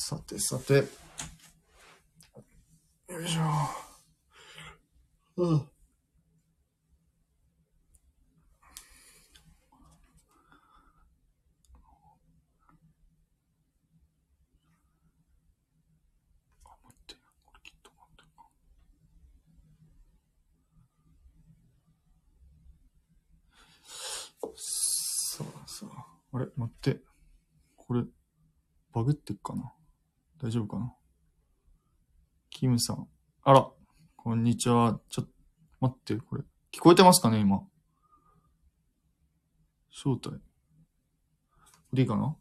さてさて。よいしょ。うん。さあさあ。あれ待って。これ、バグってっかな？大丈夫かな？キムさん。あら、こんにちは。ちょっと、待って、これ。聞こえてますかね、今。招待。これでいいかな？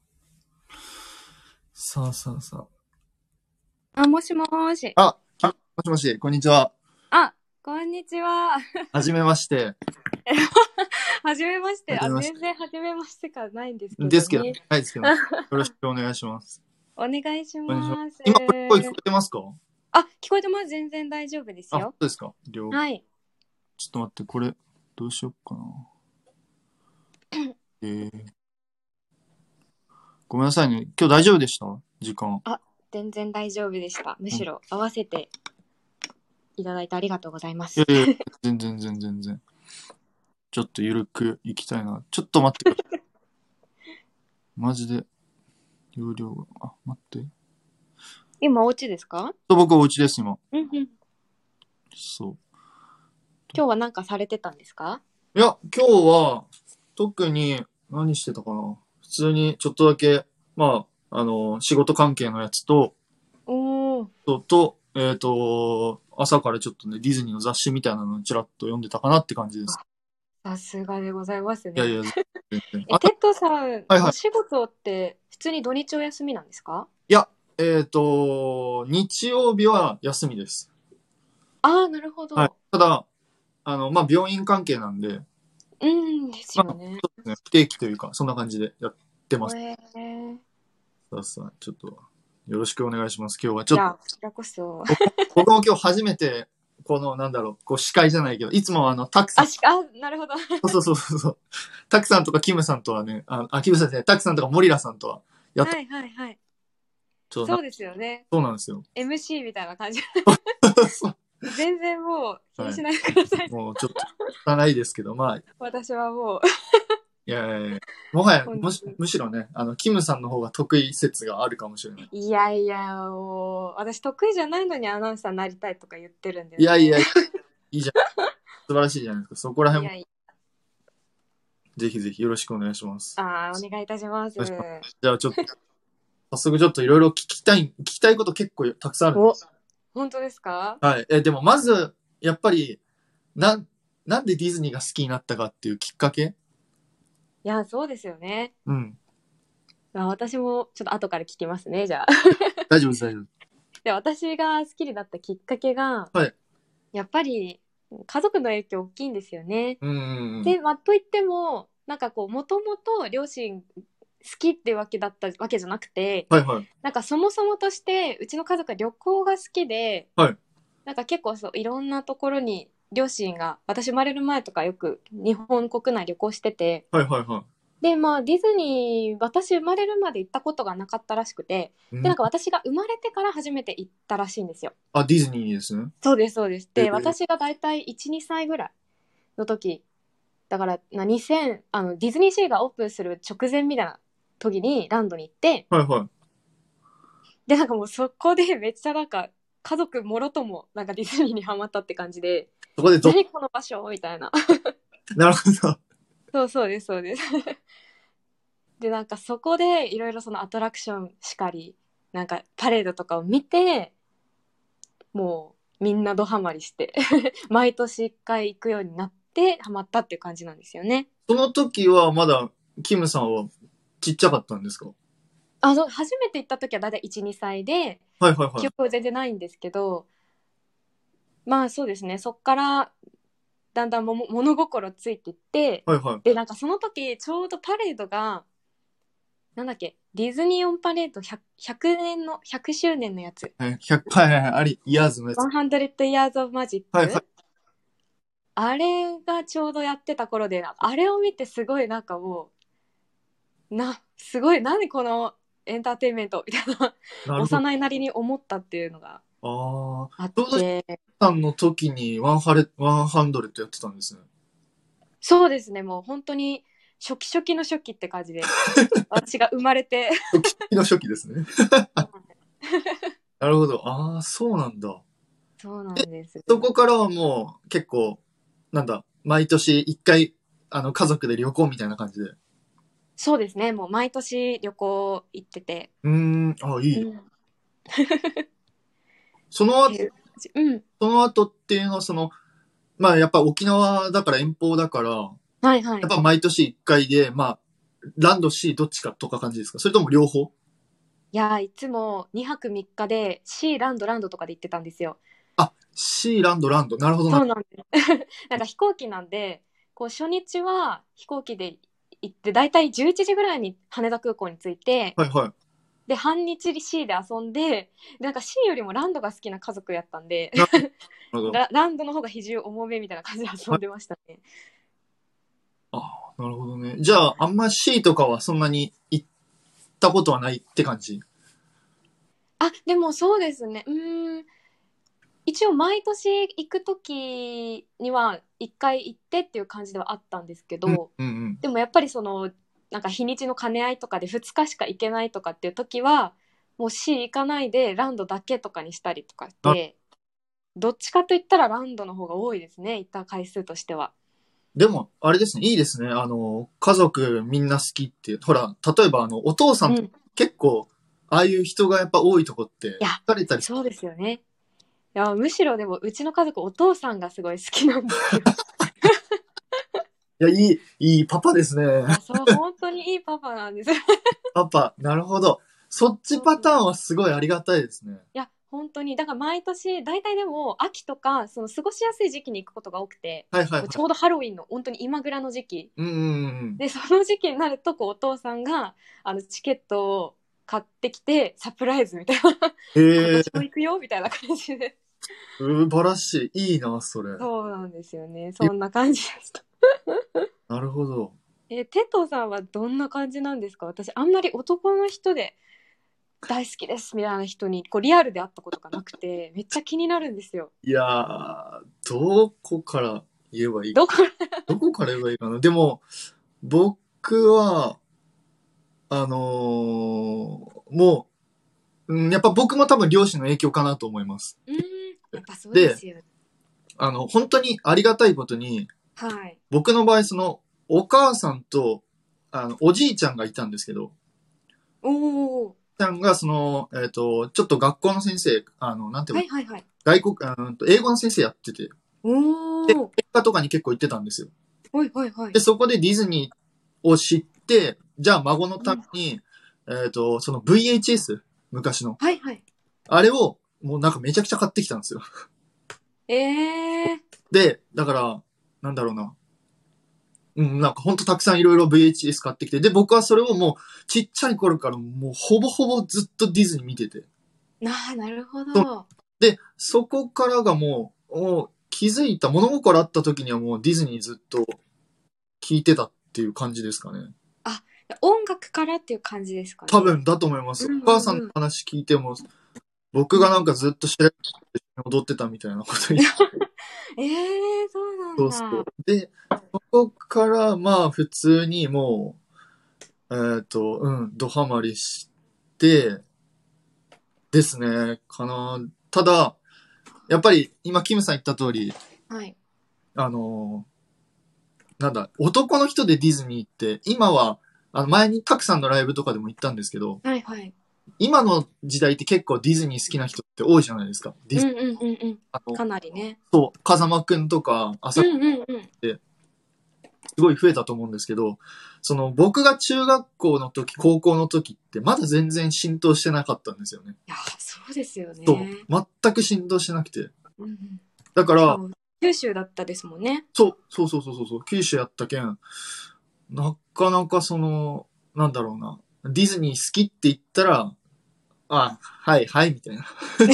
さあさあさあ、もしもーし。 あ。もしもし、こんにちは。 あ、こんにちは。 はじめまして。 はじめまして。あ、 はじめまして。 全然はじめましてかないんですけですけど、 どね。 ないですけど、よろしくお願いします。 お願いしお願いします。 ます。 今、声聞こえてますか？ あ、聞こえてます。全然大丈夫ですあ、そうよ。 ですか。 はい。 ちょっと待って、これ、どうしよっかな。ごめんなさいね。今日大丈夫でした？時間。 あ、全然大丈夫でした。むしろ合わせていただいてありがとうございます。 いやいや、全然。ちょっとゆるくいきたいな。ちょっと待ってください。マジで、容量が、あ、待って。 今お家ですか？ 僕お家です、今。 うんうん。 そう。 今日は何かされてたんですか？ いや、今日は、特に何してたかな。普通にちょっとだけ、仕事関係のやつと、 おー。 朝からちょっとね、ディズニーの雑誌みたいなのをちらっと読んでたかなって感じです。 さすがでございますね。 いやいや、全然。 テッドさん、 はいはい。 お仕事って普通に土日お休みなんですか？ いや、日曜日は休みです。 ああ、なるほはい。 ど。 ただ、病院関係なんで、 うんですよね。 そうですね、不定期というか、そんな感じでやってます。 ー、 さあ、ちょっと、よろしくお願いします。今日はちょっと、 いや、こちらこそ。 僕も今日初めて、司会じゃないけど、いつもタクさん、 なるほど。 そう、タクさんとかキムさんとはね、キムさんじゃない、タクさんとかモリラさんとは、やった、 はいはいはい。 ちょっとそうですよね。 そうなんですよ。 MC みたいな感じ。 そう、 全然もう気はい。 にしないでください。 もうちょっと、汚いですけど、 私はもう、 いやいやいや、もはや、 本当に。 むしろね、キムさんの方が得意説があるかもしれない。 いやいや、もう、私得意じゃないのにアナウンサーになりたいとか言ってるんでね。 いやいや、いいじゃん。素晴らしいじゃないですか。そこら辺も、 いやいぜひぜひよろしくお願いします。 や、お願いいたします。 じゃあちょっと、早速ちょっといろいろ聞きたいこと結構たくさんあるんでお、 す。 本当ですか？ はい。でもまず、やっぱり、なんでディズニーが好きになったかっていうきっかけ？ いや、そうですよね。 うん。 私もちょっと後から聞きますね、じゃあ。 大丈夫です、大丈夫です。 で、私が好きになったきっかけが、 はい。 やっぱり家族の影響大きいんですよね。 うんうんうん。 で、といっても、なんかこう、もともと両親好きってわけだったわけじゃなくて、 はいはい。 なんかそもそもとして、うちの家族は旅行が好きで、 はい。 なんか結構そう、いろんなところに両親が、私生まれる前とかよく日本国内旅行してて、 はいはいはで、ディズニー、私生まれるまで行ったことがなかったらしくて、 い。 で、なんか私が生まれてから初めて行ったらしいんですよ。 あ、ディズニーですね。 そうです、そうです。で、 えー、 私がだいたい1、2歳ぐらいの時、だから2000、ディズニーシーがオープンする直前みたいな時にランドに行って、 はいはい。 で、なんかもうそこでめっちゃなんか、家族もろともなんかディズニーにハマったって感じで、 そこで何この場所みたいな。 なるほど。 そうそうです、そうです。で、なんかそこでいろいろそのアトラクションしかり、なんかパレードとかを見て、もうみんなドハマりして毎年一回行くようになってハマったっていう感じなんですよね。 その時はまだ、キムさんはちっちゃかったんですか？ そう、初めて行った時はだいたい1、2歳で、 はいはいはい。 記憶は全然ないんですけど、まあそうですね、そっからだんだん物心ついていって、 はいはい。 で、なんかその時ちょうどパレードが、なんだっけ、ディズニーオンパレード100周年のやつ。 はい、はいはいはい。イヤーズのやつ。 100 Years of Magic、 はいはい。 あれがちょうどやってた頃で、あれを見てすごいなんかもう、すごい、何このエンターテインメントみたいな、 なるほど。 幼いなりに思ったっていうのがああ。 あっちょうどて、 さんの時に100やってたんですね。 そうですね、もう本当に初期初期の初期って感じで、私が生まれて、 初期の初期ですね。なるほど。ああ、そうなんだ。 そうなんです。 そこからはもう結構、なんだ、毎年一回、家族で旅行みたいな感じで。 そうですね、もう毎年旅行行ってて、 あ、いい。 うん、っその後、 ていう感じ。うん。 その後っていうのは、まあやっぱ沖縄だから遠方だから、 はいはい。 やっぱ毎年一回で、まあ、ランド C どっちかとか感じですか？それとも両方？ いやー、いつも2泊3日で C ランドランドとかで行ってたんですよ。 あ、C ランドランド。なるほどな。 そうなんです。なんか飛行機なんで、こう初日は飛行機で行って、だいたい11時ぐらいに羽田空港に着いて、 はいはい。 で、半日 C で遊んで、でなんか C よりもランドが好きな家族やったんで、 なるほど。 ランドの方が比重重めみたいな感じで遊んでましたね。 あ、なるほどね。じゃあ、あんま C とかはそんなに行ったことはないって感じ？ あ、でもそうですね。一応毎年行く時には一回行ってっていう感じではあったんですけうんど、 うんうん。 でもやっぱりそのなんか日にちの兼ね合いとかで2日しか行けないとかっていう時はもう C 行かないでランドだけとかにしたりとかしなて、どっちかといったらランドの方が多いですね、行った回数としては。 でも、あれですね、いいですね。家族みんな好きって。ほら、例えばお父さんとうん。い結構、ああいう人がやっぱ多いとこってや、 疲れたりする。 そうですよね。いや、むしろでもうちの家族お父さんがすごい好きなんですよ。 いや、いいパパですね。 いや、そう、本当にいいパパなんですよ。 パパ、なるほど。そっちパターンはすごいありがたいですね。 いや、本当に、だから毎年、大体でも秋とか、その過ごしやすい時期に行くことが多くて、 はいはいはい。 ちょうどハロウィンの本当に今ぐらいの時期。 うんうんうん。 で、その時期になると、こう、お父さんが、チケットを買ってきて、サプライズみたいな、今ええ、 年も行くよ、みたいな感じで。 素晴らしい。いいな、それ。 そうなんですよね。 え、 そんな感じでした。 なるほど。 テトさんはどんな感じなんですか？私、あんまり男の人で大好きですみたいな人に、こう、リアルで会ったことがなくて、めっちゃ気になるんですよ。 いやー、どこから言えばいい？ どこ、 どこから言えばいいかな。でも、僕は、もう、やっぱ僕も多分両親の影響かなと思います。 やっぱそうでで、 すよね。 本当にありがたいことに、 はい。 僕の場合、お母さんと、おじいちゃんがいたんですけど、 おお。 ちゃんが、ちょっと学校の先生、なんていうの、 はいはいはい。 英語の先生やってて、で、 おお。 映画とかに結構行ってたんですよ。 はいはいはい。 で、そこでディズニーを知って、じゃあ孫のうん、 ために、その VHS、昔の、 はいはい。 あれを、もうなんかめちゃくちゃ買ってきたんですよ。 ええで、だから、なんだろうな。なんかほんとたくさんいろいろ VHS 買ってきて、で、僕はそれをもう、ちっちゃい頃からもうほぼほぼずっとディズニー見てて。 なるほそうど。 で、そこからがもう気づいた、物心あった時にはもうディズニーずっと聞いてたっていう感じですかね。 あ、音楽からっていう感じですかね。 多分だと思います。 うんお母さんのうんうん。 話聞いても、僕がなんかずっと知ら踊ってたみたいなこと言って。 そうなんそうそう。 だ。 で、そこからまあ普通にもう、ドハマりして、ですね、かな。ただ、やっぱり今キムさん言った通り、 はい。 あのなんだ、男の人でディズニーって、今は、前にたくさんのライブとかでも行ったんですけど、 はいはい。 今の時代って結構ディズニー好きな人って多いじゃないですか。ディズうんうんうんうん。 あの、 かなりね。 そう、風間くんとか、 う朝んうんうん。いすごい増えたと思うんですけど、僕が中学校の時、高校の時って、まだ全然浸透してなかったんですよね。 や、そうですよそう、 ね。 全く浸透してなくて。 うんうん。 だから、 しかも、九州だったですもんね。 そう、九州やったけん、なかなかなんだろうな、ディズニー好きって言ったら、あ、はいはい、みたいな。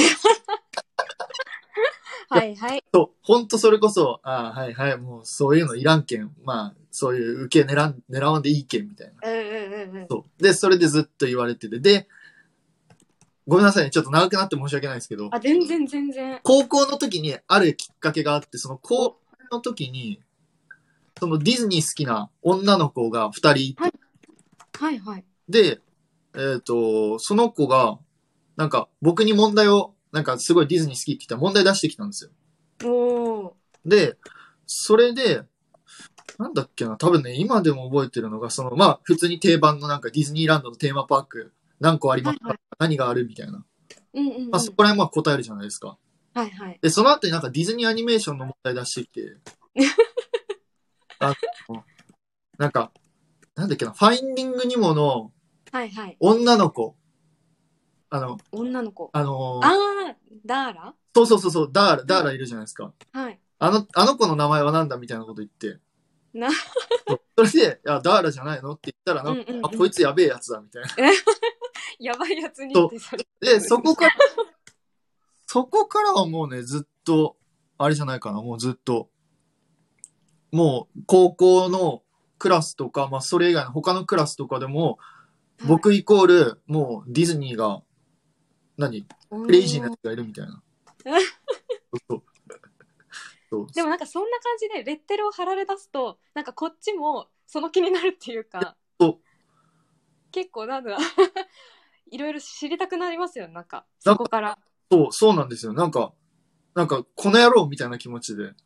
いや、 はいはい。 ほんとそれこそ、はいはい、もうそういうのいらんけん、まあ、そういう受け狙わんでいいけん、みたいな。 うんうんうん。 そう。で、それでずっと言われてて。で、ごめんなさいね。ちょっと長くなって申し訳ないですけど、 あ、全然全然。 高校の時にあるきっかけがあって、その高お、 校の時に、そのディズニー好きな女の子が2人いて、 はいはいはい。 で、その子が、なんか僕に問題を、なんかすごいディズニー好きって言ったら問題出してきたんですよ。 おー。 で、それで、なんだっけな、多分ね、今でも覚えてるのが、その、まあ、普通に定番のなんかディズニーランドのテーマパーク、何個ありますか、 はいはい。 何があるみたいな。 うんうんまあ、 うん。 そこら辺まあ答えるじゃないですか。 はいはい。 で、その後になんかディズニーアニメーションの問題出してきて、あの、なんか、なんだっけな、ファインディングニモのはいはい。 女の子、あの、 女の子。 あのーあー、ダーラ。 そうそうそうそう、ダーはい。 ラいるじゃないですか。 はい。 あの子の名前はなんだみたいなこと言って、 な、 そうそれで、いや、ダーラじゃないのって言ったら、なんか、 うんうんあ、 うん。 こいつやべえやつだ、みたいな。 やばいやつにっそてそれ。 う。で、そこからはもうね、ずっと、あれじゃないかな、もうずっと、もう、高校のクラスとか、まあ、それ以外の他のクラスとかでも、 はい。 僕イコール、もう、ディズニーが、クレイジーなやおー。 つがいるみたいな。そうそうでもなんかそんな感じでレッテルを貼られ出すと、なんかこっちもその気になるっていうか、 そう結構なんだ、いろいろ知りたくなりますよ、なんか、 なんか、 そこから。 そうなんですよ。なんか、この野郎みたいな気持ちで。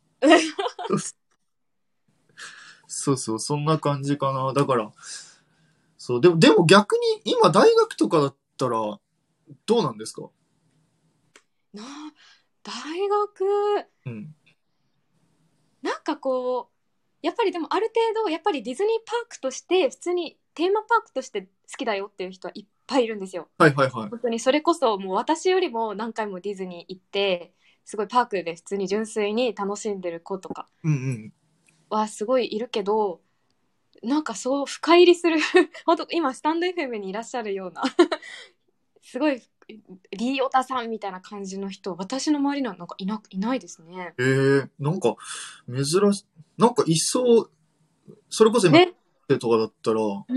そうそう、そんな感じかな。だから、そう、でも逆に、今大学とかだったら、どうなんですか？ な大学、 うん。 なんかこう、やっぱりでもある程度、やっぱりディズニーパークとして、普通にテーマパークとして好きだよっていう人はいっぱいいるんですよ。 はいはいはい。 本当にそれこそもう私よりも何回もディズニー行って、すごいパークで普通に純粋に楽しんでる子とかうんうん。 はすごいいるけど、なんかそう深入りする本当今スタンド FM にいらっしゃるようなすごいリーオタさんみたいな感じの人、私の周りにはなんかいないですね。 なんか、珍し、なんか一層、それこそ今、 ね。 とかだったら、 うん。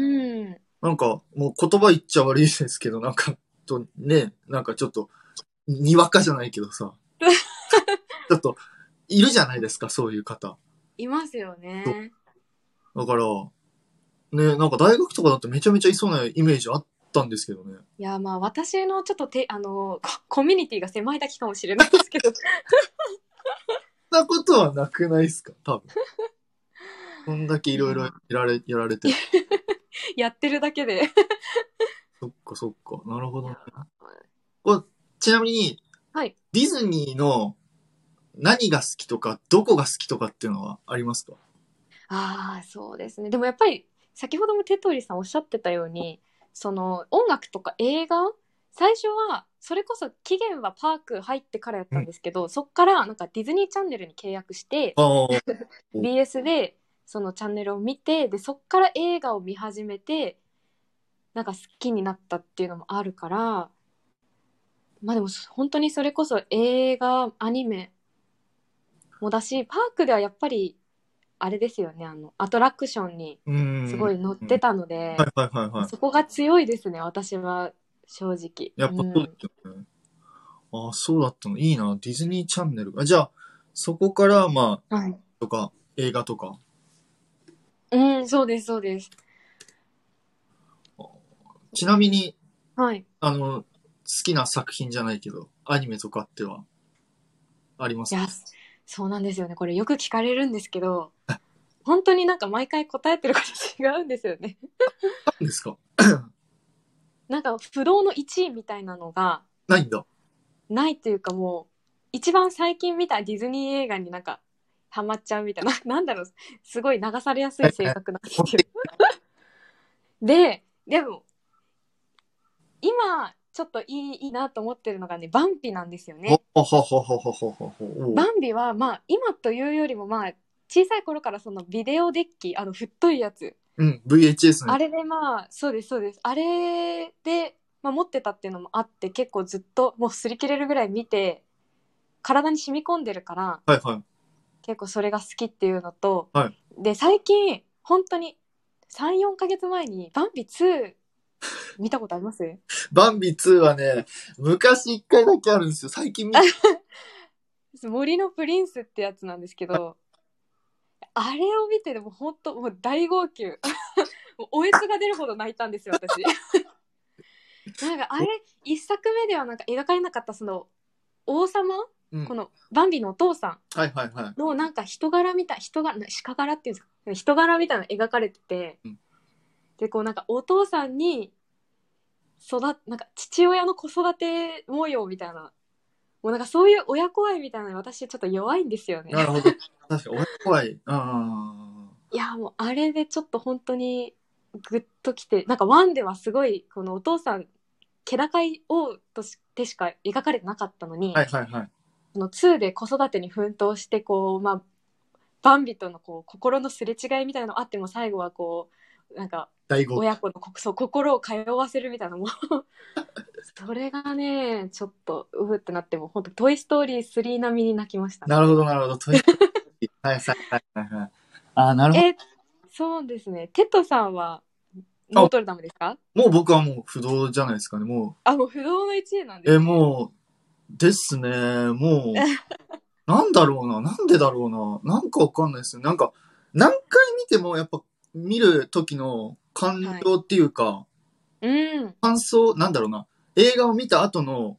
なんか、もう言葉言っちゃ悪いですけど、なんか、ね、なんかちょっと、にわかじゃないけどさ、ちょっと、いるじゃないですか、そういう方。 いますよそうね。 だから、ね、なんか大学とかだとめちゃめちゃいそうなイメージあったんですけどね。 いや、まあ私のちょっとコミュニティが狭いだけかもしれないですけど。 そんなことはなくないですか、多分。こんだけいろいろいや、 やられてる。 やってるだけで。 そっかそっか。なるほどね。 いや、 これちなみに、 はい。 ディズニーの何が好きとか、どこが好きとかっていうのはありますか？ ああ、そうですね。でもやっぱり、先ほどもテトリさんおっしゃってたように、その音楽とか映画、最初は、それこそ期限はパーク入ってからやったんうん。 ですけど、そっからなんかディズニーチャンネルに契約して、 ああ、 BS でそのチャンネルを見て、で、そっから映画を見始めて、なんか好きになったっていうのもあるから、まあでも本当にそれこそ映画、アニメもだし、パークではやっぱりあれですよね、アトラクションにうん。 すごい乗ってたので、 はいはいはいはい。 そこが強いですね、私は正直。 やっぱそうでうん。 すよね。ああ、そうだったの。いいな。ディズニーチャンネル。あ、じゃあ、そこから、まあ、 はい。 とか、映画とか。 うん、そうです、そうです。 ちなみに、 はい。 好きな作品じゃないけど、アニメとかってはありますか？ いや、そうなんですよね。これよく聞かれるんですけど、本当になんか毎回答えてること違うんですよね。 何ですか？ なんか不動の1位みたいなのがないんだ。 ないというか、もう一番最近見たディズニー映画になんかハマっちゃうみたいな、なんだろう、すごい流されやすい性格なんですよ。でも今ちょっといいなと思ってるのがね、バンビなんですよね。 ほほほほほほほほ。おう。 バンビはまあ今というよりもまあ小さい頃からそのビデオデッキ、太いやつ、 うん、VHS ね。 あれでまあそうですそうです、あれで、まあ、持ってたっていうのもあって、結構ずっともう擦り切れるぐらい見て体に染み込んでるから、 はいはい。 結構それが好きっていうのと、 はい。 で最近本当に 3、4ヶ月前にバンビ2見たことあります？ バンビ2はね、昔1回だけあるんですよ。最近見た。 森のプリンスってやつなんですけど、あれを見てでも本当もう大号泣。もうおえつが出るほど泣いたんですよ、私。なんかあれ、一作目ではなんか描かれなかったその王様、 うん、 このバンビのお父さはいはいはい。 んのなんか人柄みたい、鹿柄っていうんですか、人柄みたいなの描かれてて、 うん、 でこうなんかお父さんになんか父親の子育て模様みたいな、もうなんかそういう親子愛みたいなのに私ちょっと弱いんですよね。 なるほど。確かに、俺怖い。 いやもうあれでちょっと本当にグッときて、なんかワンではすごいこのお父さん気高い王としてしか描かれてなかったのに、 はいはいはい。 この2で子育てに奮闘してこう、まあ、バンビとのこう心のすれ違いみたいなのあっても最後はこうなんか大号泣。 親子のそう心を通わせるみたいなのもそれがねちょっとうふってなっても本当トイ・ストーリー3並みに泣きましたね。 なるほどなるほど。はいはいはいはい。あ、なるほど。 そうですね。テトさんはノあ、 ートルダムですか？ もう僕はもう不動じゃないですかね。ももう不動の1位なんでう、 すね。 もう、ですね。もう、なんだろうな。なんでだろうな。なんかわかんないですよ。なんか、何回見てもやっぱ見る時の感情っていうか、 うん。 感想、なんだろうな。映画を見た後の、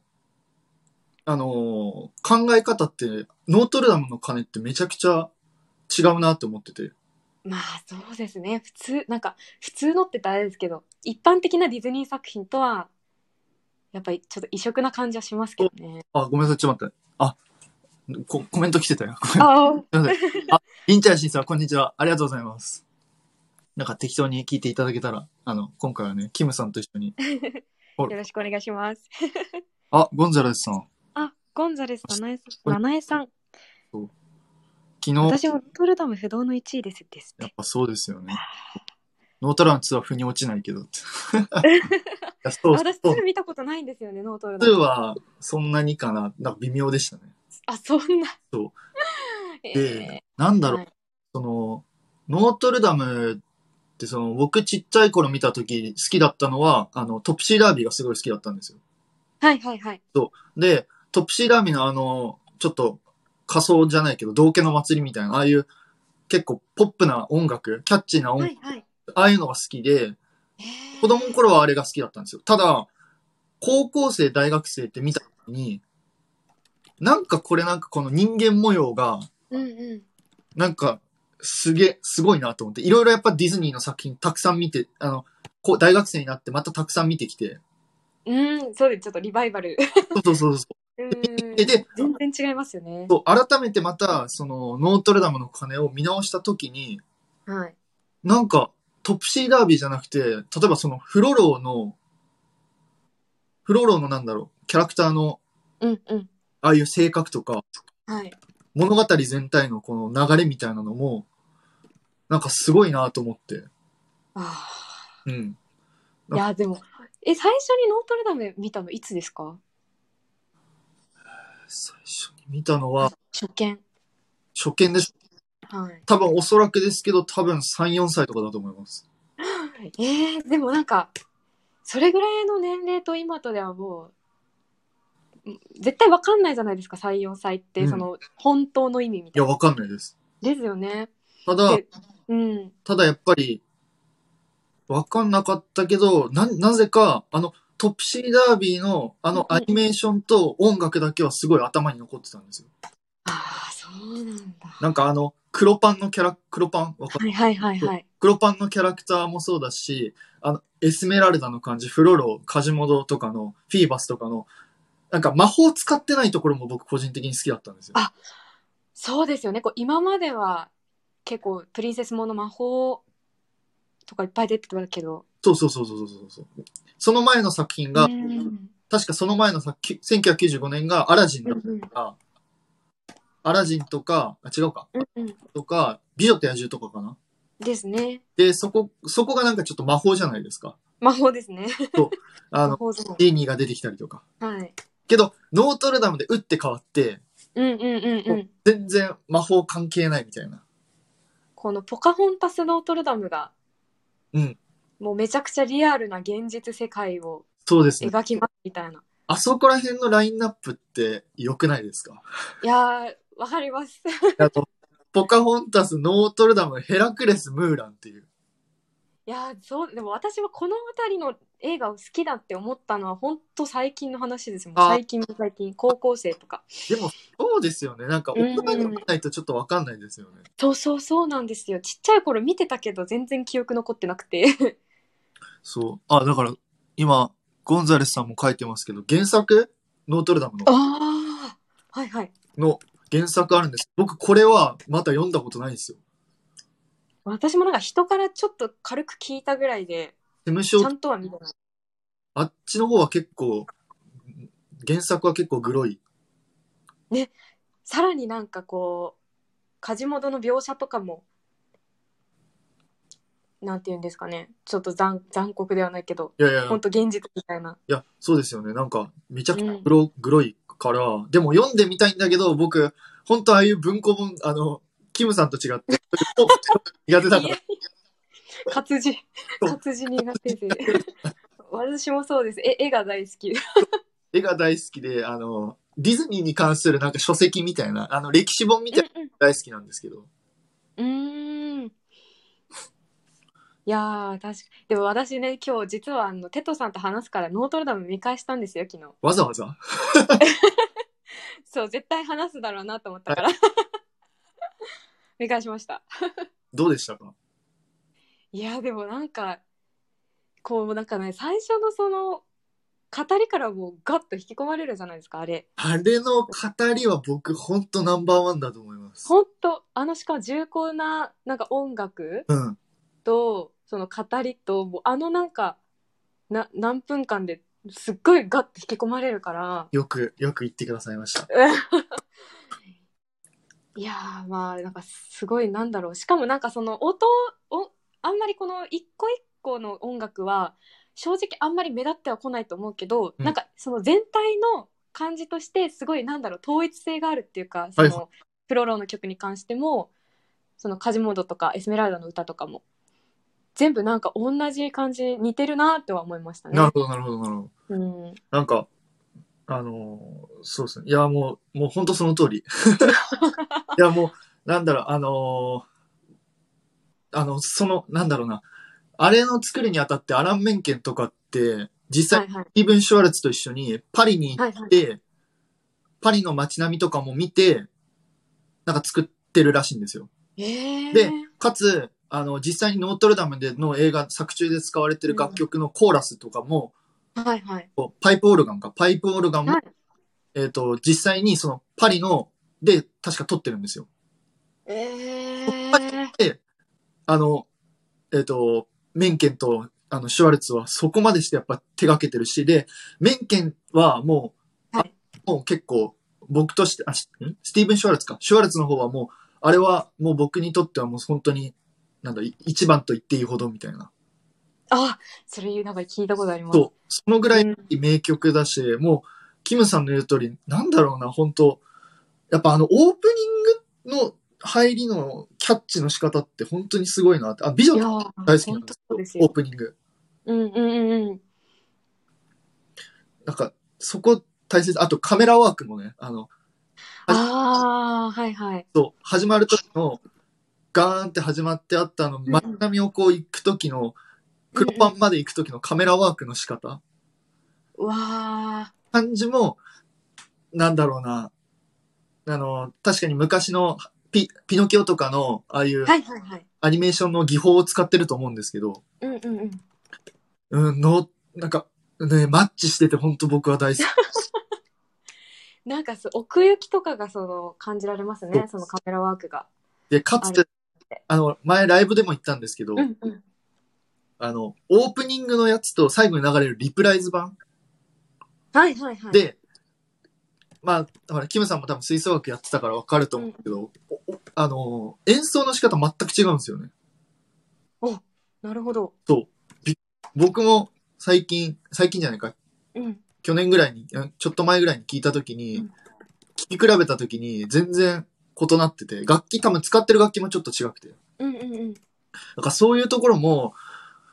考え方って、ノートルダムの鐘ってめちゃくちゃ違うなって思ってて。 まあそうですね。なんか普通のって言ったらあれですけど、一般的なディズニー作品とはやっぱりちょっと異色な感じはしますけどね。 あ、ごめんなさい、ちょっと待って。あ、コメント来てたよ。ごめんあすいません。あ、インチャーシーさん、こんにちは。ありがとうございます。なんか適当に聞いていただけたら、今回はね、キムさんと一緒に。 よろしくお願いします。 あ、ゴンザレスさん。 ゴンザレス七重これ七重さん。 昨日、 私もノートルダム不動の1位ですですって。 やっぱそうですよね。ノートルダム2は腑に落ちないけど。いやそう私そう。 2見たことないんですよね、ノートルダム。 2はそんなにかな。なんか微妙でしたね。 そんな。 そう。で、なんだろう。 はい。 ノートルダムって僕ちっちゃい頃見た時好きだったのは、トプシーダービーがすごい好きだったんですよ。 はいはいはい。 で、トプシーダービーのちょっと仮装じゃないけど、道化の祭りみたいな、ああいう結構ポップな音楽、キャッチーな音楽、 はいはい。 ああいうのが好きで、子供の頃はあれが好きだったんですよ。ただ、高校生、大学生って見た時に、なんかこれなんかこの人間模様が、 うんうん。 なんか、すごいなと思って、いろいろやっぱディズニーの作品たくさん見て、大学生になってまたたくさん見てきて、 そうです。ちょっとリバイバル。 そうそうそうそう。で、 全然違いますよね。 そう改めてまた、ノートルダムの鐘を見直した時に、 はい。 なんか、トプシーダービーじゃなくて、例えばフロローのなんだろう、キャラクターの、 うんうん。 ああいう性格とか、 はい。 物語全体のこの流れみたいなのも、なんかすごいなと思って。 あうん。 いや、でも、最初にノートルダム見たのいつですか？ 最初に見たのは、 初見。 初見でしょ。 はい。 多分おそらくですけど、多分3、4歳とかだと思います。 でもなんか、それぐらいの年齢と今とではもう、絶対わかんないじゃないですか、3、4歳って、 うんその、本当の意味みいや、 たいな。 わかんないです。 ですよね。 ただ、 で、 やっぱり、わかんなかったけど、なぜか、トプシーダービーのアニメーションと音楽だけはすごい頭に残ってたんですよ。 そうなんだ。 なんか黒パンわかる？ はいはいはいはい。 黒パンのキャラクターもそうだし、エスメラルダの感じ、フロロ、カジモドとかの、フィーバスとかの、なんか魔法使ってないところも僕個人的に好きだったんですよ。 そうですよね。こう今までは結構プリンセスもの魔法とかいっぱい出てたけど。 そうそうそうそうそうそう。その前の作品が、確かその前の1995年がアラジンだったから、アラジンとか、違うか。とか、美女と野獣とかかな。 ですね。 で、そこがなんかちょっと魔法じゃないですか。 魔法ですね。 そう。 魔法ゾーン。 ジーニーが出てきたりとか。 はい。 けど、ノートルダムで打って変わって、全然魔法関係ないみたいな。 このポカホンタスノートルダムがうん。 もうめちゃくちゃリアルな現実世界をそうですね。 描きますみたいな。 あそこら辺のラインナップって良くないですか？ いやー、わかります。 あと、ポカホンタス、ノートルダム、ヘラクレス、ムーランっていう。 いやー、そう、でも私はこの辺りの映画を好きだって思ったのは本当最近の話ですもん。 あ、 最近、高校生とか。 でもそうですよね。なんか大人にならないとちょっとわかんないですよね。 そうなんですよ。ちっちゃい頃見てたけど全然記憶残ってなくて。 そう。あ、だから今、ゴンザレスさんも書いてますけど、原作ノートルダムのああ、はいはい。 の原作あるんです。僕これはまだ読んだことないんですよ。 私もなんか人からちょっと軽く聞いたぐらいで、 セムショー、 ちゃんとは見てない。 あっちの方は結構、原作は結構グロい。 ね、さらになんかこう、梶本の描写とかも、なんて言うんですかね。ちょっと残酷ではないけど、 いやいやいや、 ほんと現実みたいな。 いや、そうですよね。なんか、めちゃくちゃうん。 グロいから、でも読んでみたいんだけど、僕、本当ああいう文庫本、キムさんと違って、苦手だから。 いや、活字苦手で。私もそうです。絵が大好き。 絵が大好きで、ディズニーに関するなんか書籍みたいな、歴史本みたいなのが大好きなんですけど。 いやー、確かでも私ね、今日実はテトさんと話すからノートルダム見返したんですよ、昨日。 わざわざそう、絶対話すだろうなと思ったはい。 から見返しました。 どうでしたか？ いや、でもなんか、こう、なんかね、最初のその、語りからもうガッと引き込まれるじゃないですか、あれ。 あれの語りは僕、ほんとナンバーワンだと思います。 ほんと、しかも重厚な、なんか音楽うん。 と、その語りと、もうなんか、何分間ですっごいガッと引き込まれるから、 よく言ってくださいました。 いやー、まあ、なんかすごいなんだろう。しかもなんかそのあんまりこの一個一個の音楽は、正直あんまり目立ってはこないと思うけど、 うん。 なんかその全体の感じとしてすごいなんだろう、統一性があるっていうか、 はいはプロロの曲に関しても、そのカジモードとかエスメラルダの歌とかも、全部なんか同じ感じ、似てるなっては思いましたい。なるね。 ほど、なるほど、なるほど。 うん。 なんか、そうですね。いや、もうほんとその通り。いや、もう、なんだろう、なんだろうな。あれの作るにあたってアラン・メンケンとかって、実際、 はいはい。 スティーブン・シュワルツと一緒にパリに行はいはい。 って、パリの街並みとかも見て、なんか作ってるらしいんですよ。で、 えかつ、実際にノートルダムでの映画作中で使われてる楽曲のコーラスとかも、 はいはい。 パイプオルガンも、 はい。 実際にそのパリの、で、確か撮ってるんですよ。 えで、あの、メンケンと、シュワルツはそこまでしてやっぱ手掛けてるし、で、メンケンはもう、 はい。 もう結構、僕として、スティーブン・シュワルツか。シュワルツの方はもう、あれはもう僕にとってはもう本当に、なんだ、一番と言っていいほどみたいな。 あ、それなんか聞いたことあります。 そう。そのぐらいうん。 名曲だし、もう、キムさんの言う通り、なんだろうな、本当やっぱオープニングの入りのキャッチの仕方って本当にすごいなって。美女いやー、 大好きなほんとんですよ、オーそうですよ。 プニング。 うんうんうんうん。 なんか、そこ大切。あとカメラワークもね、 ああ、はいはい。 そう、始まる時の、ガーンって始まってあった街うんうん。 並みをこう行く時の、 うんうん。 黒パンまで行く時のカメラワークの仕方、 うわー。 感じも、なんだろうな、確かに昔のピノキオとかの、ああいうはいはいはい。 アニメーションの技法を使ってると思うんですけど、 うんうんうん。 なんか、ね、マッチしてて本当僕は大好き。 なんか奥行きとかが感じられますね、そのカメラワークがで、かあるつ、 って。 前ライブでも言ったんですけど、 うんうん。 オープニングのやつと最後に流れるリプライズ版はいはいはい。 で、まあ、ほら、キムさんも多分吹奏楽やってたからわかるとうん。 思うけど、演奏の仕方全く違うんですよね。 お、なるほど。 そう。僕も最近じゃないか、 うん。 去年ぐらいに、ちょっと前ぐらいに聞いたときに、 うん。 聞き比べたときに全然異なってて、多分使ってる楽器もちょっと違くて。 うんうんうん。 だからそういうところも、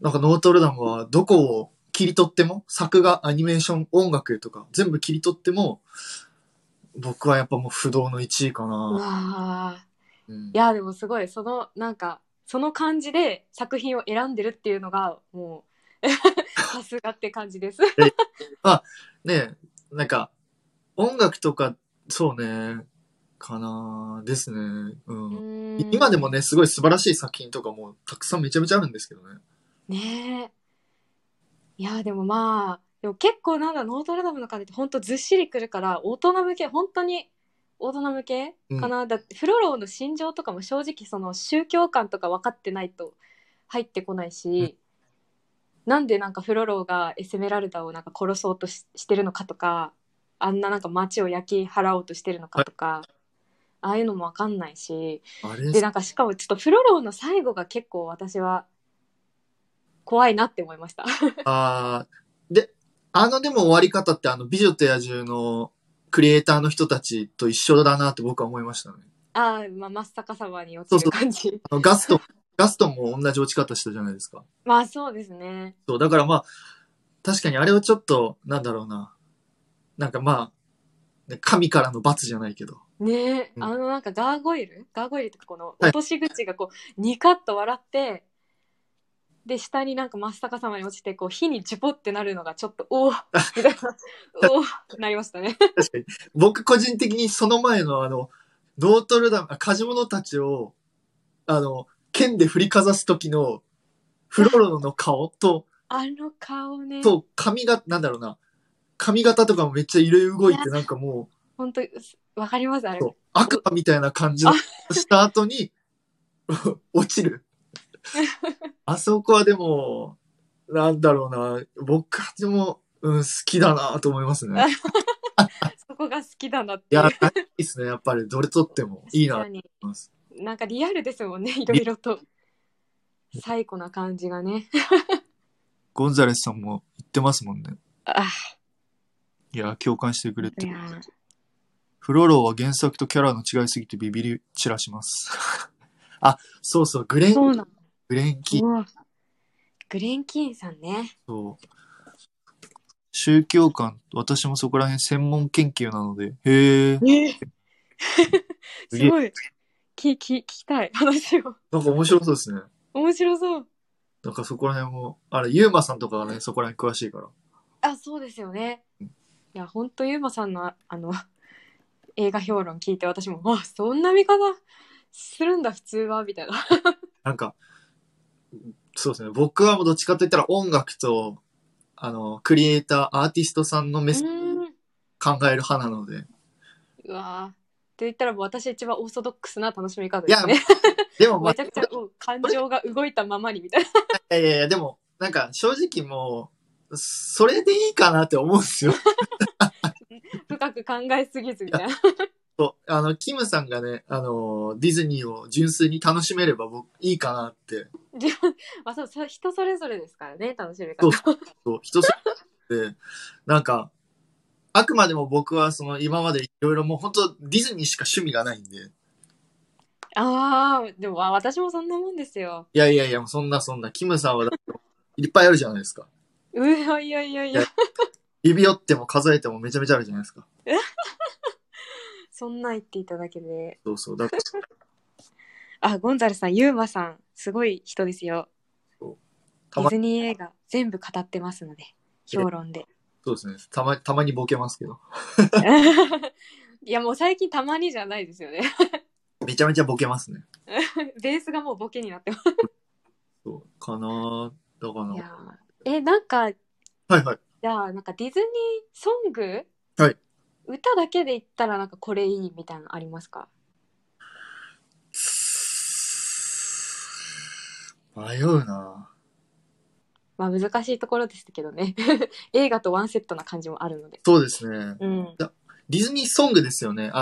なんかノートルダムはどこを切り取っても、作画、アニメーション、音楽とか全部切り取っても、僕はやっぱもう不動の1位かうな。 わー。 うん、 いや、でもすごい、なんか、その感じで作品を選んでるっていうのが、もう、さすがって感じです。 あ、ねえ、なんか、音楽とか、そうね、かなですね。ううん。今でーん。 もね、すごい素晴らしい作品とかもたくさんめちゃめちゃあるんですけどね。 ねえ。いや、でもまあ、でも結構なんだ、ノートルダムの鐘って本当ずっしりくるから、大人向け、本当に大人向けうん。 かな。だってフロローの心情とかも正直その宗教観とか分かってないと入ってこないうん、 し、なんでなんかフロローがエスメラルダをなんか殺そうとしてるのかとか、あんななんか街を焼き払おうとしてるのかはい。 とか、ああいうのも分かんないし、 あれ、 でなんかしかもちょっとフロローの最後が結構私は怖いなって思いました。 あー、で、でも終わり方って美女と野獣のクリエイターの人たちと一緒だなって僕は思いましたね。 ああ、まあ、真っ逆さまに落ちるそうそう。 感じ。 ガストンも同じ落ち方したじゃないですか。 まあそうですね。 そう、だからまあ、確かにあれはちょっと、なんだろうな。なんかまあ、神からの罰じゃないけど。 ねえ、 うん。 なんかガーゴイルとかこのはい。 落とし口がこう、ニカッと笑って、で、下になんか真っ逆さまに落ちて、こう、火にジュポってなるのがちょっと、おおみたいな、おおなりましたね。 確かに。僕個人的にその前のノートルダム、火事者たちを、剣で振りかざす時のフロロの顔と、 あの顔ね。 髪が、なんだろうな。髪型とかもめっちゃ揺れ動いや、 いて、なんかもう、 ほんと、わかります、あれ。 悪魔みたいな感じのあ、 した後に落ちる。あそこはでも、なんだろうな。僕はでも、うん、好きだなと思いますね。 そこが好きだなっいや、 ていう。 いいっすね。やっぱりどれとってもいいなと確かに。 思います。 なんかリアルですもんね、いろいろと。最古な感じがね。 ゴンザレスさんも言ってますもんね。 あ、 いや、共感してくれて。 いや、 フロローは原作とキャラの違いすぎてビビり散らします。あ、そうそう、 そうなグレンキー。 の。うわ、グレン・キーンさんね。 そう。宗教観、私もそこら辺専門研究なので、へえ、 ねすげえ。 すごい。聞きたい話を。 なんか面白そうですね。 面白そう。 なんかそこら辺も、ユーマさんとかがね、そこら辺詳しいから。 あ、そうですよね。いや、ほんとユーマさんの映画評論聞いて私も、あ、そんな見方するんだ、普通は、みたいな。 なんか、そうですね。僕はもうどっちかといったら音楽と、クリエイター、アーティストさんの目う線ーん。 考える派なので。 うわーって言ったらもう私一番オーソドックスな楽しみ方いや、 ですね。 でもまあ、 めちゃくちゃもう感情が動いたままにみたいな。 いやいや、でも、なんか正直もう、それでいいかなって思うんですよ。 深く考えすぎずみたいな。 そう、キムさんがね、ディズニーを純粋に楽しめれば僕、いいかなって。 まあそう、人それぞれですからね、楽しみ方。 そうそう、人それぞれで、なんか、あくまでも僕はその今までいろいろもう本当ディズニーしか趣味がないんで。 ああ、でも私もそんなもんですよ。 いやいやいや、そんなそんな、キムさんはだっていっぱいあるじゃないですか。 いやいやいや。 いや、指折っても数えてもめちゃめちゃあるじゃないですか。 そんな言っていただけで。 そうそう。だからあ、ゴンザレスさん、ユーマさん、すごい人ですよ。 そうたま、 ディズニー映画全部語ってますので、評論で。 そうですね。たまにボケますけど。 いや、もう最近たまにじゃないですよね。 めちゃめちゃボケますね。 ベースがもうボケになってます。 そう、かなだかいやな。 なんか、 はいはい。 じゃあ、なんかディズニーソングはい。 歌だけで言ったらなんかこれいいみたいなのありますか？ 迷うなまあ難しいところですけどね。映画とワンセットな感じもあるので。 そうですね。 うん。 ディズニーソングですよね。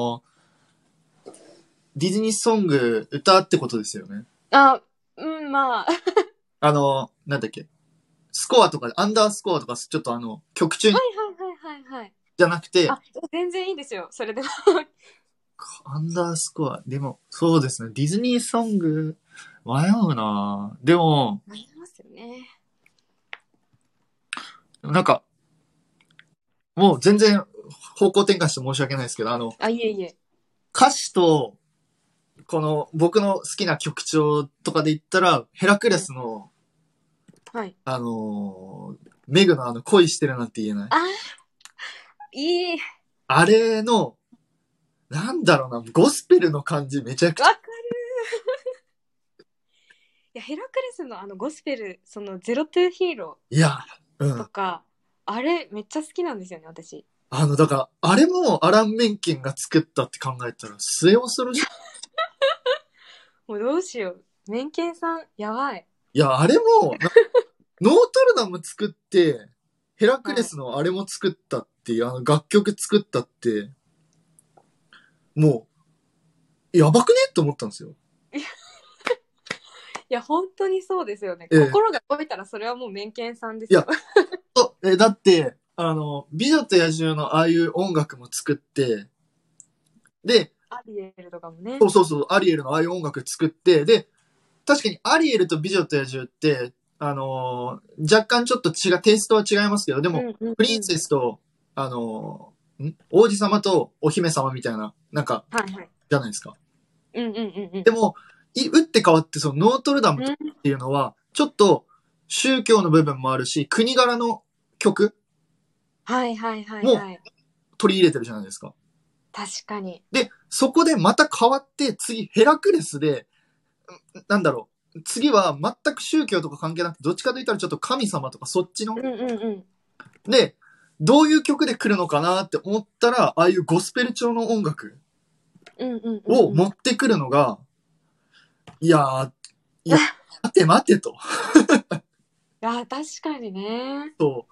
ディズニーソング歌ってことですよね。 あ、うん、まあ。 なんだっけ。スコアとか、アンダースコアとか、ちょっと曲中にはいはいはいはいはい。 じゃなくて、 あ、全然いいですよ。それでも。 アンダースコア。でも、そうですね。ディズニーソング、迷うなでも、 ありますよね。 なんか、もう全然方向転換して申し訳ないですけど、 あ、いえいえ。 歌詞と、この僕の好きな曲調とかで言ったら、ヘラクレスの、 はい。 メグの恋してるなんて言えない。 あ、いい。 あれの、なんだろうな、ゴスペルの感じめちゃくちゃ。 わかる。いや、ヘラクレスのゴスペル、そのゼロトゥーヒーロいや、うーとん。 か、あれめっちゃ好きなんですよね、私。 だから、あれもアラン・メンケンが作ったって考えたら、末恐ろしい。 もうどうしよう。メンケンさん、やばい。 いや、あれも、ノートルダム作って、ヘラクレはい。 スのあれも作ったっていう、楽曲作ったって、もう、やばくねって思ったんですよ。 いや、本当にそうですよね。 ええ。 心が動いたらそれはもうメンケンさんでいや、 すよ。 だって、美女と野獣のああいう音楽も作って、で、 アリエルとかもね。 そうそうそう、アリエルのああいう音楽作って、で、確かにアリエルと美女と野獣って、若干ちょっとテイストは違いますけど、でも、 うんうんうんプリンセスと、王子様とお姫様みたいな、なんか、 はいはい。 じゃないですか。 うんうんうんうん。 でも、打って変わって、そのノートルダムっうんていうのは、ちょっと宗教の部分もあるし、国柄の曲はいはいはいもはい。 取り入れてるじゃないですか。 確かに。 で、そこでまた変わって、次、ヘラクレスで、なんだろう、次は全く宗教とか関係なくて、どっちかといったらちょっと神様とかそっちのうんうんうん。 で、どういう曲で来るのかなって思ったら、ああいうゴスペル調の音楽うんうんうんをうん。 持ってくるのが、いやー、いや、待て待てと。 あ、確かにね。 そう、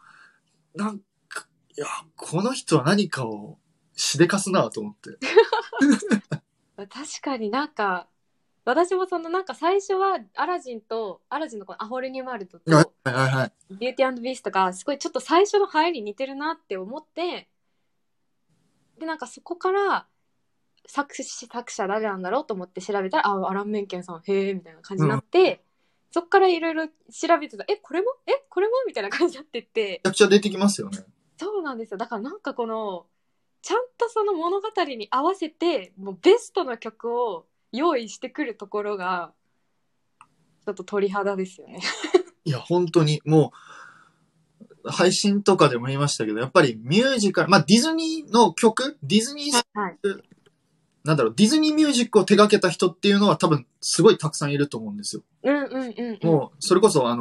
なんか、いや、この人は何かをしでかすなと思って。 確かになんか、私もそのなんか最初はアラジンのこのアホルニュマルトはいとはいはい。 ビューティービーストがすごいちょっと最初の入り似てるなって思って、でなんかそこから作者誰なんだろうと思って調べたら、あ、アラン・メンケンさん、へえ、みたいな感じうん。めになって、そこからいろいろ調べてた、これもみたいな感じになってって、 ちゃくちゃ出てきますよね。 そうなんですよ。だからなんかこの、ちゃんとその物語に合わせて、もうベストの曲を用意してくるところが、ちょっと鳥肌ですよね。 いや、本当に、もう、配信とかでも言いましたけど、やっぱりミュージカル、まあディズニーの曲、ディズニー、 はい。 なんだろう、ディズニーミュージックを手掛けた人っていうのは多分すごいたくさんいると思うんですよ。 うんうんうんうん。 もう、それこそ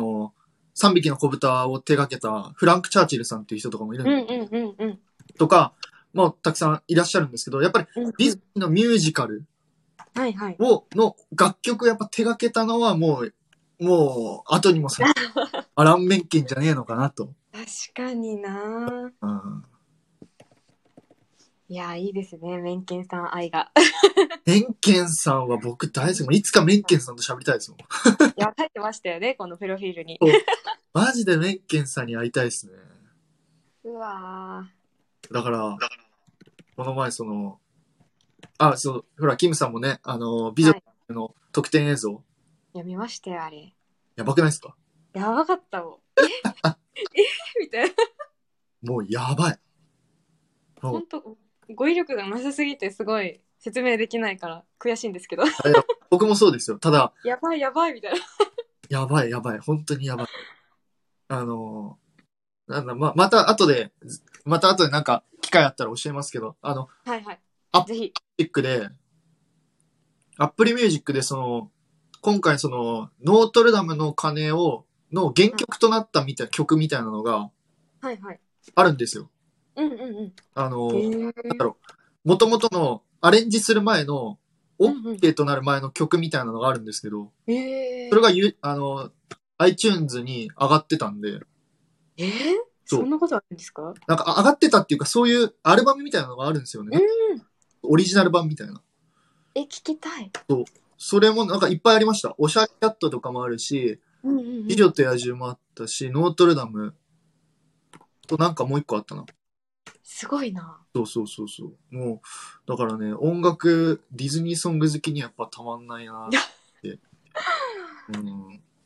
3匹の子豚を手掛けたフランク・チャーチルさんっていう人とかもいるうんうんうんうん。 とか、もうたくさんいらっしゃるんですけど、やっぱりうんうんディズニーのミュージカルはいはい。 の楽曲をやっぱ手掛けたのはもう、後にもさ、アラン・メンケンじゃねえのかなと。 確かにな。 うん。 いや、いいですね。メンケンさん愛が。 メンケンさんは僕大好き。もういつかメンケンさんと喋りたいですもん。 いや、書いてましたよね、このプロフィールに。 マジでメンケンさんに会いたいですね。 うわだから、この前そう、ほら、キムさんもね、美ー。 女はい。 の特典映像、 読みましたよ、あれ。 やばくないですか？ やばかったもん。みたいな。 もうやばい。もう、 本当語彙力がなさすぎてすごい説明できないから悔しいんですけど。 僕もそうですよ。ただ、 やばいやばいみたいな。 やばいやばい。本当にやばい。なんだ、また後でなんか、機会あったら教えますけど、 はいはい。 アップぜひ。 ミュージックで、アップルミュージックで今回ノートルダムの鐘の原曲となった曲みたいなのがはいはい。 あるんですよ。 うんうんうん。 なんへえ。 だろう、元々のアレンジする前の、 うんうん。 OK となる前の曲みたいなのがあるんですけど、 へえ。 それがiTunes に上がってたんで、 えー、 そう。 そんなことあるんですか？ なんか上がってたっていうか、そういうアルバムみたいなのがあるんですよね。 うん。 オリジナル版みたいな。 聞きたい。 それもなんかいっぱいありました。おしゃれキャットとかもあるし、 うんうんうん。 美女と野獣もあったし、ノートルダムとなんかもう一個あったな。 すごいな。 そうそうそうそう。もう、だからね、ディズニーソング好きにはやっぱたまんないなって。うん。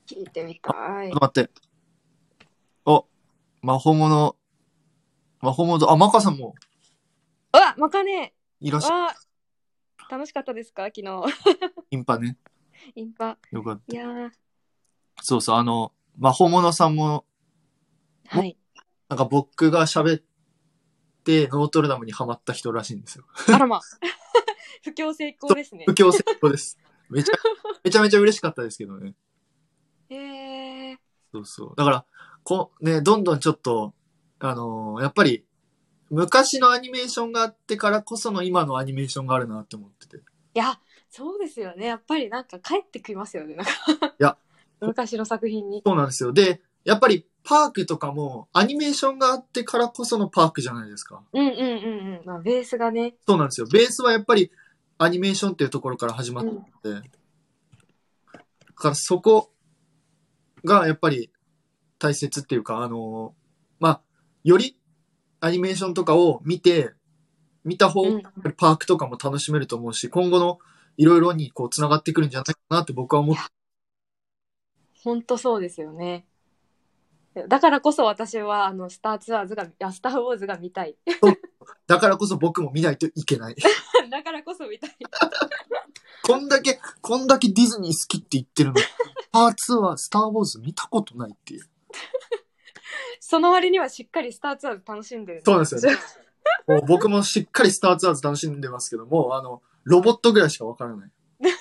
聞いてみたい。 ちょっと待って。お、魔法物、あ、マカさんもうわ、まかねいらっしゃる。 わ楽しかったですか昨日。 インパね。 インパ。 よかった。 いやー、 そうそう、魔法物さんも、 はい。 なんか僕が喋ってノートルダムにハマった人らしいんですよ。 あらま。不況成功ですね不。況成功です。めちゃめちゃ嬉しかったですけどね。 へー。 そうそう。だから、どんどんちょっと、やっぱり、昔のアニメーションがあってからこその今のアニメーションがあるなって思ってて。 いや、そうですよね。やっぱりなんか帰ってきますよね。なんかいや、 昔の作品に。 そうなんですよ。で、やっぱりパークとかもアニメーションがあってからこそのパークじゃないですか。 うんうんうんうん。まあ、ベースがね。 そうなんですよ。ベースはやっぱりアニメーションっていうところから始まってて、だからそこがやっぱり大切っていうか、まあ、よりアニメーションとかを見た方が、 うん。 パークとかも楽しめると思うし、今後のいろいろにこう繋がってくるんじゃないかなって僕は思って。 ほんとそうですよね。だからこそ私はスターツアーズが、スターウォーズが見たい。 だからこそ僕も見ないといけない。 だからこそ見たい。 こんだけディズニー好きって言ってるのに、パーツはスターウォーズ見たことないっていう。 その割にはしっかりスターツアーズ楽しんでる。 そうなんですよね。もう僕もしっかりスターツアーズ楽しんでますけども、ロボットぐらいしかわからない。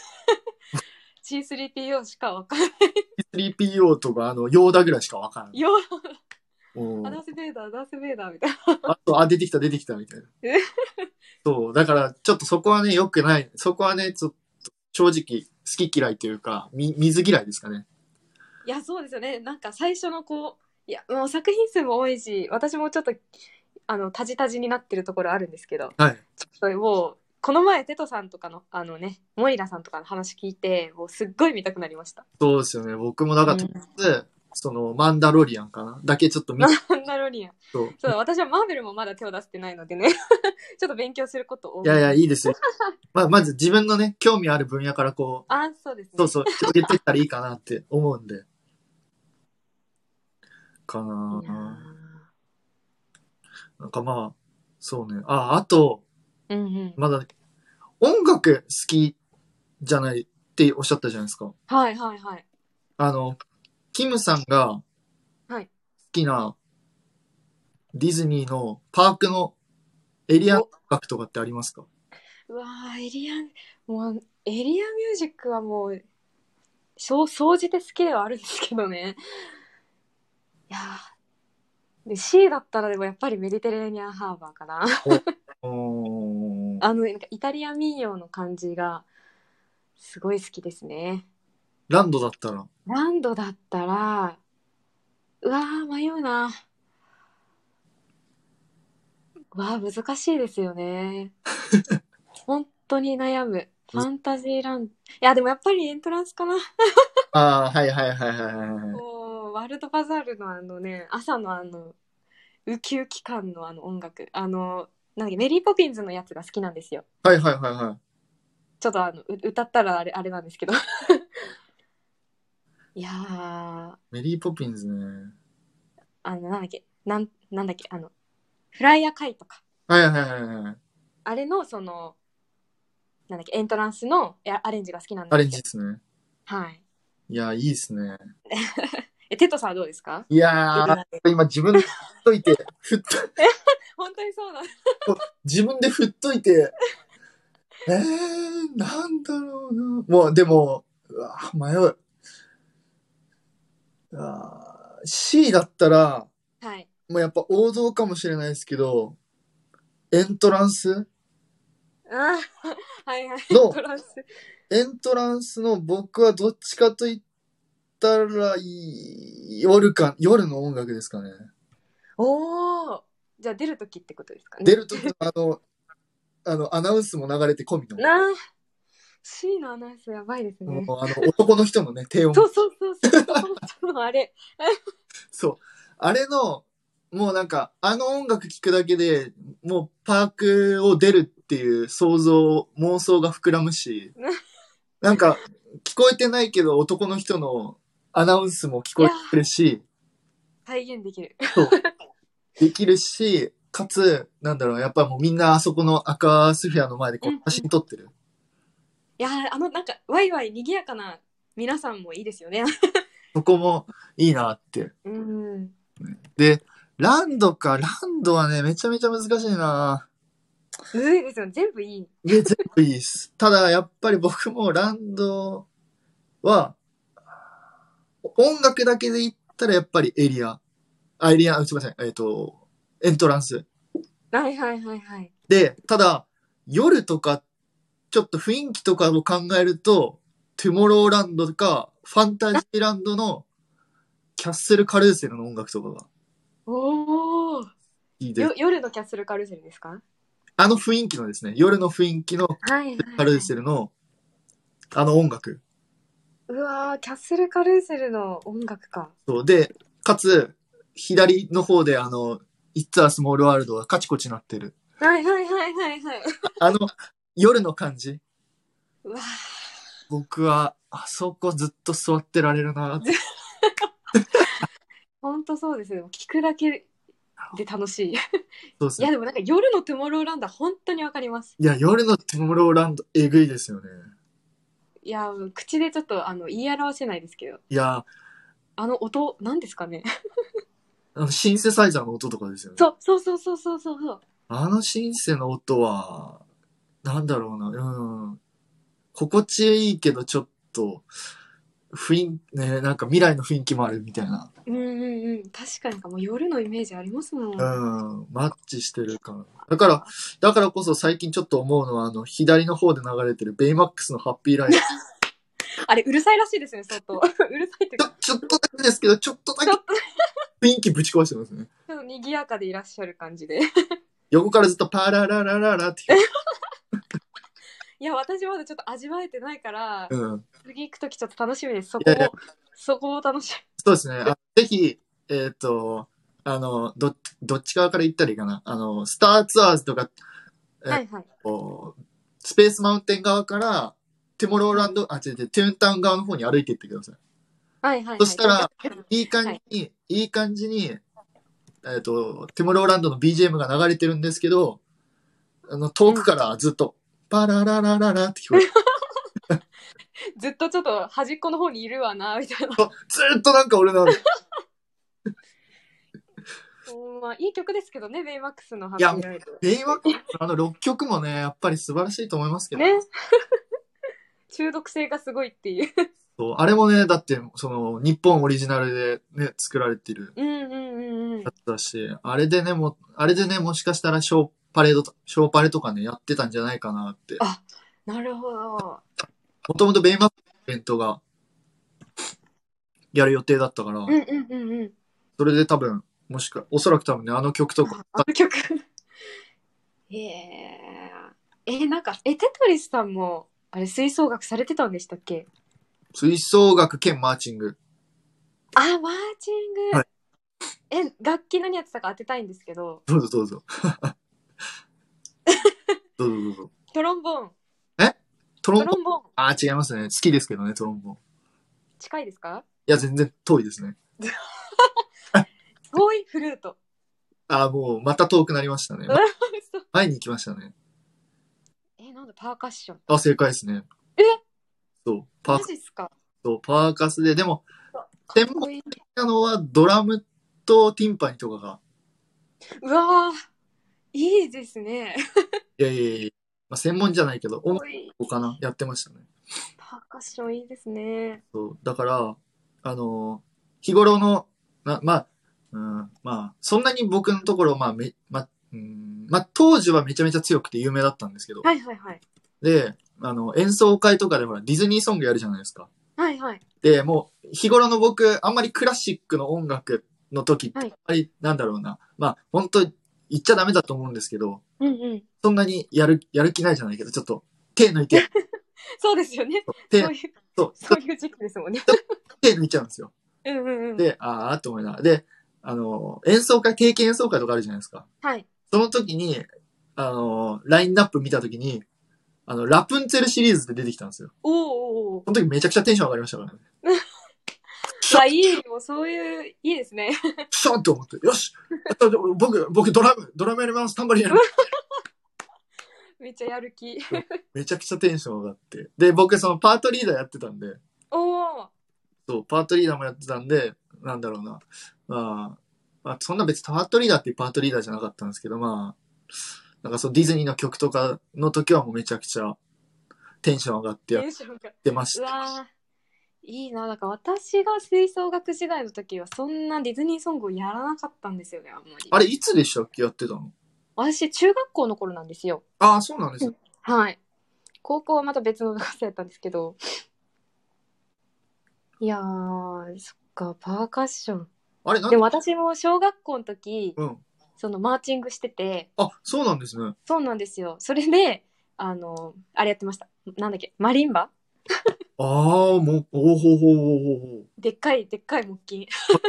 C3PO しかわかんない。 3PO とか、ヨーダぐらいしかわからない。 よもうダースベイダー、ダースベイダーみたいな。 出てきたみたいな。そう、だからちょっとそこはね、良くない。そこはね、ちょっと正直好き嫌いというか、水嫌いですかね。 いや、そうですよね。なんか最初のいや、もう作品数も多いし、私もちょっと、タジタジになってるところあるんですけど、 はい。 ちょっともう、この前、テトさんとかの、モイラさんとかの話聞いて、もうすっごい見たくなりました。 そうですよね。僕もだから、 うん、 とりあえず、その、マンダロリアンかなだけちょっと見て、 マンダロリアン。 そう。 そう、私はマーベルもまだ手を出してないのでね、ちょっと勉強すること多めに。 いやいや、いいですよ。まず自分のね、興味ある分野からこう、 あ、そうですね。 そうそう、広げていったらいいかなって思うんで。かないやなんかまあ、そうね。あと、 うんうん。 まだ、音楽好きじゃないっておっしゃったじゃないですか。 はいはいはい。 キムさんがはい。 好きなディズニーのパークのエリア音楽とかってありますか？ うわー、もう、エリアミュージックはもう、総じて好きではあるんですけどね。いやで、C だったらでもやっぱりメディテレーニアンハーバーかな。なんかイタリア民謡の感じがすごい好きですね。 ランドだったら。 ランドだったら、うわー、迷うな。うわー、難しいですよね。本当に悩む。ファンタジーランド。いや、でもやっぱりエントランスかな。 ああ、はいはいはいはいはいはい。 ワールドバザールの朝のウキウキ感の音楽。なんだっけ、メリーポピンズのやつが好きなんですよ。 はいはいはいはい。 ちょっと歌ったらあれなんですけど。いやー、 メリーポピンズね。 なんだっけ、なんだっけ、フライヤーカイとか。 はいはいはいはい。 あれの、なんだっけ、エントランスのアレンジが好きなんアレンですよ。 ジですね。 はい。 いや、いいですね。 テトさんはどうですか？ いやー、今自分で振っといて、 本当にそうなの。 自分で振っといて、なんだろうな。もう、でも、うわ迷う。C だったら、 はい。 もうやっぱ王道かもしれないですけど、エントランスはいはい。 のトランス。 エントランスの僕はどっちかと言ったら夜の音楽ですかね。 おー。じゃあ出るときってことですかね。 出るときアナウンスも流れて込みの。 なあ。C のアナウンスやばいですもうね。 男の人のね、低音。 そうそうそうそう。そのあれ。 そう。あれの、もうなんか、あの音楽聴くだけで、もうパークを出るっていう妄想が膨らむし、なんか、聞こえてないけど男の人のアナウンスも聞こえてくるし、 再現できる。 そう。できるし、かつ、なんだろう、やっぱもうみんなあそこの赤スフィアの前でこう写真撮ってる。 いやー、なんか、ワイワイ賑やかな皆さんもいいですよね。 そこもいいなって。で、ランドはね、めちゃめちゃ難しいな。 むずいですよね。全部いい。 全部いいです。ただ、やっぱり僕もランドは、音楽だけで言ったらやっぱりすいません、エントランス。 はいはいはいはい。 で、ただ、夜とか、ちょっと雰囲気とかを考えると、トゥモローランドとか、ファンタジーランドのキャッスルカルーセルの音楽とかがおー。 いいです。 夜のキャッスルカルーセルですか？ あの雰囲気のですね、夜の雰囲気のカルーセルの、あの音楽。 うわー、キャッスルカルーセルの音楽か。 そうで、かつ、左の方でIt's a Small World がカチコチなってる。 はいはいはいはいはい。 夜の感じ。 うわー。 僕は、あそこずっと座ってられるな。 ほんとそうですよ。聞くだけで楽しい。 そうですね。 いやでもなんか夜のトゥモローランドは本当にわかります。 いや、夜のトゥモローランド、えぐいですよね。 いや、口でちょっと言い表せないですけど。 いや、 音、何ですかね。 シンセサイザーの音とかですよね。 そう。 あのシンセの音は、なんだろうな、心地いいけどちょっと、なんか未来の雰囲気もあるみたいな。 確かにもう夜のイメージありますもん。 マッチしてるから。だからこそ最近ちょっと思うのは、左の方で流れてるベイマックスのハッピーライフ。 あれ、うるさいらしいですね、相当。うるさいってちょっとだけですけど、ちょっとだけ雰囲気ぶち壊してますね。 ちょっと賑やかでいらっしゃる感じで。 横からずっとパラララララって聞こいや、私まだちょっと味わえてないから、 える。 次行くときちょっと楽しみです。 いやいやそこを楽しそうですね。ぜひ、どっち側から言ったらいいかな。スターツアーズとか、 み。はいはい。 スペースマウンテン側から、トゥモローランド、トゥーンタウン側の方に歩いていってください。 はいはい。 そしたら、いい感じに、トゥモローランドの BGM が流れてるんですけど、遠くからずっと、パラララララって聞こえる。 ずっとちょっと端っこの方にいるわな、みたいな。 ずっとなんか俺なの。 まあ、いい曲ですけどね、ベイマックスのハッピーライド。 ベイマックスの6曲もね、やっぱり素晴らしいと思いますけどね。中毒性がすごいっていう。 そうあれもね、だって、日本オリジナルでね、作られてるやつだし、あれでね、もしかしたらショーパレとかね、やってたんじゃないかなって。 あ、なるほど。 もともとベイマックスのイベントが、やる予定だったから、それで多分、おそらく多分ね、あの曲とか。 あの曲。なんか、テトリスさんも、あれ、吹奏楽されてたんでしたっけ？ 吹奏楽兼マーチング。 あ、マーチング。 はい、 楽器何やってたか当てたいんですけど。 どうぞ。どうぞ。 トロンボーン。 トロンボーン。あ、違いますね。好きですけどね、トロンボーン。 近いですか？ いや、全然遠いですね。 遠いフルート。 もう、また遠くなりましたね。前に行きましたね。 なんだ、パーカッション。 正解ですね。そう、 マジっすか？ そう、パーカスで、でも、専門的なのはドラムとティンパニとかが。 うわー、いいですね。 いや、まあ、専門じゃないけど、音楽かな、やってましたね。 パーカッションいいですね。 そう、だから、日頃の、まあ、そんなに僕のところ、当時はめちゃめちゃ強くて有名だったんですけど。 はい。 で、演奏会とかでほら、ディズニーソングやるじゃないですか。 はい。 で、もう、日頃の僕、あんまりクラシックの音楽の時って、あんまり、なんだろうな。まあ、本当言っちゃダメだと思うんですけど、そんなにやる気ないじゃないけど、ちょっと、手抜いて。 そうですよね。そういう時期ですもんね。 手抜いちゃうんですよ。で、と思いながら。で、定期演奏会とかあるじゃないですか。 はい。 その時に、ラインナップ見た時に、ラプンツェルシリーズで出てきたんですよ。 その時めちゃくちゃテンション上がりましたからね。 あ、いい、もうそういう、いいですね。 シャンと思って、よし僕ドラムやります、タンバリンやります。 めっちゃやる気。 めちゃくちゃテンション上がって。で、僕そのパートリーダーやってたんで、 おー。 そう、パートリーダーもやってたんで、なんだろうな。そんな別にパートリーダーっていうパートリーダーじゃなかったんですけど、なんかそうディズニーの曲とかの時はもうめちゃくちゃテンション上がってやっテンションが。 てました。 うわー、いいな。だから私が吹奏楽時代の時はそんなディズニーソングをやらなかったんですよね、あんまり。 あれ、いつでしたっけやってたの？ 私、中学校の頃なんですよ。 ああ、そうなんですよ。 はい。高校はまた別の部活やったんですけど。いやー、そっか、パーカッション。 あれ、なんでも私も小学校の時、 うん。 そのマーチングしてて、 あ、そうなんですね。 そうなんですよ。それで、あれやってました。なんだっけ、マリンバ、 ああ、もう、おほほほほほ。 でっかい木琴。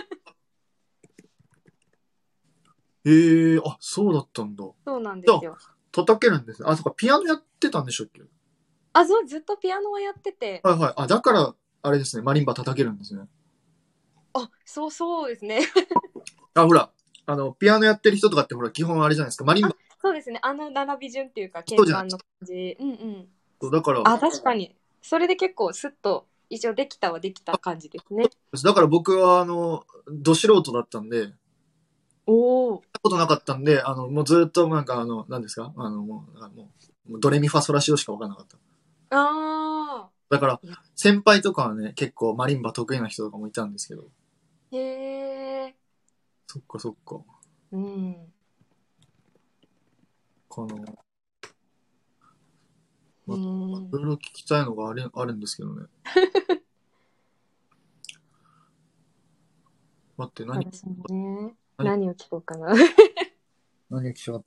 あ、そうだったんだ。 そうなんですよ。 叩けるんですね。あ、そっか、ピアノやってたんでしたっけ？ あ、そう、ずっとピアノはやってて。 はいはい。あ、だから、あれですね、マリンバ叩けるんですね。 あ、そうですね。 あ、ほら、ピアノやってる人とかってほら、基本あれじゃないですか。マリンバ、 そうですね。並び順っていうか、 そうじゃない。 鍵盤の感じ。うんうん。 そうだから、 あ、確かに。それで結構スッと一応できた感じですね。 だから僕は、ど素人だったんで、やっおお。 たことなかったんで、もうずっとなんか、何ですかもうドレミファソラシドしかわからなかった。 ああ。 だからいや、 先輩とかはね、結構マリンバ得意な人とかもいたんですけど。 へえ。 そっかそっか。 うん。 この、 うん。 いろいろ聞きたいのがあるんですけどね。待って、 私もね。 何何を聞こうかな。 何が聞きたかった？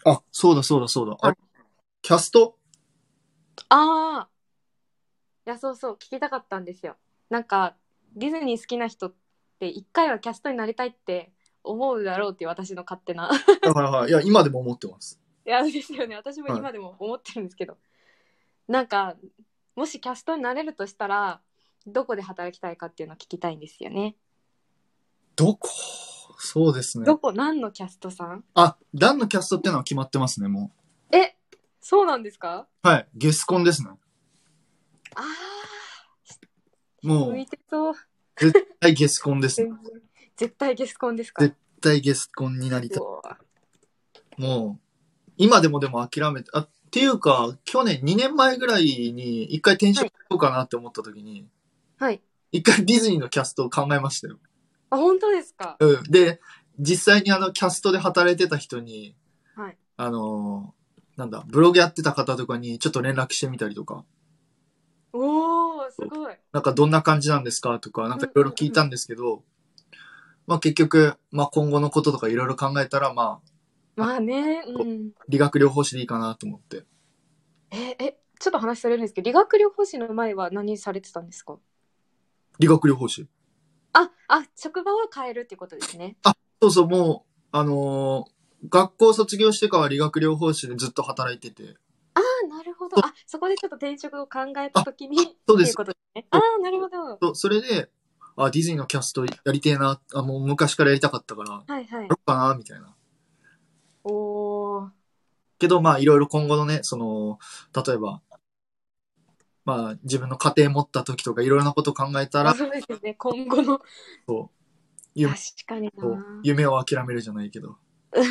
あ、そうだ。あはい。 れ、キャスト？ ああ。いや、そうそう、聞きたかったんですよ。なんか、ディズニー好きな人って一回はキャストになりたいって思うだろうっていう私の勝手な。 はいはい。いや、今でも思ってます。 いや、ですよね。私もはい。 今でも思ってるんですけど。なんか、もしキャストになれるとしたら、どこで働きたいかっていうのを聞きたいんですよね。 どこ？そうですね。 何のキャストさん？ あ、ダンのキャストってのは決まってますね、もえ、そうなんですか？ う。はい。ゲスコンですね。 あー、 もう、 向いてそう。 絶対ゲスコンですね。 全然。絶対ゲスコンですか？ 絶対ゲスコンになりたい。 おー。 もう、今でも諦めて、っていうか、去年、2年前ぐらいに、一回転職しようかなって思った時に、 はい。 一回ディズニーのキャストを考えましたよ。 あ、本当ですか？ うん。で、実際にキャストで働いてた人に、 はい。 ブログやってた方とかにちょっと連絡してみたりとか、 おー、すごい。 なんかどんな感じなんですかとか、なんかいろいろ聞いたんですけど、結局、今後のこととかいろいろ考えたら、 まあね、うん。 理学療法士でいいかなと思って。 ちょっと話それるんですけど、理学療法士の前は何されてたんですか？ 理学療法士。 職場を変えるっていうことですね。 そうそう、もう、学校卒業してからは理学療法士でずっと働いてて。 なるほど。そこでちょっと転職を考えたときに、 そうです。 っていうことですね。 そうなるほど。 それで、ディズニーのキャストやりてえな、もう昔からやりたかったから、 はいはい。 やろうかな、みたいな。 おー。 けど、いろいろ今後のね、例えば、自分の家庭持った時とかいろいろなことを考えたら、 そうですよね。今後の。 そう、 確かにな。 夢を諦めるじゃないけど、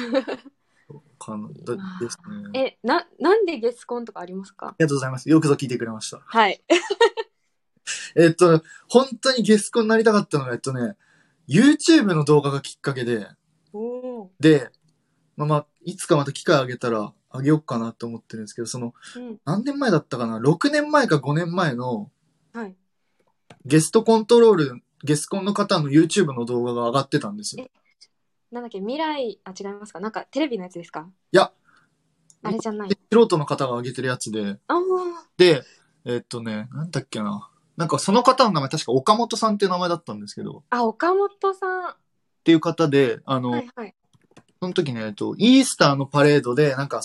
ですね。 なんでゲスコンとかありますか？ ありがとうございます。よくぞ聞いてくれました。 はい。 本当にゲスコンになりたかったのが、YouTube の動画がきっかけで、 おー。 で、いつかまた機会あげたらあげようかなと思ってるんですけど、 うん。 何年前だったかな ?6 年前か5年前のはい。 ゲストコントロール、ゲスコンの方の YouTube の動画が上がってたんですよ。 なんだっけ、違いますか？なんかテレビのやつですか？ いや、 あれじゃない。 素人の方が上げてるやつで、 あー。 で、なんだっけな。なんかその方の名前確か岡本さんっていう名前だったんですけど、っ岡本さん。 ていう方で、 はいはい。 その時ね、イースターのパレードで、なんか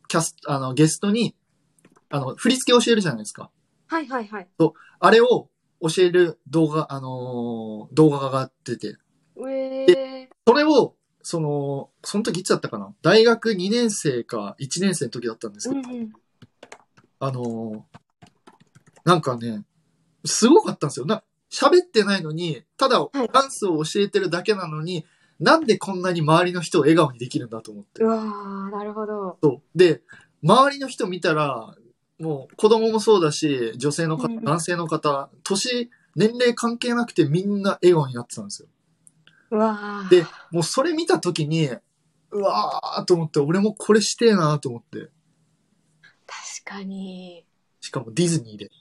ゲストに、振り付け教えるじゃないですか。 はいはいはい。 あれを、 教える動画、動画が上がってて。それを、その時いつだったかな、大学2年生か1年生の時だったんですけど、なんかね、すごかったんですよ。喋ってないのに、ただダンスを教えてるだけなのに、なんでこんなに周りの人を笑顔にできるんだと思って。 うわー、なるほど。 そう。で、周りの人見たら、もう子供もそうだし、女性の方、男性の方、年齢関係なくてみんな笑顔になってたんですよ。 うわー。 で、もうそれ見たときに、うわーと思って、俺もこれしてえなと思って。 確かに。 しかもディズニーで。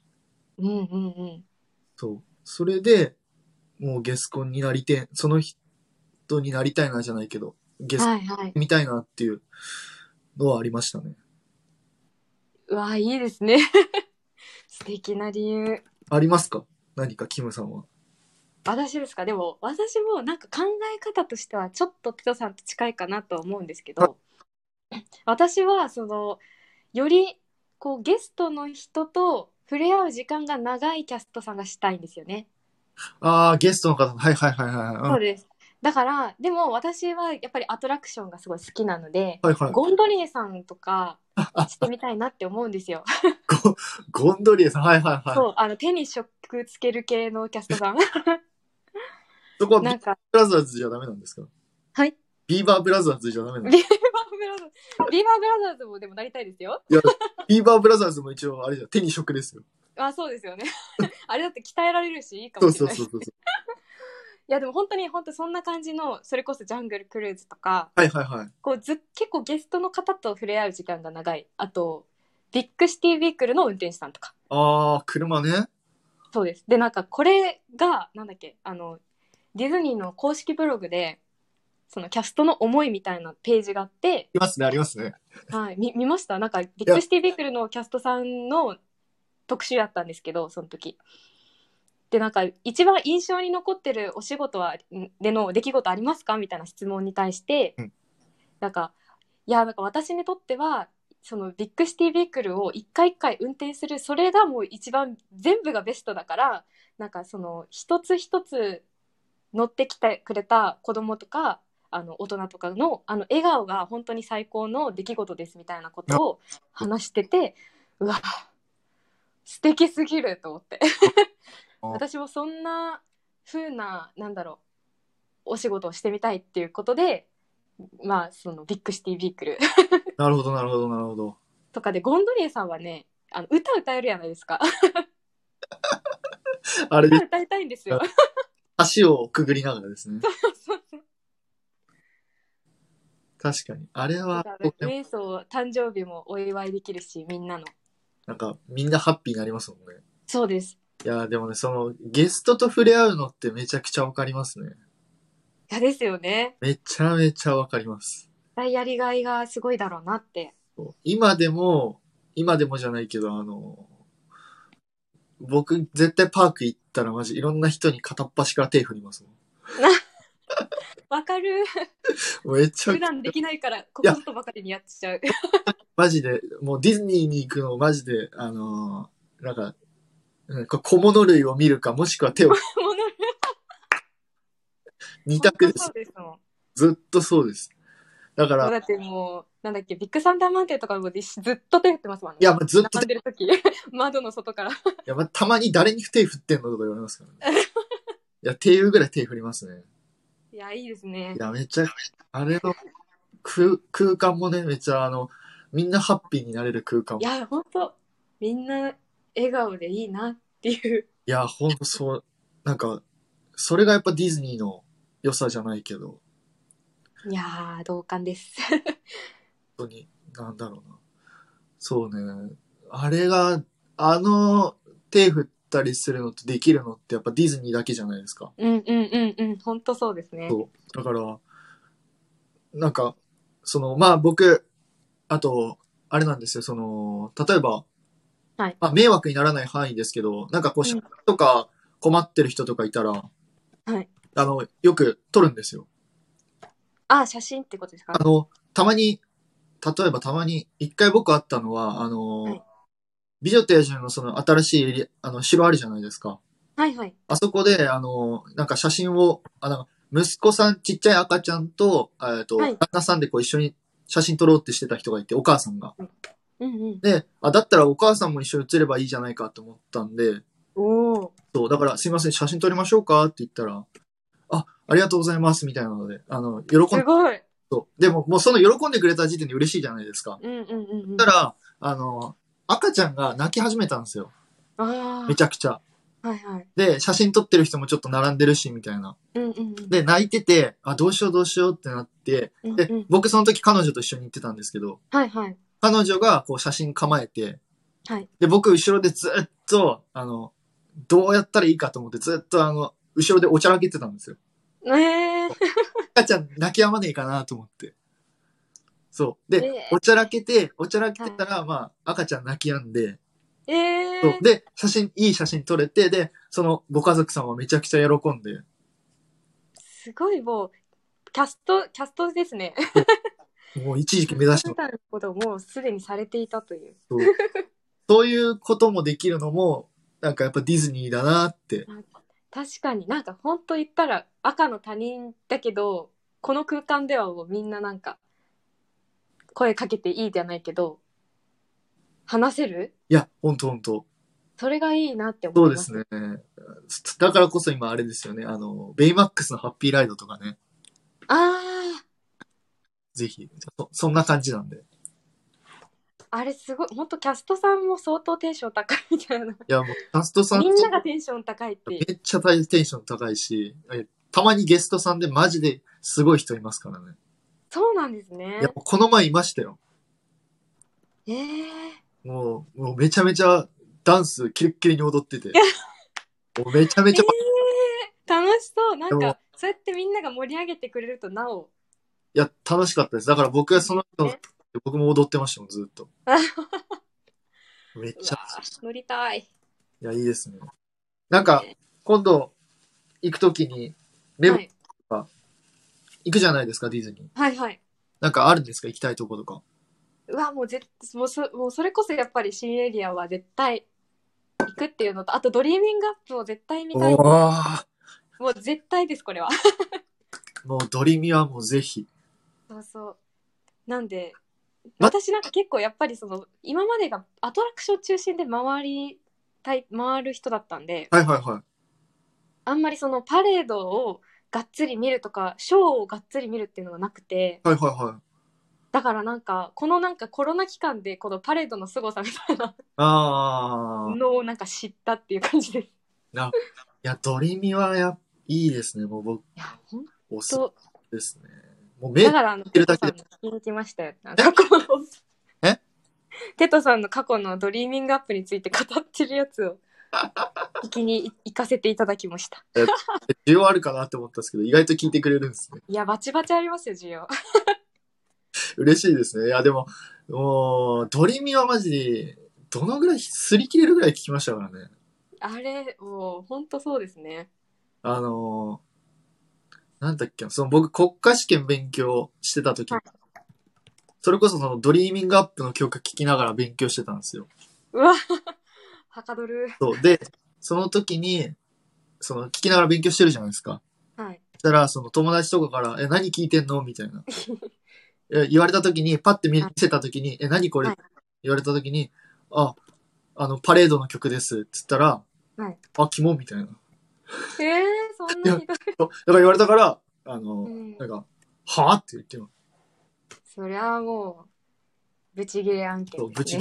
そう。それで、もうゲスコンになりて、その人になりたいなじゃないけど、ゲスコン見たいなっていうのはありましたね。 うわー、いいですね。素敵な理由。 ありますか？何かキムさんは。 私ですか？でも私もなんか考え方としてはちょっとテトさんと近いかなと思うんですけど、私はよりこうゲストの人と触れ合う時間が長いキャストさんがしたいんですよね。 ゲストの方、はいはいはいはい。 そうです。だからでも私はやっぱりアトラクションがすごい好きなので、 はいはい、 ゴンドリエさんとかしてみたいなって思うんですよ。 ゴンドリエさん、はいはいはい。 そう、手に職つける系のキャストさん。 そこはビーバーブラザーズじゃダメなんですか？ はい。 ビーバーブラザーズじゃダメなんですか？ ビーバーブラザーズもでもなりたいですよ。 いや、ビーバーブラザーズも一応あれじゃ手に職ですよ。 あ、そうですよね。あれだって鍛えられるしいいかもしれない。そう。いやでも本当にそんな感じの、それこそジャングルクルーズとか、 はいはいはい。 結構ゲストの方と触れ合う時間が長い。あとビッグシティビークルの運転手さんとか。 車ね。 そうです。でなんかこれがなんだっけ、ディズニーの公式ブログでそのキャストの思いみたいなページがあって。 ありますね。 はい、見ました。なんかビッグシティビークルのキャストさんの特集やったんですけど、その時でなんか一番印象に残ってるお仕事での出来事ありますかみたいな質問に対して、なんか私にとってはそのビッグシティビークルを一回一回運転する、それがもう一番全部がベストだから、なんかその一つ一つ乗ってきてくれた子供とか大人とかの笑顔が本当に最高の出来事ですみたいなことを話してて、うわ素敵すぎると思って私もそんな風なお仕事をしてみたいっていうことで、そのビッグシティビークルなるほどとかで、ゴンドリエさんはね歌歌えるやないですかあれで歌いたいんですよ足をくぐりながらですね。そう確かにあれは瞑想誕生日もお祝いできるし、みんなのなんかみんなハッピーになりますもんね。 そうです。 いやでもね、そのゲストと触れ合うのってめちゃくちゃわかりますね。 いやですよね。 めちゃめちゃわかります。 やりがいがすごいだろうなって。 今でもじゃないけど、僕絶対パーク行ったらマジいろんな人に片っ端から手振りますもん。 わかる。 めちゃ普段できないからここぞとばかりにやっちゃう。 マジでもうディズニーに行くのマジでなんか小物類を見るかもしくは手を二択です。ずっとそうです。だからだってもうなんだっけ、ビッグサンダーマウンテンとかもずっと手振ってますもんね。 いやずっと並んでる時窓の外からいやたまに誰に手振ってんのとか言われますからね。いやっていうぐらい手振りますね。 いやいいですね。 いやめっちゃあれの空間もね、めっちゃみんなハッピーになれる空間も。 いや本当みんな笑顔でいいなっていう。 いや本当そう、なんかそれがやっぱディズニーの良さじゃないけど。 いやー同感です本当になんだろうな。そうね。あれが手振ったりするのってできるのってやっぱディズニーだけじゃないですか。 本当そうですね。 そうだからなんか僕あとあれなんですよ、例えば、 はい、 迷惑にならない範囲ですけど、なんか写真とか困ってる人とかいたら、 はい、 よく撮るんですよ。 写真ってことですか？ 例えばたまに、一回僕会ったのは、美女と野獣のその新しい城あるじゃないですか。 はいはい。 あそこで、なんか写真を、息子さん、ちっちゃい赤ちゃんと、 はい。 旦那さんでこう一緒に写真撮ろうってしてた人がいて、お母さんが。 うんうん。 で、だったらお母さんも一緒に写ればいいじゃないかと思ったんで、 おお。 そう、だからすいません、写真撮りましょうかって言ったら、ありがとうございます、みたいなので、喜んで、 すごい。 そう。でも、もうその喜んでくれた時点で嬉しいじゃないですか。 うんうんうんうん。 たら、赤ちゃんが泣き始めたんですよ。めちあゃくちゃ。 あ。はいはい。 で、写真撮ってる人もちょっと並んでるし、みたいな。 うんうんうん。 で、泣いてて、どうしようどうしようってなって、で、 うんうん。 僕その時彼女と一緒に行ってたんですけど、 はいはい。 彼女がこう写真構えて、 はい。 で、僕後ろでずっと、どうやったらいいかと思ってずっと後ろでおちゃらけてたんですよ。 え赤ちゃん泣き止まねえかなと思って。そう。で、おえちゃらけてはい。 たら、まあ、赤ちゃん泣き止んで、そう。 ええで、いい写真撮れて、で、そのご家族さんはめちゃくちゃ喜んで、 すごいもう、キャストですね。 もう一時キャ期目指してます。 ストみたいなことをもうすでにされていたという。 そう。そういうこともできるのも、なんかやっぱディズニーだなって。 あ確かになんか本当言ったら赤の他人だけど、この空間ではもうみんななんか声かけていいじゃないけど、話せるいや、ほんとほんと。 それがいいなって思います。 そうですね。だからこそ今あれですよね。ベイマックスのハッピーライドとかね。 あぜひ。そんな感じなんで。いあれすごい、本当キャストさんも相当テンション高いみたいな。 や、もう、キャストさんみんながテンション高いっていう。 めっちゃテンション高いし、たまにゲストさんでマジですごい人いますからね。 そうなんですいや、 ね。 この前いましたよ。 ええもうめちゃめちゃダンスキレッキレに踊ってて。もうめちゃめちゃ、 楽しそう。なでも、 んか、そうやってみんなが盛り上げてくれるとなお。 いや、楽しかったです。だから僕はその人、 ね、 僕も踊ってましたもん、ずっと。めっうわちゃ、 乗りたい。 いや、いいですね。なんか、 いいね。 今度行くときに、レモンはい。 とか行くじゃないですか、ディズニー。 はいはい。 なんかあるんですか、行きたいとことか。 うわ、もうそれこそやっぱり新エリアは絶対行くっていうのと、あとドリーミングアップを絶対見たいおっていう。 ー、 もう絶対です、これは。 もうドリミはもうぜひ。 そうそう。なんで、 ま、 私なんか結構やっぱりその、今までがアトラクション中心で回る人だったんで、 はいはいはい。 あんまりそのパレードをがっつり見るとか、ショーをがっつり見るっていうのがなくて、 はいはいはい。 だからなんか、このなんかコロナ期間でこのパレードの凄さみたいなあー、 のをなんか知ったっていう感じです。いいや、ドリミいいですね。もう僕、 や、ほんおすすと。 めですね。もう目つだからけるだけで。 テトさんの聞きに来ましたよ。過去の、 えテトさんの過去のドリーミングアップについて語ってるやつを聞きに行かせていただきました。 え需要あるかなって思ったんですけど、意外と聞いてくれるんですね。 いや、バチバチありますよ、需要。 嬉しいですね。いや、でも、もう、ドリミはマジで、どのぐらい、擦り切れるぐらい聞きましたからね。 あれ、もう、ほんとそうですね。 あのなんだっけ、僕国家試験勉強してた時に、 はい。 それこそそのドリーミングアップの曲聴きながら勉強してたんですよ。 うわ、はかどる。 そう。で、その時に、聞きながら勉強してるじゃないですか。 はい。 そしたら、その友達とかから、何聞いてんのみたいな。言われた時に、パッて見はい。 せた時に、何これはい。 言われた時に、あ、パレードの曲です。つったら、 はい。 キモみたいな。 そんいや、 なひどい。 そうだから言われたから、 うん。 なんか、はぁって言っても、 そりゃもう、ブチギレ案そう、 件ですね。 ブチ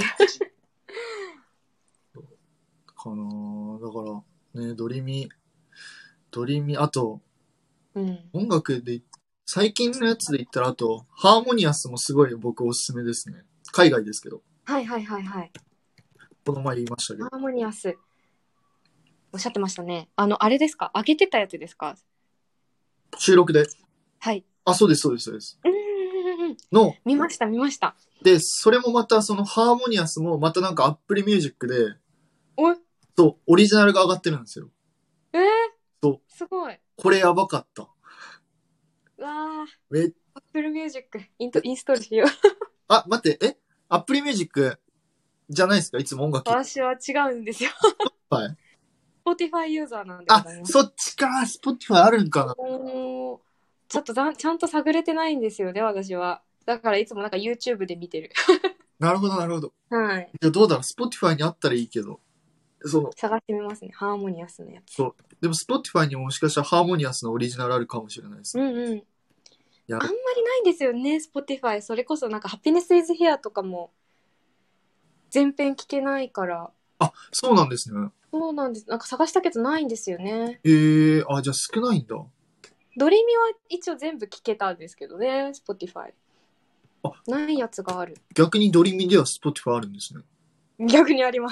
かなぁ。だから、ね、ドリミ、あと、 うん。 音楽で、最近のやつで言ったら、あと、ハーモニアスもすごい僕おすすめですね。海外ですけど。 はいはいはいはい。 この前言いましたけど。 ハーモニアス。おっしゃってましたね。あれですか、上げてたやつですか？ 収録で。 はい。 そうです、そうです、そうです。 うんうんうんうん。 の、 見ました見ました。 で、それもまた、そのハーモニアスもまたなんかアップルミュージックで、 おい、 そう、オリジナルが上がってるんですよ。 えー、 そう、 すごい。 これやばかった。 うわー、 め、 Apple Music インストールしよう。 待って、アップルミュージックじゃないですかいつも音楽聴く。 私は違うんですよ。 はい。 Spotify ユーザーなんでごあざい、ます。 そっちか。Spotify あるんかな。 ちょっとちゃんと探れてないんですよね、私は。だからいつもなんか YouTube で見てる。 なるほど、なるほど。 はい。 じゃあどうだろう。Spotify にあったらいいけど。 探してみますね。ハーモニアスのやつ。 そう。でも Spotify にももしかしたらハーモニアスのオリジナルあるかもしれないです。 うんうん。 いやあんまりないんですよね、Spotify。それこそなんかハピネスイズヘアとかも全編聞けないから。 あ、そうなんですね。 そうなんです。なんか探したけどないんですよね。 あ、じゃあ少ないんだ。 ドリミは一応全部聞けたんですけどね、Spotify。 あ、 ないやつがある。 逆にドリミでは Spotify あるんですね。 逆にあります。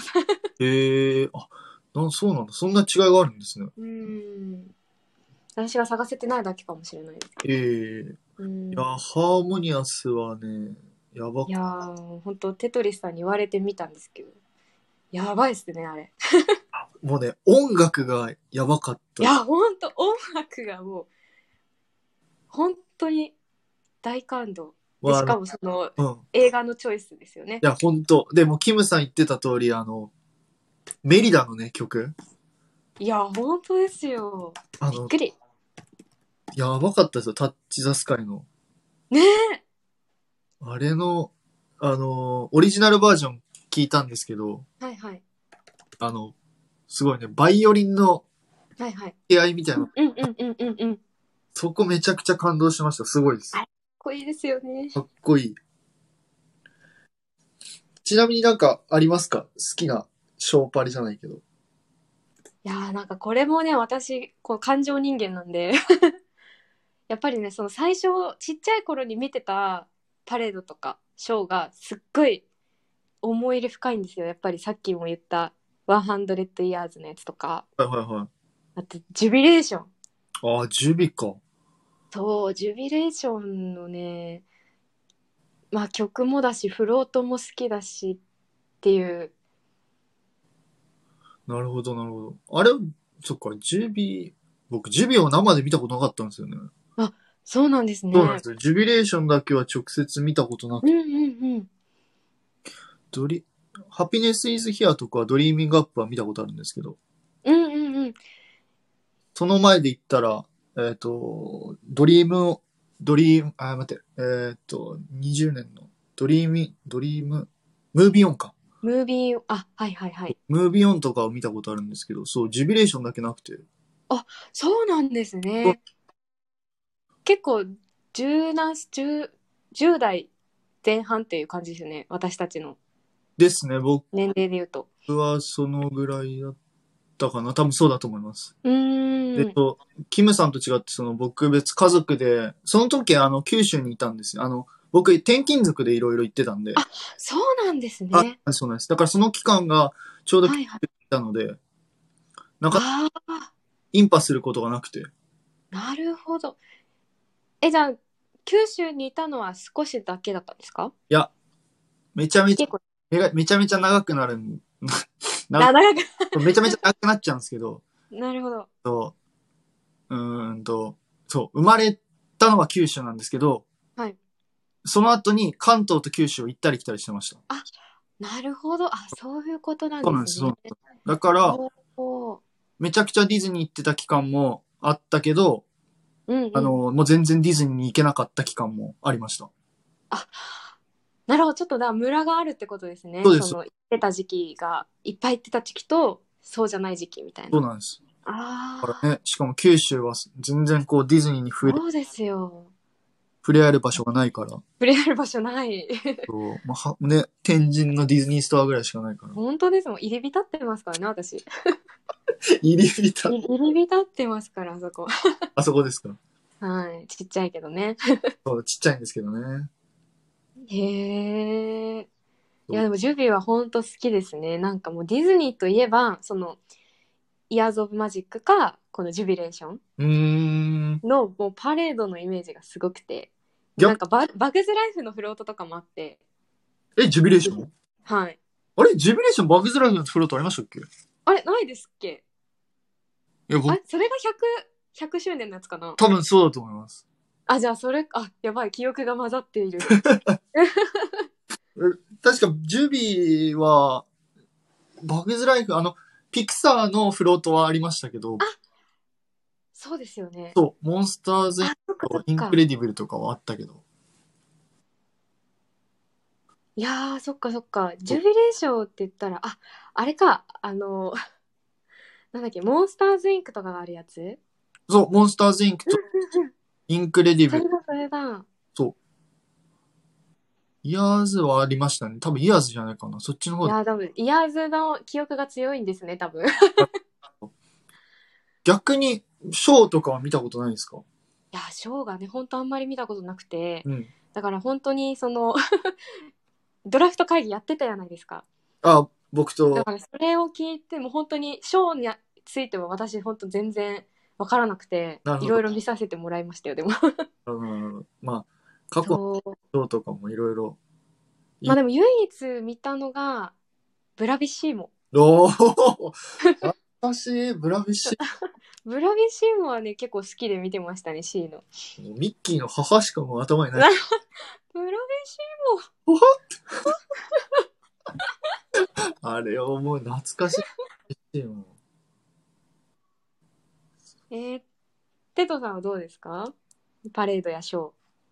そうなんだ。そんな違いがあるんですね。 私が探せてないだけかもしれないですけど。 いや、ハーモニアスはね、やばいやー、ほんとテトリスさんに言われてみたんですけど。やばいっすね、あれ。 もうね、音楽がやばかった。 いや、ほんと音楽がもう、本当に大感動。で、しかもその、映画のチョイスですよね。 いや、ほんと。でも、キムさん言ってた通り、メリダのね、曲。 いや、ほんとですよ。びっくり。 やばかったですよ、タッチザスカイの。 ねえ。 あれの、オリジナルバージョン聞いたんですけど、 はいはい。 すごいね、バイオリンの、 はいはい。 出会いみたいな。 うん。 そこめちゃくちゃ感動しました。すごいです。 かっこいいですよね。 かっこいい。ちなみになんかありますか？好きなショーパリじゃないけど。 いやーなんかこれもね、私、こう感情人間なんでやっぱりね、その最初、ちっちゃい頃に見てたパレードとかショーがすっごい思い入れ深いんですよ。やっぱりさっきも言った100 years のやつとか、 はいはいはい。 あとジュビレーション。 ああ、ジュビか。 そう、ジュビレーションのね、まあ曲もだし、フロートも好きだしっていう。 なるほどなるほど。あれ、そっか、僕ジュビを生で見たことなかったんですよね。 あ、そうなんですね。 そうなんですよ。ジュビレーションだけは直接見たことなくて、ハピネスイズヒアとかドリーミングアップは見たことあるんですけど、その前で言ったら、待って、20年のムービーオンか。 はいはいはい。 ムービーオンとかを見たことあるんですけど、そう、ジュビレーションだけなくて。 あ、そうなんですね。結構、10代前半っていう感じですよね。私たちのですね、僕年齢で言うと。 はそのぐらいだったかな。多分そうだと思います。 うんキムさんと違って、僕別家族で、その時九州にいたんですよ。僕転勤族でいろいろ行ってたんで。 あ、そうなんですね。 そうなんです。だからその期間がちょうど来ていたので、なんかインパすることがなくて。 なるほど。じゃあ、九州にいたのは少しだけだったんですか？ いや、めちゃめちゃ長くなる長くめちゃめちゃ長くなっちゃうんですけど。 なるほど。 そう、生まれたのは九州なんですけど、 はい。 その後に関東と九州を行ったり来たりしてました。 あ、なるほど。そういうことなんですね。 だから、めちゃくちゃディズニー行ってた期間もあったけど、もう全然ディズニーに行けなかった期間もありました。 なるほど。ちょっとムラがあるってことですね。 そうです。 行ってた時期が、いっぱい行ってた時期と、そうじゃない時期みたいな。 そうなんです。しかも九州は全然こうディズニーにそうですよ。 触れ合える場所がないから。 触れ合える場所ない。 天神のディズニーストアぐらいしかないから。 本当ですもん。入り浸ってますからね、私。 入り浸ってますから、あそこ。 あそこですか？ はい。ちっちゃいけどね。 そう、ちっちゃいんですけどね。 へえ。いや、でもジュビは本当好きですね。なんかもうディズニーといえば、イヤーズ・オブ・マジックか、このジュビレーションのもうパレードのイメージがすごくて、なんかバグズライフのフロートとかもあって。 ジュビレーション？ はい。 あれジュビレーションバグズライフのフロートありましたっけ？ あれないですっけ？ いや、 それが100周年のやつかな？ 多分そうだと思います。 じゃあやばい、記憶が混ざっている。 確か、ジュビは、バグズライフ、 ピクサーのフロートはありましたけど、 そうですよね。 そう、モンスターズインあ、そっかそとインっか。 クレディブルとかはあったけど、 いやー、そっかそっか。ジュビレーションって言ったら、あ、あれか。なんだっけ、モンスターズインクとかがあるやつ。 そう、モンスターズインクとインクレディブル、 それだ、それだ。 そう。イヤーズはありましたね。多分イヤーズじゃないかな。そっちの方で。 いやー、多分、イヤーズの記憶が強いんですね、多分。い逆に、ショーとかは見たことないですか？ やー、ショーがね、本当あんまり見たことなくて、 うん。 だから本当に、ドラフト会議やってたじゃないですか。 あ、僕と、 だからそれを聞いても本当にショーについては私本当全然わからなくて、 なるほど。 いろいろ見させてもらいましたよ、でも。 まあ、過去のそう。 ショーとかもいろいろ。 まあでも唯一見たのが、ブラビッシーモ。 おー私、ブラビッシブラビッシーモはね、結構好きで見てましたね、C の。 ー、ミッキーの母しかもう頭にない。 ブラビッシあれをもう懐かしいよ。 ーモ。テトさんはどうですか？パレードやショ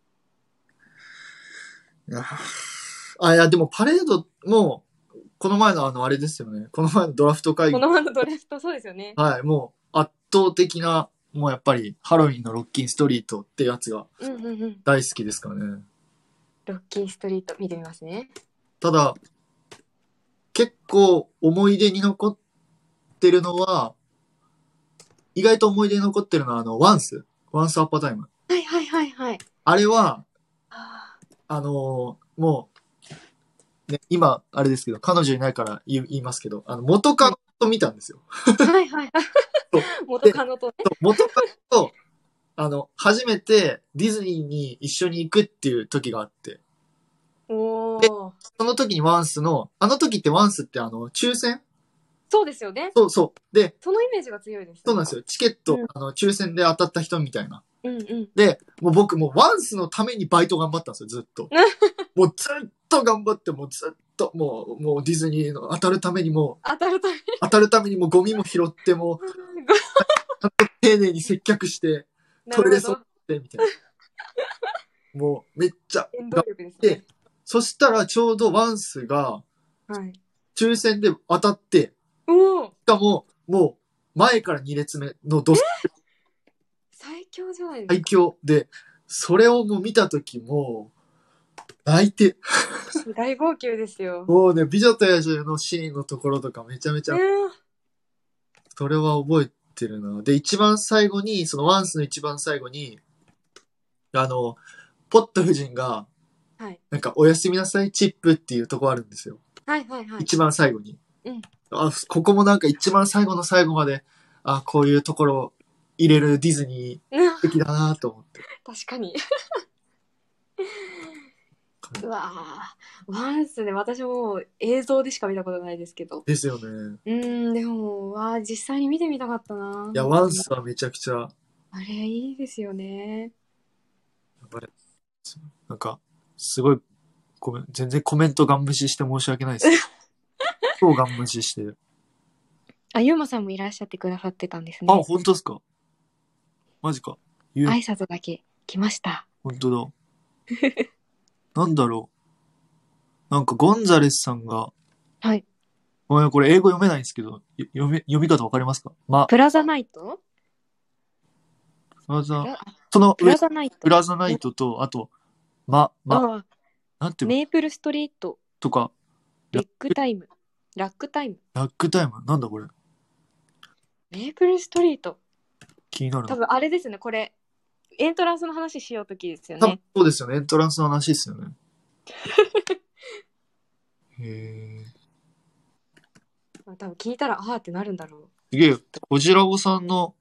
いやいや、でもパレードも、この前のあれですよね。この前のドラフト会ー。こ議。 の前のドラフト、そうですよね。 はい、もう圧倒的な、もうやっぱりハロウィンのロッキンストリートってやつがうんうんうん。 大好きですからね。 ロッキーストリート見てみますね。 ただ、結構思い出に残ってるのは、意外と思い出に残ってるのはワンスアッパータイム。 はいはいはいはい。 あれは、 あもう、ね、今、あれですけど、彼女いないから言いますけど、元カノと見たんですよ。 ーはいはい。 そう元カノとね。 元カノと、初めてディズニーに一緒に行くっていう時があって、 おー。 その時にワンスの、あの時ってワンスって抽選そうですよね。 そうそう。で、 そのイメージが強いです。 そうなんですよ。チケット、 うん抽選で当たった人みたいな。 うんうん。 で、もう僕もうワンスのためにバイト頑張ったんですよ、ずっと。もうずっと頑張って、もうずっと、もうディズニーの当たるためにも、 当たるたびに。 当たるためにもゴミも拾って、もう丁寧に接客して、 なるほど。 トイレ掃除して、みたいな。もうめっちゃ原動力ですでね。 そしたらちょうどワンスがはい。 抽選で当たって、 おお。 しかも、もう前から2列目の最強じゃないです最強で、それをもう見たときも泣いて、 か。大号泣ですよ。 もうね、美女と野獣のシーンのところとかめちゃめちゃ、それは覚えてるな。で、一番最後に、そのワンスの一番最後に、ポット夫人が、 はい。 なんか、おやすみなさいチップっていうとこあるんですよ。 はいはいはい。 一番最後に。 うんここもなんか一番最後の最後まで、こういうところを入れるディズニー素敵だなと思って。 確かに。うわぁ。ワンスで私も映像でしか見たことないですけど。 ですよね。 でも、実際に見てみたかったな。 いや、ワンスはめちゃくちゃ、 あれ、いいですよね。 なんか、すごい、全然コメントガン無視して申し訳ないです。超ガン無視して。 ゆうまさんもいらっしゃってくださってたんですね。 本当ですか？マジか。 挨拶だけ来ました。 本当だ。なんだろう。なんか、ゴンザレスさんが、 はい。 ごめん、これ英語読めないんですけど、読み方わかりますか？ プラザナイトそのプラザナイト。 プラザナイトと、あと、なんていうのメープルストリート。 とか、 ラックタイム。ラックタイム。 なんだこれ。 メープルストリート。 気になるな。 多分あれですね、これ。エントランスの話しようときですよ多分ね。 そうですよね。エントランスの話ですよね。へ多分聞いたら、ってなるんだろう。 すげえ、コジラボさんの、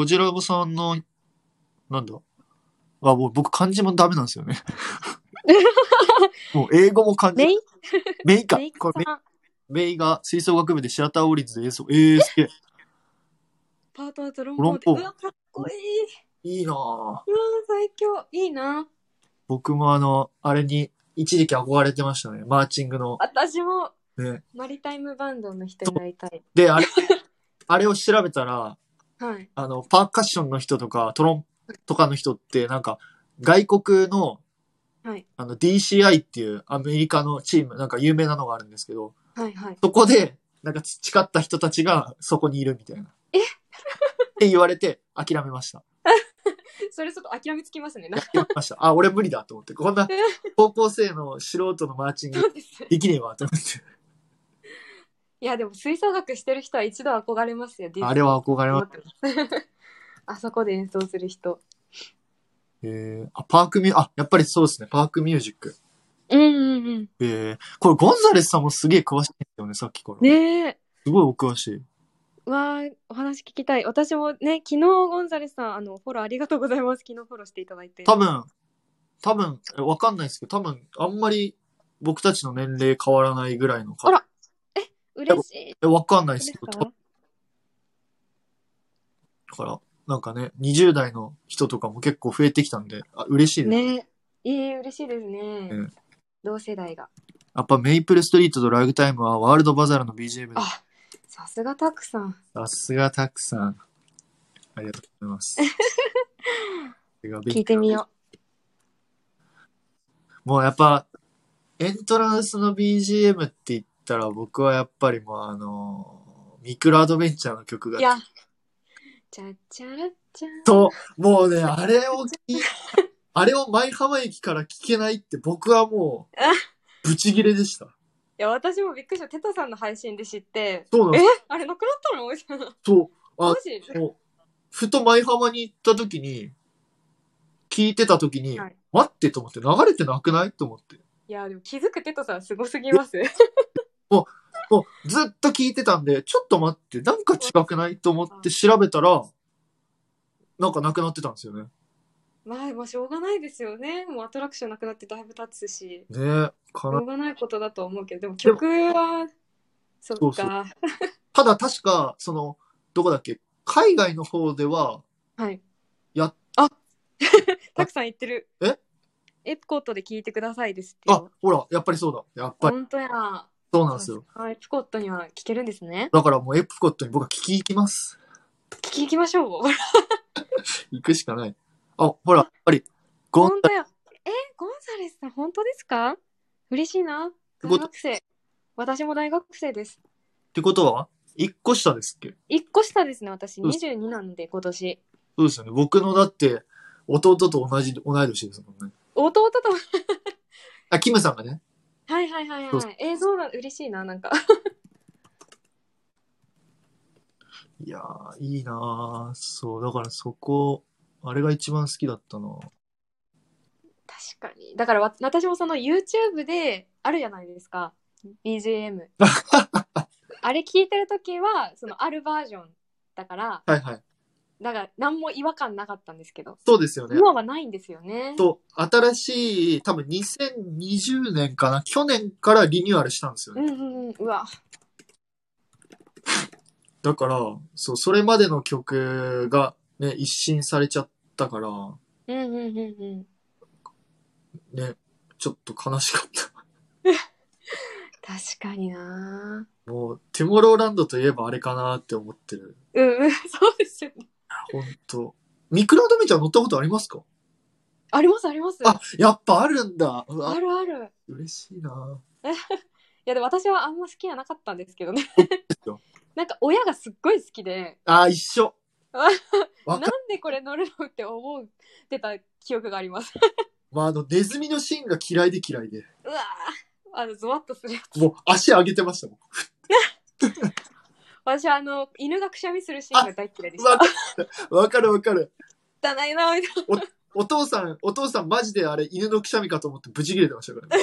なんだ。もう僕漢字もダメなんですよね。もう英語も漢字。メイか。メイが吹奏楽部でシアターオーリンズで演奏。すげえ。 パートはトロンボーンで。うわ、かっこいい。 いいなぁ。 うわ、最強。いいな。 僕もあれに一時期憧れてましたね。マーチングの。 私も、 ね。 マリタイムバンドの人になりたい。 で、あれ、 あれを調べたら、 はい。 パーカッションの人とか、トロンとかの人って、なんか、外国の、 はい。 DCI っていうアメリカのチーム、なんか有名なのがあるんですけど、 はい。はい。 そこで、なんか培った人たちがそこにいるみたいな。って言われて、諦めました。 それちょっと諦めつきますね。 諦めました。あ、俺無理だと思って。こんな高校生の素人のマーチングそうです。 できねえわと思って。 いや、でも吹奏楽してる人は一度憧れますよ、ディズニー。 あれは憧れます。 思ってます。あそこで演奏する人。 やっぱりそうですね。パークミュージック。 うんうんうん。 これゴンザレスさんもすげえ詳しいんですよね、さっきから。 ねえ。 すごいお詳しい。 わー、お話聞きたい。私もね、昨日ゴンザレスさん、フォローありがとうございます。昨日フォローしていただいて。 多分、わかんないですけど、多分、あんまり僕たちの年齢変わらないぐらいのあら、嬉しい。 わかんないですけど、 ですか？ だから、なんかね、20代の人とかも結構増えてきたんで、嬉しいです。 ねえ。嬉しいですね。 うん同世代が。 やっぱメイプルストリートとラグタイムはワールドバザールの BGM で。 あ、さすがたくさん。 さすがたくさん。ありがとうございます。 聞いてみよもうやっぱ、エントランスの BGM って言ったら僕はやっぱりもうミクロアドベンチャーの曲う。 が。 いや、チャチャラチャ。 と、もうね、あれを舞浜駅から聞けないって僕はもう、ブチギレでした。 いや、私もびっくりした。テトさんの配信で知って、 そうなんです。 あれなくなったのみたいな。 そう。 マジ？ ふと舞浜に行った時に、聞いてた時に、 はい、 待ってと思って、流れてなくないと思って。 いや、でも気づくテトさんすごすぎます。 もうずっと聞いてたんで、ちょっと待って、なんか違くないと思って調べたら、なんかなくなってたんですよね。 まあ、もうしょうがないですよね。もうアトラクションなくなってだいぶ経つし。 ねえ、 しょうがないことだと思うけど、でも曲は、そっか。 そうただ確か、どこだっけ、海外の方では、 はい。 あたくさん言ってる。エプコットで聞いてくださいですってよ。 ほら、やっぱりそうだ。やっぱり。 本当や。 そうなんですよ。 エプコットには聞けるんですね。 だからもうエプコットに僕は聞き行きます。 聞き行きましょう。 行くしかない。ほら、やっぱり、 本当や。ゴンザレスさん、本当ですか？嬉しいな。大学生。私も大学生です。 ってことは、1個下ですっけ ？1個下ですね、私。22なんで、今年。 そうですよね。僕のだって、弟と同い年ですもんね。 弟とキムさんがね。 はいはいはいはい。そうだ、嬉しいな、なんか。 いやー、いいなー。そう、だからそこ、あれが一番好きだったな。 確かに。だから私もその YouTube であるじゃないですか。BGM。あれ聞いてるときは、そのあるバージョンだから、 はいはい。 だから何も違和感なかったんですけど。 そうですよね。 今はないんですよね。 新しい、多分2020年かな、去年からリニューアルしたんですよね。 うわ。 だから、それまでの曲がね、一新されちゃったから、ね、ちょっと悲しかった。 確かにな。 もう、テモローランドといえばあれかなって思ってる。 そうですよね。 ほんと。ミクロアドベンチャー乗ったことありますか？ ありますあります。 やっぱあるんだ。 あるある。 嬉しいな。 いや、でも私はあんま好きじゃなかったんですけどね。なんか親がすっごい好きで。 一緒。 なんでこれ乗るのって思ってた記憶があります。 ネズミのシーンが嫌いで。 うわぁ、ゾワッとするやつ。 もう足上げてましたもん。 私は犬がくしゃみするシーンが大嫌いでした。 わかる。汚いなみたいな。 お父さんマジであれ犬のくしゃみかと思ってブチ切れてましたからね。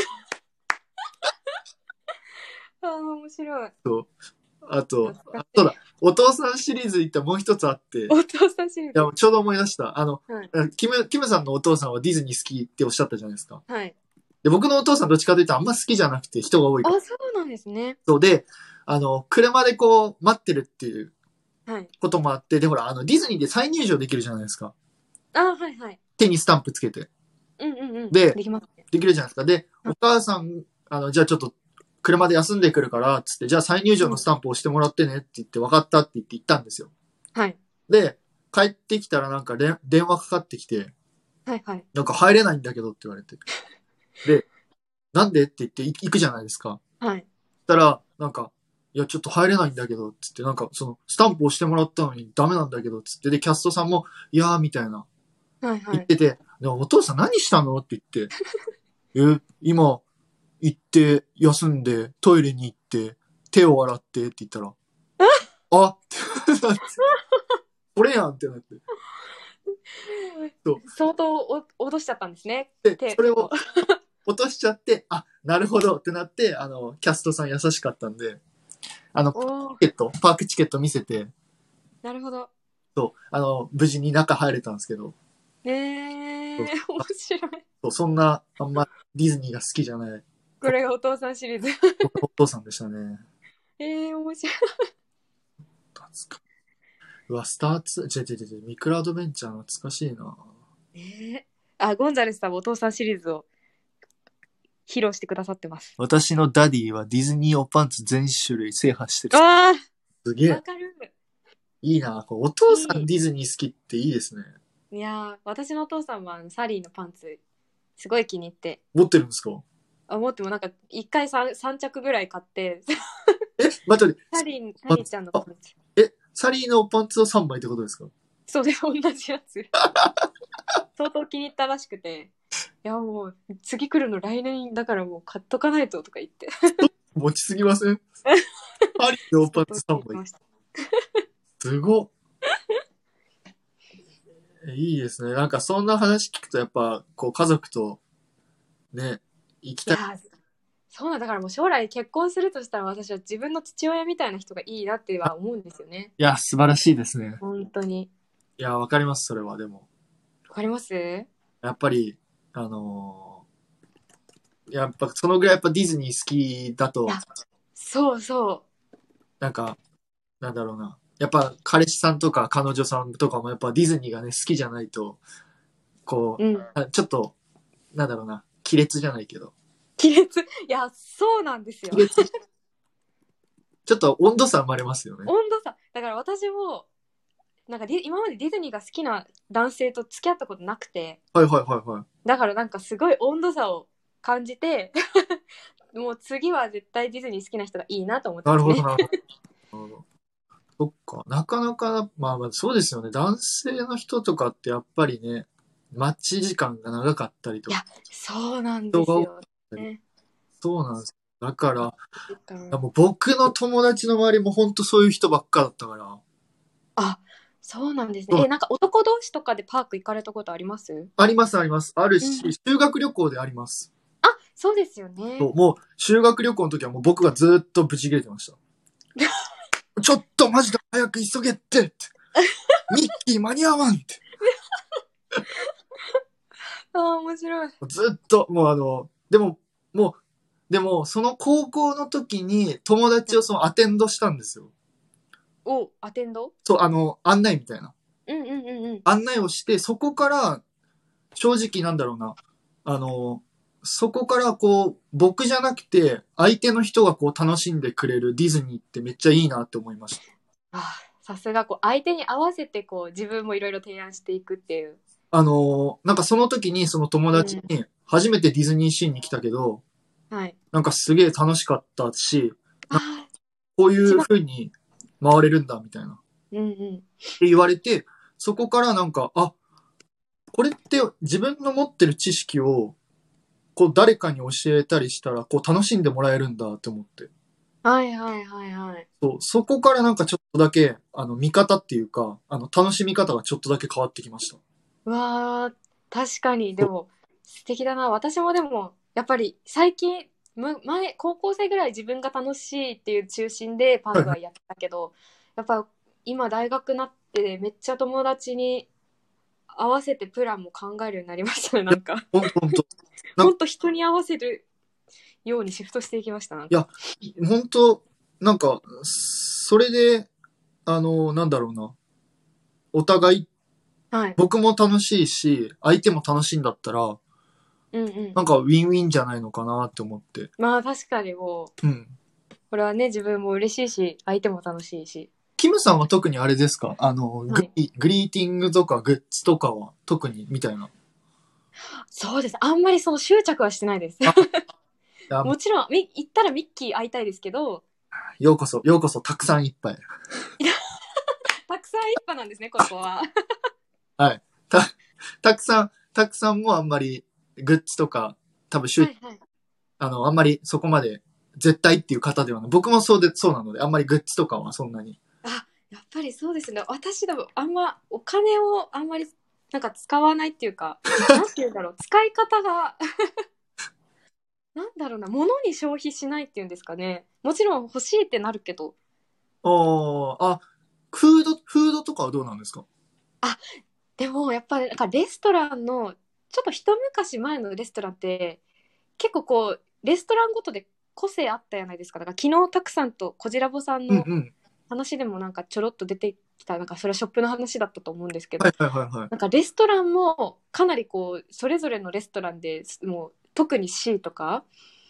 面白い。 あとそうだ、お父さんシリーズいったもう一つあって。 お父さんシリーズ。 いや、ちょうど思い出した。キムさんのお父さんはディズニー好きっておっしゃったじゃないですか。 はい。 で、僕のお父さんどっちかというとあんま好きじゃなくて人が多いから。 そうなんですね。 そうで、車でこう待ってるっていうこともあって、で、ほら、ディズニーで再入場できるじゃないですか。 はいはい。 手にスタンプつけて。 で、できますね。 できるじゃないですか。で、お母さん、じゃあちょっと車で休んでくるから、つって、じゃあ再入場のスタンプ押してもらってねって言って、分かったって言って行ったんですよ。 はい。 で、帰ってきたらなんか電話かかってきて、 はいはい。 なんか入れないんだけどって言われて。で、なんでって言って行くじゃないですか。 はい。 そしたら、なんか、いや、ちょっと入れないんだけど、つって、なんか、その、スタンプ押してもらったのにダメなんだけど、つって、で、キャストさんも、いやー、みたいな、 はいはい。 言ってて、でもお父さん何したのって言って、今、行って、休んで、トイレに行って、手を洗ってって言ったら、あってなって、これやんってなって。そう。 相当脅しちゃったんですね。 で、それ手を。 を落としちゃって、あ、なるほどってなって、キャストさん優しかったんで、 おー、 パークチケット見せて、 なるほど。 そう、無事に中入れたんですけど、そう面白い。 そうそんな、あんまディズニーが好きじゃない、 これがお父さんシリーズ。 僕のお父さんでしたね。 面白い。 うわ、スターツ、ミクラアドベンチャー懐かしいな。 ゴンザレスさんもお父さんシリーズを披露してくださってます。 私のダディはディズニーおパンツ全種類制覇してる。 ああ、 すげえ。 わかる。 いいな。お父さんディズニー好きっていいですね。 いやー、私のお父さんはサリーのパンツ、すごい気に入って。 持ってるんですか？ 持ってもなんか、一回3着ぐらい買って、 待って。 サリーちゃんのパンツ。 サリーのパンツを3枚ってことですか？ そうで、同じやつ。相当気に入ったらしくて、いやもう、次来るの来年だからもう買っとかないととか言って。 持ちすぎません？サリーのパンツ3枚。すごっ。いいですね。なんかそんな話聞くとやっぱ、こう家族とね、行きたい。 いやそうなんだからもう将来結婚するとしたら私は自分の父親みたいな人がいいなっては思うんですよね。 いや、素晴らしいですね。 本当に。 いや、わかります、それは。でも。 わかります？ やっぱり、やっぱそのぐらいやっぱディズニー好きだと、 そうそう。 なんか、なんだろうな。やっぱ彼氏さんとか彼女さんとかもやっぱディズニーがね、好きじゃないと、こうん。 う、ちょっと、なんだろうな。亀裂じゃないけど。 亀裂。いや、そうなんですよ。 亀裂。ちょっと温度差生まれますよね。 温度差。だから私も、なんか今までディズニーが好きな男性と付き合ったことなくて、 はいはいはいはい。 だからなんかすごい温度差を感じて、もう次は絶対ディズニー好きな人がいいなと思ってますね。 なるほどなるほど。そっか。なかなか、まあまあそうですよね。男性の人とかってやっぱりね、待ち時間が長かったりとか。 いや、そうなんですよ、ね。 そうなんです。だから、 かもう僕の友達の周りも本当そういう人ばっかだったから。 あ、そうなんですね。なんか男同士とかでパーク行かれたことあります？ ありますあります。あるし、修学旅行であります。 あ、そうですよね。 もう修学旅行の時はもう僕がずっとブチ切れてました。ちょっとマジで早く急げってって。ミッキー間に合わんって。 面白い。 ずっと、もうでも、その高校の時に友達をそのアテンドしたんですよ。 アテンド？ そう、案内みたいな。 うんうんうんうん。 案内をして、そこから、正直なんだろうな。そこからこう、僕じゃなくて、相手の人がこう楽しんでくれるディズニーってめっちゃいいなって思いました。 さすがこう、相手に合わせてこう、自分もいろいろ提案していくっていう。 なんかその時にその友達に、初めてディズニーシーに来たけど、 はい。 なんかすげえ楽しかったし、こういう風に回れるんだみたいな。 うんうん。 って言われて、そこからなんか、これって自分の持ってる知識を、こう誰かに教えたりしたら、こう楽しんでもらえるんだって思って。 はいはいはいはい。 そこからなんかちょっとだけ、見方っていうか、楽しみ方がちょっとだけ変わってきました。 わー、確かに、でも、素敵だな。私もでも、やっぱり最近、高校生ぐらい自分が楽しいっていう中心でパンクはやってたけど、やっぱ今大学になってめっちゃ友達に合わせてプランも考えるようになりましたね、なんか。ほんと人に合わせるようにシフトしていきました。なんかいや、ほんと、なんか、それで、なんだろうな。お互い、 はい。 僕も楽しいし、相手も楽しいんだったら、 うんうん。 なんかウィンウィンじゃないのかなって思って。 まあ確かにもう、 うん。 これはね、自分も嬉しいし、相手も楽しいし。 キムさんは特にあれですか？ はい。 グリーティングとかグッズとかは特にみたいな。 そうです。あんまりその執着はしてないです。 あ、いや、 もちろん、行ったらミッキー会いたいですけど、 ようこそ、たくさんいっぱい。 たくさん一派なんですね、ここは。 はい。たくさんもあんまりグッズとか、多分はいはい。 あんまりそこまで絶対っていう方ではない。僕もそうなので、あんまりグッズとかはそんなに。 あ、やっぱりそうですね。私でもあんまお金をあんまりなんか使わないっていうか、なんて言うんだろう、使い方がなんだろうな、物に消費しないっていうんですかね。もちろん欲しいってなるけど、 あ、フードとかはどうなんですか？ あ、でもやっぱりなんかレストランのちょっと一昔前のレストランって結構こうレストランごとで個性あったじゃないですか。だから昨日たくさんとこじらぼさんのうんうん。 話でもなんかちょろっと出てきた、なんかそれはショップの話だったと思うんですけど、 はいはいはいはい。 なんかレストランもかなりこうそれぞれのレストランでもう特に C とか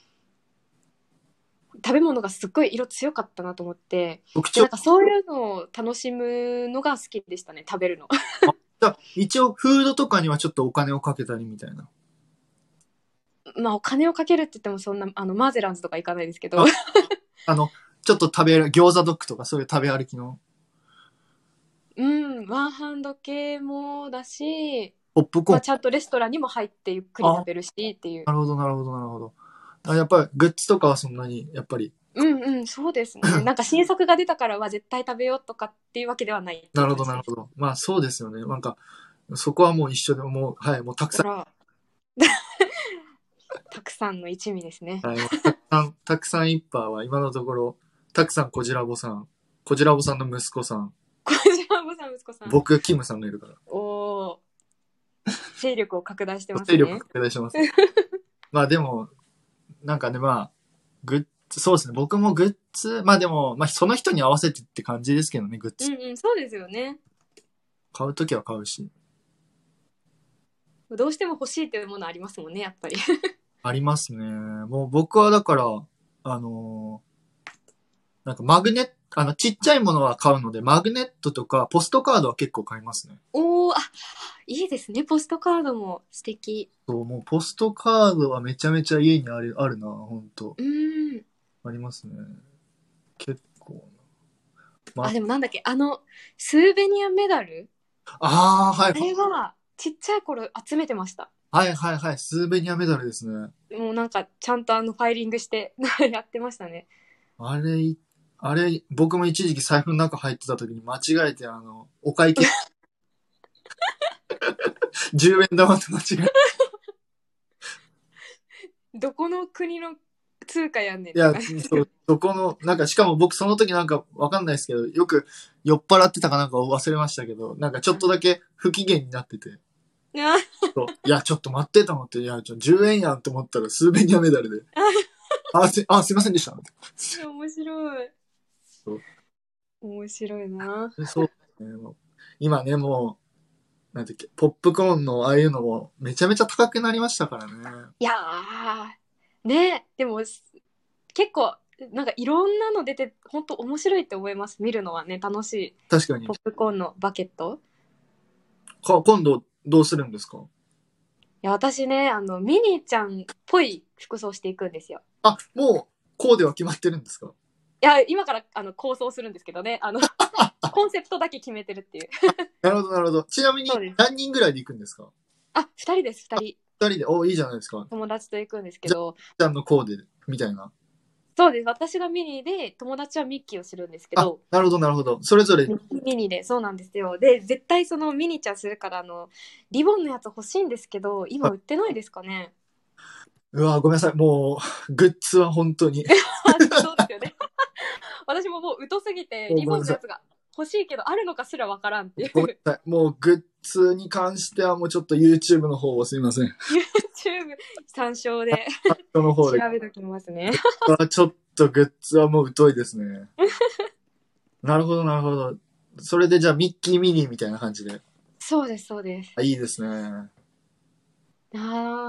食べ物がすっごい色強かったなと思って、でなんかそういうのを楽しむのが好きでしたね、食べるの。 じゃあ一応フードとかにはちょっとお金をかけたりみたいな。 まあお金をかけるって言ってもそんなマーゼランズとか行かないですけど、 あ、あの、ちょっと餃子ドッグとかそういう食べ歩きのうんワンハンド系もだし、まあ、 ポップコーン。 ちゃんとレストランにも入ってゆっくり食あ、 べるしっていう。 なるほどなるほどなるほど。あ、やっぱりグッズとかはそんなに、やっぱり。 うんうん、そうですね。なんか新作が出たからは絶対食べようとかっていうわけではないってなるほどいう感じです。 なるほど。まあそうですよね。なんか、そこはもう一緒でもう、はい、もうたくさほら、たくさんの一味ですね。 ん、はい、もうたくさん一杯は今のところ、たくさんこじらぼさんの息子さん、 こちらもさん、息子さん。 僕、キムさんがいるから。 おー、勢力を拡大してます勢力ね。 拡大します。まあでも、なんかね、まあ、グッズ、そうですね。僕もグッズ、まあでも、まあその人に合わせてって感じですけどね、グッズ。 うんうん、そうですよね。 買うときは買うし。 どうしても欲しいというものありますもんね、やっぱり。 ありますね。もう僕はだから、あのなんかマグネット、ちっちゃいものは買うので、マグネットとかポストカードは結構買いますね。 おー、あ、いいですね。ポストカードも素敵。 そう、もうポストカードはめちゃめちゃ家にあるな、ほんと。 うーん。 ありますね。結構な。まあ、でもなんだっけ、スーベニアメダルはい、 あれは、ちっちゃい頃集めてました。 はいはいはい、スーベニアメダルですね。 もうなんか、ちゃんとファイリングしてやってましたね。 あれ、僕も一時期財布の中入ってた時に間違えて、お会計、10円玉と間違えて。 どこの国の通貨やんねんいや、 って感じですけど。 そう、そこの、なんか、しかも僕その時なんかわかんないですけど、よく酔っ払ってたかなんか忘れましたけど、なんかちょっとだけ不機嫌になってて、 あそういや、ちょっと待ってと思って、いや、10円やんと思ったらスーベニアメダルで、すいませんでした。 面白い。 そう面白いな。 そうですね。もう今ね、もう、なんていうっけ、ポップコーンのああいうのもめちゃめちゃ高くなりましたからね。 いやー、ね、でも、結構、なんかいろんなの出て、本当面白いって思います。見るのはね、楽しい。 確かに。 ポップコーンのバケット。 今度どうするんですか？ いや、私ね、ミニーちゃんっぽい服装していくんですよ。 あ、もう、こうでは決まってるんですか？ いや、今から構想するんですけどね、コンセプトだけ決めてるっていう。 なるほど、なるほど。ちなみにそうです。 何人ぐらいで行くんですか？ あ、二人です、二人。 二人で、いいじゃないですか。 友達と行くんですけじゃど、 ちゃんのコーデ、みたいな。 そうです。私がミニーで、友達はミッキーをするんですけあ、 ど、 なるほど、なるほど。それぞれ、 ミニで、そうなんですよ。で、絶対そのミニちゃんするから、リボンのやつ欲しいんですけど、今売ってないですかね。 うわごめんなさい。もう、グッズは本当に。 そうですよね。私ももう疎すぎて、リもうごめんなさい。 ボンのやつが欲しいけど、あるのかすらわからんっていう。 ごめんなさい。もう、グッズに関してはもうちょっと YouTube の方をすいません。 YouTube 参照でその方で。 調べときますね。 ちょっとグッズはもう疎いですね。なるほど、なるほど。それでじゃあミッキーミニーみたいな感じで。 そうです、そうです。 あ、いいですね。 あ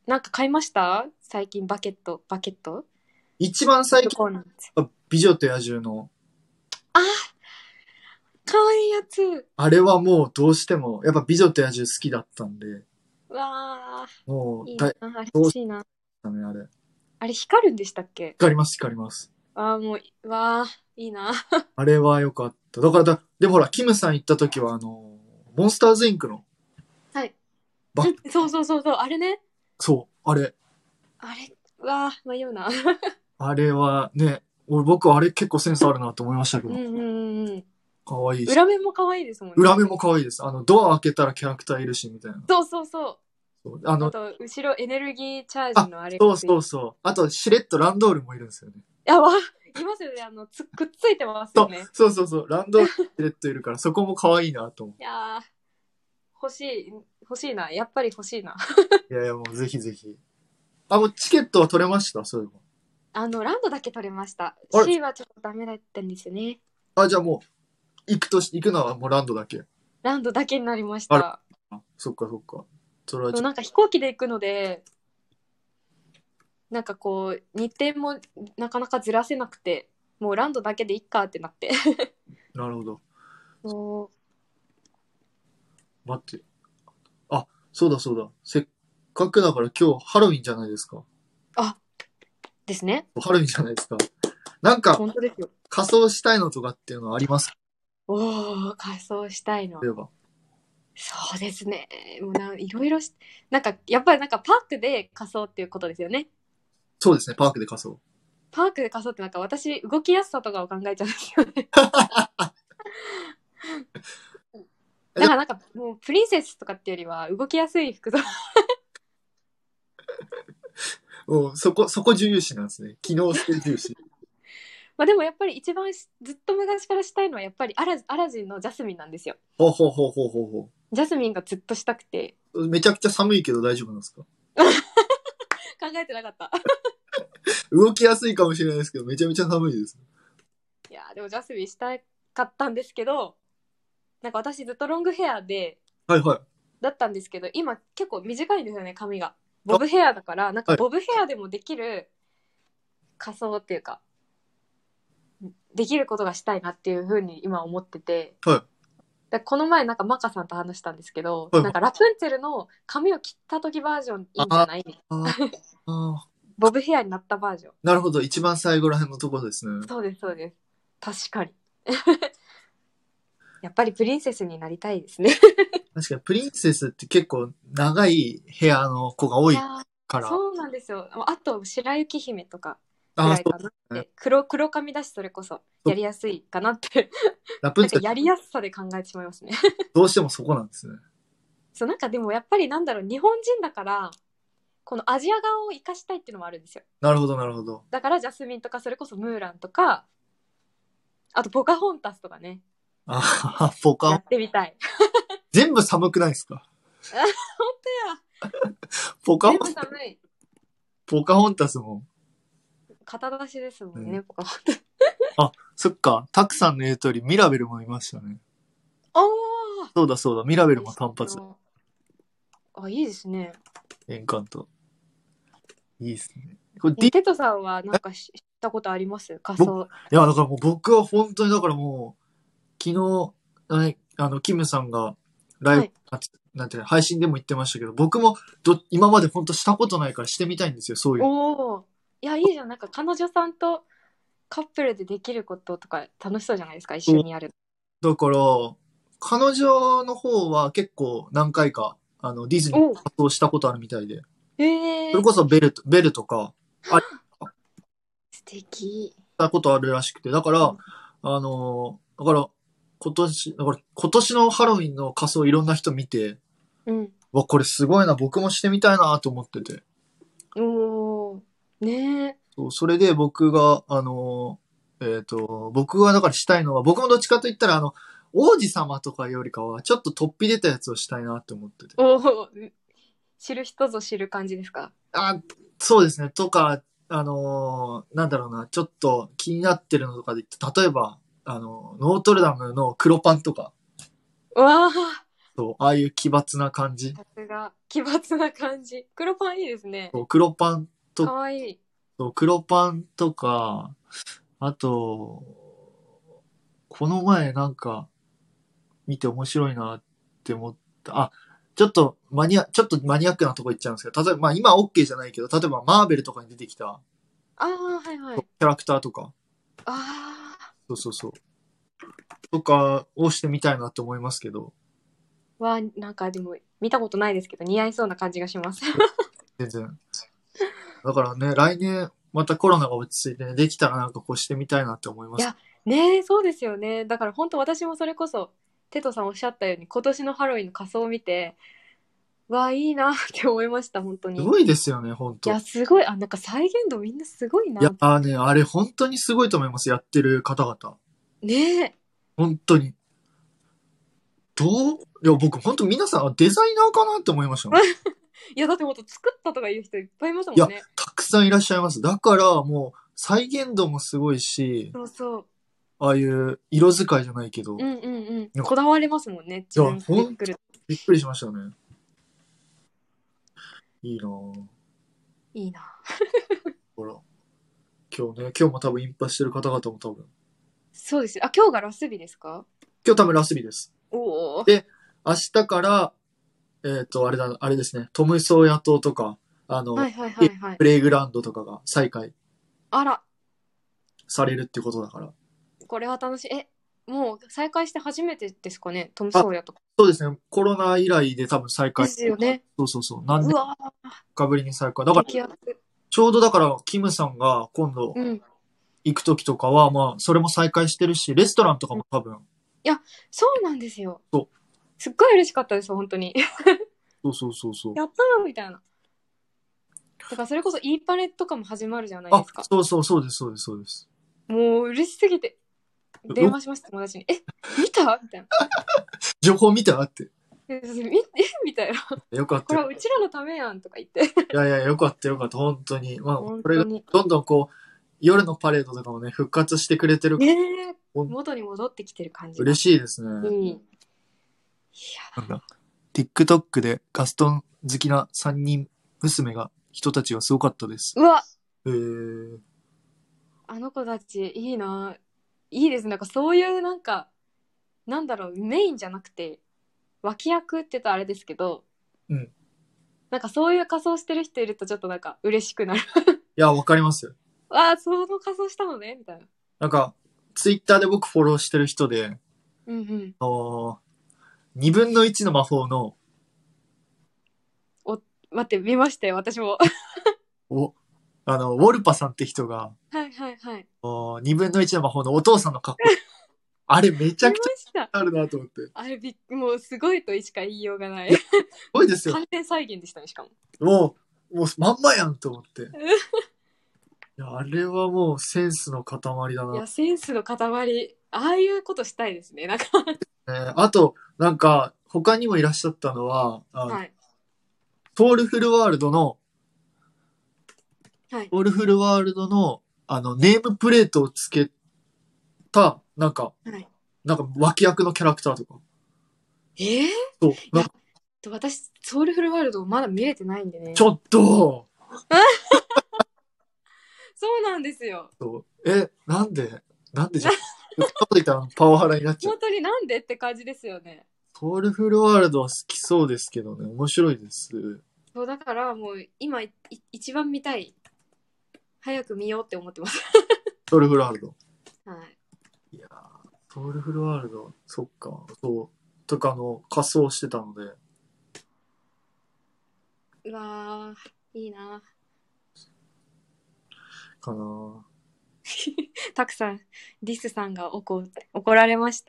なんか買いました最近バケット。 一番最近、 コーナー美女と野獣の、 あ、かわいいやつ。 あれはもうどうしても、やっぱ美女と野獣好きだったんで、 わー、 もう、 いいな。あれどうし欲しいな。 たね、あれ。 あれ光るんでしたっけ？ 光ります、光ります。 もう、わー、いいな。 あれは良かった。だからでもほら、キムさん行った時は、モンスターズインクの、 はい。 ば、 そうそうそうそう、あれね。 そう、あれ。 あれ、わー、迷うな。 あれはね、僕あれ結構センスあるなと思いましたけど、 うんうんうんうん。 かわいいし。 裏面も可愛いですもんね。 裏面も可愛いです。ドア開けたらキャラクターいるし、みたいな。 そうそうそう。 そうあと、後ろエネルギーチャージのあれがそうついてそうそう。あと、しれっとランドールもいるんですよね。 いますよね。くっついてますよね。 そうそうそう。ランドールしれっといるから、そこも可愛いなと思いやー、欲しいな。やっぱり欲しいな。 う。いやいや、もうぜひぜひ。もうチケットは取れましたそういえランドだけ取れました。 あれ C はちょっとダメだったんですよね。 ば。じゃあもう、行くのはもうランドだけ。 ランドだけになりましあれた。 そっかそっか。それはそうなんか飛行機で行くので、なんかこう、日程もなかなかずらせなくて、もうランドだけでいっかってなって。 なるほど。 そ待って。そうだそうだ。せっかくだから今日ハロウィンじゃないですか。 ですね。 ハロウィンじゃないですか。なんか本当ですよ。 仮装したいのとかっていうのはありますか？ おー、仮装したいの。 例えば。 そうですね。もういろいろなんか、やっぱりなんかパークで仮装っていうことですよね。 そうですね、パークで仮装。 パークで仮装ってなんか私、動きやすさとかを考えちゃうんですよね。だからなんかもうプリンセスとかっていうよりは動きやすい服装。 そこ重要視なんですね。機能性重視。 まあでもやっぱり一番ずっと昔からしたいのはやっぱりアラジンのジャスミンなんですよ。 ほうほうほうほうほうほジャスミンがずっとしたくて。 う。めちゃくちゃ寒いけど大丈夫なんですか？ 考えてなかった。 動きやすいかもしれないですけど、めちゃめちゃ寒いです。 いやでもジャスミンしたかったんですけど、なんか私ずっとロングヘアはいはい。 だったんですけど、今結構短いんですよね、髪が。ボブヘアだから、なんかボブヘアでもできる仮装っていうか、できることがしたいなっていうふうに今思ってて、 はいでこの前なんかマカさんと話したんですけど、 はいなんかラプンツェルの髪を切った時バージョンいいんじゃない？ あボブヘアになったバージョン。 なるほど。一番最後ら辺のところですね。 そうです、そうです。確かに。やっぱりプリンセスになりたいですね。 確かにプリンセスって結構長いヘアの子が多いいやから。 そうなんですよ。あと、白雪姫とかぐああ、 らいかなって。 そうね。 黒髪だし、それこそやりやすいかなって。なんかラプンツェル、 やりやすさで考えてしまいますね。 どうしてもそこなんですね。 そう、なんかでもやっぱりなんだろう、日本人だから、このアジア顔を生かしたいっていうのもあるんですよ。 なるほど、なるほど。 だからジャスミンとかそれこそムーランとか、あとポカホンタスとかね、やってみたい。 全部寒くないですか？ 本当や。全部寒い。 ポカホンタスも。 肩出しですもんね、 うんポカホンタス。 そっか。タクさんの言う通り、ミラベルもいましたね。 おーそうだそうだ。ミラベルも単発。 いいですね。 エンカント。いいですね。 テトさんはなんかしたことあります仮装？ いや、だからもう僕は本当に、だからもう、昨日、キムさんがライブ、なんていうの配信でも言ってましたけど、僕も今まで本当したことないからしてみたいんですよ、そういう。 おお。いや、いいじゃん。なんか彼女さんとカップルでできることとか楽しそうじゃないですか、一緒にやる。 だから、彼女の方は結構何回か、ディズニー活動したことあるみたいで。それこそベルとか、 素敵。 したことあるらしくて。だから、だから今年のハロウィンの仮装いろんな人見て、これすごいな、僕もしてみたいなと思ってて。 おー。ねえ。 それで僕が、僕がだからしたいのは、僕もどっちかと言ったら、王子様とかよりかは、ちょっと突飛出たやつをしたいなって思ってて。 おお。知る人ぞ知る感じですか？ そうですね。とか、なんだろうな、ちょっと気になってるのとかで言って、例えば、ノートルダムの黒パンとか。 わあ、 そう、ああいう奇抜な感じ。 さすが。奇抜な感じ。黒パンいいですね。 そう黒パンと、 かわいい。 そう黒パンとか、あと、この前なんか見て面白いなって思った。あ、ちょっとマニアックなとこ行っちゃうんですけど、例えば、まあ今 OK じゃないけど、例えばマーベルとかに出てきたああ、はいはい。 キャラクターとか、 ああ。 そうそうそう、とかをしてみたいなって思いますけど、 は、なんかでも、見たことないですけど、似合いそうな感じがします。 全然。だからね、来年またコロナが落ち着いてね、できたらなんかこうしてみたいなって思います。 いや、ねえ、そうですよね。だから本当私もそれこそ、テトさんおっしゃったように、今年のハロウィンの仮装を見て、わあ、いいなって思いました、本当に。 すごいですよね、本当。 いや、すごい。あ、なんか再現度みんなすごいな。 いや、ね、あれ本当にすごいと思います、やってる方々。 ねえ。 本当に。いや、僕本当皆さんデザイナーかなって思いましたもん。 いや、だってもっと作ったとか言う人いっぱいいますいやもんね。、 たくさんいらっしゃいます。だからもう再現度もすごいし、 そうそう。 ああいう色使いじゃないけど、 うんうんうん。 なんかこだわれますもんね、自分で作る。 びっくりしましたね。いいなぁ。 いいな。 ほら。今日も多分インパしてる方々も多分。 そうです。あ、今日がラス日ですか？ 今日多分ラス日です。 おお。 で、明日から、あれですね、トムソーヤ島とか、 はいはいはいはい。 プレイグラウンドとかが再開あら、 されるってことだから。 これは楽しい。もう再開して初めてですかね、トム・ソーヤとか。 そうですね、コロナ以来で多分再で開。 すよね。 そうそうそう。何年うわかぶりに再開。だー、 から、 激アツ。 ちょうどだから、キムさんが今度うん。 行く時とかは、まあ、それも再開してるし、レストランとかも多分、 そうなんですよ。 そう。 すっごい嬉しかったです、本当に。 そうそうそうそう。 やったーみたいな。だからそれこそ E パレとかも始まるじゃないですか。 そうそう、そうです、そうです、そうです。 もう嬉しすぎて。電話しました、友達に。見たみたいな。 情報見たって。 みたいな。 よかった。 これはうちらのためやんとか言って。 いやいや、よかったよかった、本当に。まあ、これが本当に。 どんどんこう、夜のパレードとかもね、復活してくれてる。 ねえ、元に戻ってきてる感じが。 嬉しいですね。 いい。いなんだ、TikTok でガストン好きな3人人たちがすごかったです。 うわ、あの子たちいいな。いいです。なんかそういうなんか、なんだろう、メインじゃなくて、脇役って言ったらあれですけど、 うん。 なんかそういう仮装してる人いるとちょっとなんか嬉しくなる。 いや、わかりますよ。 ああ、その仮装したのねみたいな。 なんか、Twitter で僕フォローしてる人で、 うんうん。 2分の1の魔法の、 待って、見ましたよ、私も。 お、ウォルパさんって人が、 はいはいはい。 2分の1の魔法のお父さんの格好。あれめちゃ見くちました。 ゃあるなと思って。すあれもうすごいとしか言いようがない。 ごいですよ。 完全再現でしたね、しかも。 もうまんまやんと思って。いや、あれはもうセンスの塊だな。 いや、センスの塊。ああいうことしたいですね。なんかあと、なんか、他にもいらっしゃったのは、 はい。 トールフルワールドの、 はい。 トールフルワールドの、ネームプレートをつけた、 はい。 なんか脇役のキャラクターとか。 ええそう、 いや、私、ソウルフルワールドまだ見れてないんでね。 ちょっと、 そうなんですよ。 なんでじゃ、そんなこと言ったらパワハラになっちゃう。 本当になんでって感じですよね。 トールフルワールドは好きそうですけどね、面白いです。 そう、だからもう今一番見たい。早く見ようって思ってます。 トールフルワールド。 はい。 いやー、トールフルワールド、そっか、そう、とか仮装してたので、 うわー、いいな。 かなたくさん、ディスさんが怒られました。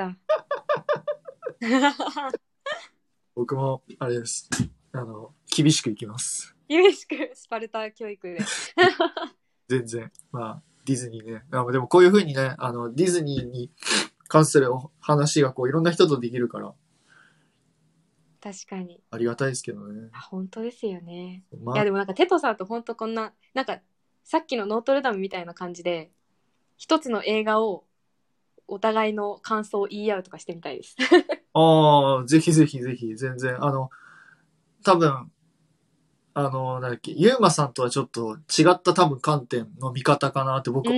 僕も、あれです。厳しくいきます。 厳しくスパルタ教育で。 全然。まあ、ディズニーね。でもこういう風にね、ディズニーに関する話がこういろんな人とできるから、 確かに。 ありがたいですけどね。 本当ですよね。 まあ、 いやでもなんかテトさんと本当こんな、なんかさっきのノートルダムみたいな感じで、一つの映画をお互いの感想を言い合うとかしてみたいです。 ああ、ぜひぜひぜひ、全然。多分、なんだっけ、ゆうまさんとはちょっと違った多分観点の見方かなって僕、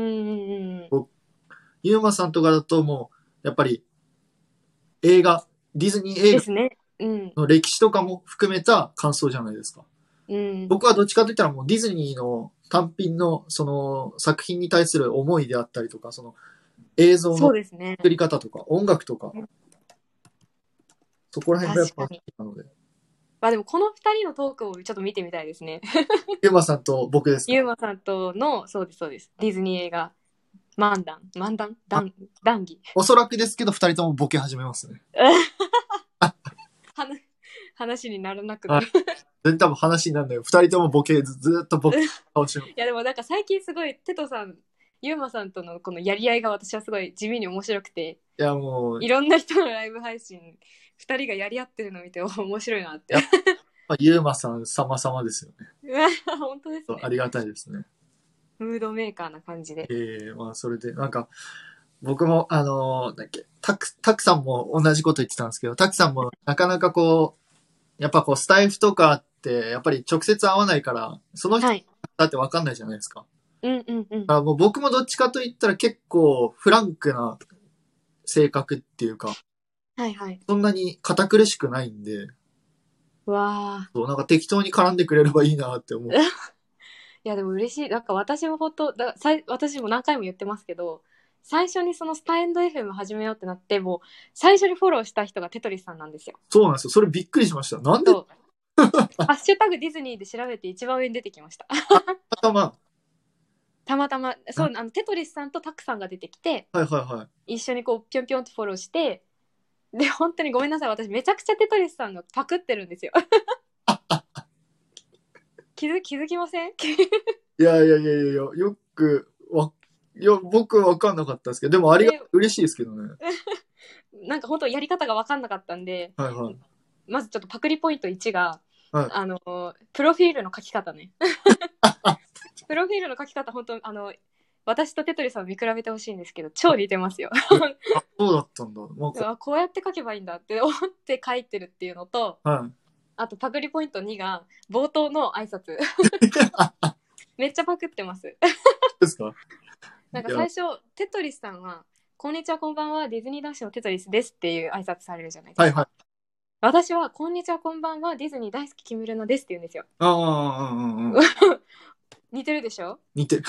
ゆうまさんとかだともう、やっぱり映画、ディズニー映画ですね。うん。 の歴史とかも含めた感想じゃないですか。 うん。 僕はどっちかといったらもうディズニーの単品のその作品に対する思いであったりとか、その映像のそうですね。 作り方とか、音楽とか、そこら辺がやっぱ好き確かに。 なので。 まあでもこの二人のトークをちょっと見てみたいですね。 ゆうまさんと僕ですか？ ゆうまさんとの、そうです、そうです。ディズニー映画、談義。 おそらくですけど、二人ともボケ始めますね。 話にならなくはい。 なる。 全然多分話にならないよ。二人ともボケ、ずっとボケ倒しいやでもなんか最近すごい、テトさん、ゆうまさんとのこのやり合いが私はすごい地味に面白くて、 いやもう、 いろんな人のライブ配信、二人がやり合ってるのを見て面白いなって。 ゆうまさん様々ですよね。 本当ですね。 ありがたいですね。 ムードメーカーな感じで。 まあそれで、なんか、僕も、だっけ、たくさんも同じこと言ってたんですけど、たくさんもなかなかこう、やっぱこう、スタイフとかって、やっぱり直接会わないから、その人だってわかんないじゃないですか。 うんうんうん。 もう僕もどっちかと言ったら結構フランクな性格っていうか、 はいはい。 そんなに堅苦しくないんで、 わそう、なんか適当に絡んでくれればいいなって思う。 いやでも嬉しい。なんか私も私も何回も言ってますけど、最初にそのスタンド FM 始めようってなって、もう最初にフォローした人がテトリスさんなんですよ。 そうなんですよ。それびっくりしました。なんでそう。ハッシュタグディズニーで調べて一番上に出てきました。 頭。 たまたま、そう、テトリスさんとタクさんが出てきて、 はいはいはい。 一緒にこう、ぴょんぴょんとフォローして、で、本当にごめんなさい。私めちゃくちゃテトリスさんのパクってるんですよ。気づきません？ いやいやいやいや、よく、いや、僕は分かんなかったですけど、でも嬉しいですけどね。 なんか本当やり方が分かんなかったんで、 はいはい。 まずちょっとパクリポイント1が、 はい、 プロフィールの書き方ね。プロフィールの書き方、本当私とテトリさんを見比べてほしいんですけど、超似てますよ。 そうだったんだ。 こうやって書けばいいんだって思って書いてるっていうのと、 はい。 あとパクリポイント2が冒頭の挨拶。めっちゃパクってます。 ですか？ なんか最初、テトリスさんは、こんにちは、こんばんは、ディズニー男子のテトリスですっていう挨拶されるじゃないですか。 はいはい。 私は、こんにちは、こんばんは、ディズニー大好きキムルノですって言うんですよ。 ああ、うんうん。 似てるでしょ？ 似てる。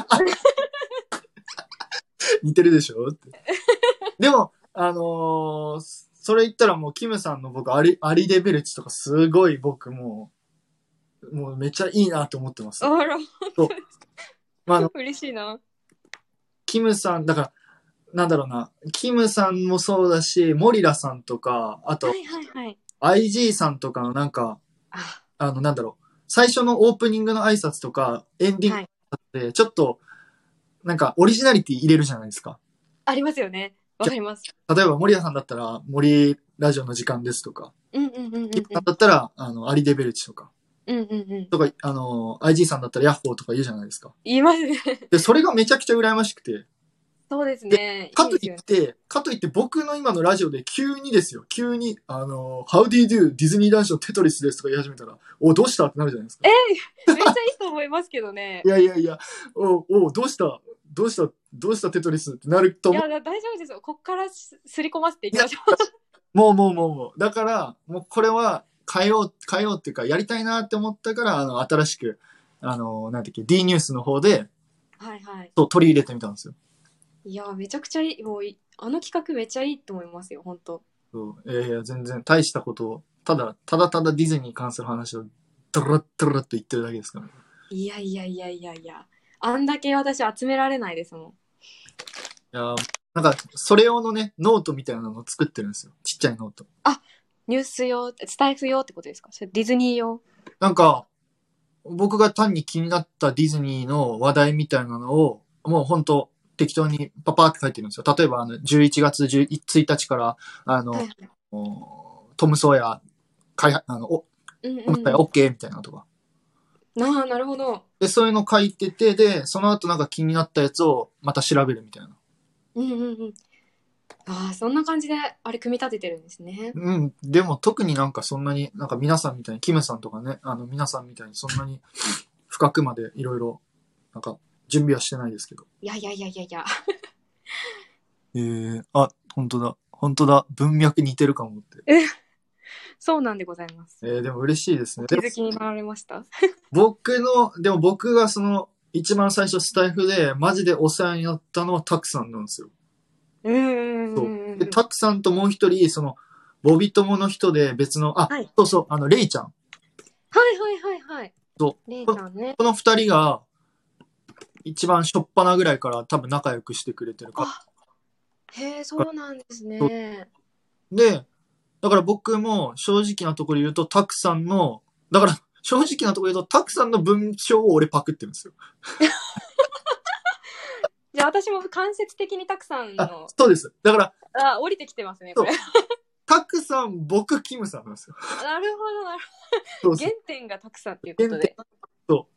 似てるでしょって。でも、それ言ったらもう、キムさんの僕、アリデベルチとかすごい僕もうめっちゃいいなと思ってます。 あら、 そう。まあ、 嬉しいな。 キムさん、だから、なんだろうな、キムさんもそうだし、モリラさんとか、あと、 はいはいはい。 IG さんとかのなんか、なんだろう、最初のオープニングの挨拶とか、エンディングって、ちょっと、なんか、オリジナリティ入れるじゃないですか。 ありますよね。わかります。 例えば、森田さんだったら、森ラジオの時間ですとか、 うんうんうんうん、 キムさんだったら、アリデベルチとか、 うんうんうん。 とか、IG さんだったらヤッホーとか言うじゃないですか。 言いますね。 で、それがめちゃくちゃ羨ましくて。 そうですね。 かといって僕の今のラジオで急にですよ、急に、How do you do? ディズニー男子のテトリスですとか言い始めたら、どうしたってなるじゃないですか。 めっちゃいいと思いますけどね。 いやいやいや、どうしたテトリスってなると思う。 いや、大丈夫ですよ。こっからすり込ませていきましょう。もう。だから、もうこれは変えようっていうか、やりたいなって思ったから、新しく、なんだっけ、D ニュースの方で、 はいはい。 そう、取り入れてみたんですよ。 いや、めちゃくちゃいい。もうあの企画めっちゃいいと思いますよ、本当。 そう、いや、全然大したことを、ただディズニーに関する話を、ドラッドラッと言ってるだけですから。 いや。あんだけ私集められないですもん。いや、なんか、それ用のね、ノートみたいなのを作ってるんですよ。ちっちゃいノート。 あ、ニュース用、スタイフ用ってことですか？それディズニー用？ なんか、僕が単に気になったディズニーの話題みたいなのを、もう本当適当にパパーって書いてるんですよ。例えば、11月1日から、はい、トム・ソーヤ、トム・ソーヤ OK みたいなとか。 なるほど。 で、そういうの書いてて、で、その後なんか気になったやつをまた調べるみたいな。 うんうんうん。ああ、そんな感じで、あれ組み立ててるんですね。 うん。でも特になんかそんなに、なんか皆さんみたいに、キムさんとかね、皆さんみたいにそんなに深くまでいろいろ、なんか準備はしてないですけど。 いやいやいやいやいや。 あ、本当だ。本当だ。文脈似てるかもって。 そうなんでございます。 でも嬉しいですね。 お気づきになられました？ でも僕がその、一番最初スタイフでマジでお世話になったのはタクさんなんですよ。そう。で、タクさんともう一人、その、ボビ友の人で別の、 はい、 そうそう、レイちゃん。 はいはいはいはい。 そう。 レイちゃんね。 この二人が、一番しょっぱなぐらいから多分仲良くしてくれてるかあ、へえ、そうなんですら。 ね。 で、だから僕も正直なところ言うと、タクさんの、だから正直なところ言うと、タクさんの文章を俺パクってるんですよ。 じゃあ私も間接的にたくさんの、 そうです。だから、 降りてきてますね、これ。 タクさん、僕、キムさんなんですよ。 なるほど、なるほど。 そうそう。 原点がたくさんっていうことで。 そう。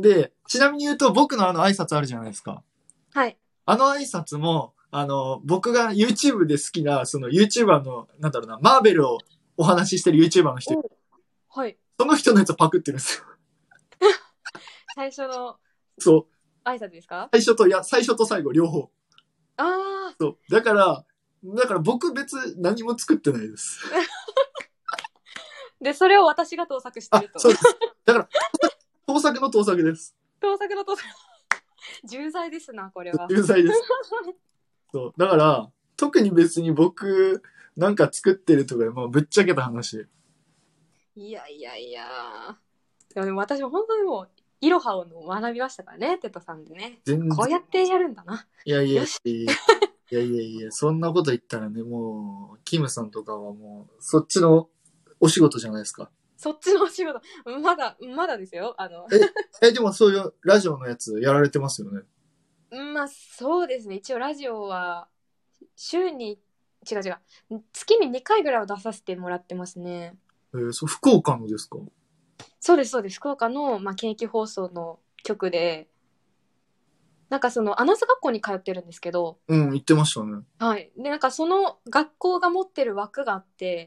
で、ちなみに言うと、僕の挨拶あるじゃないですか。 はい。 挨拶も、僕が YouTube で好きな、その YouTuber の、なんだろうな、マーベルをお話ししてる YouTuber の人、 はい。 その人のやつをパクってるんですよ。 最初のそう。 挨拶ですか？ 最初と最後、両方。 ああ。 そう。だから僕別何も作ってないです。 で、それを私が盗作してると。 そうです。だから、盗作の盗作です。 盗作の盗作。重罪ですな、これは。 重罪です。そう。だから、特に別に僕、なんか作ってるとか、もうぶっちゃけた話。 いやいやいや。でも私も本当にもう、イロハを学びましたからね、テトさんでね。こうやってやるんだな。 いやいやいや、そんなこと言ったらね、もう、キムさんとかはもう、そっちのお仕事じゃないですか。 そっちのお仕事、まだですよ。 でもそういうラジオのやつやられてますよね。 まあ、そうですね。一応ラジオは、週に、違う違う、月に2回ぐらいは出させてもらってますね。 福岡のですか？ そうです、そうです。福岡の、県域放送の局で、なんかそのアナウンス学校に通ってるんですけど、 うん、言ってましたね。 はい。で、なんかその学校が持ってる枠があって、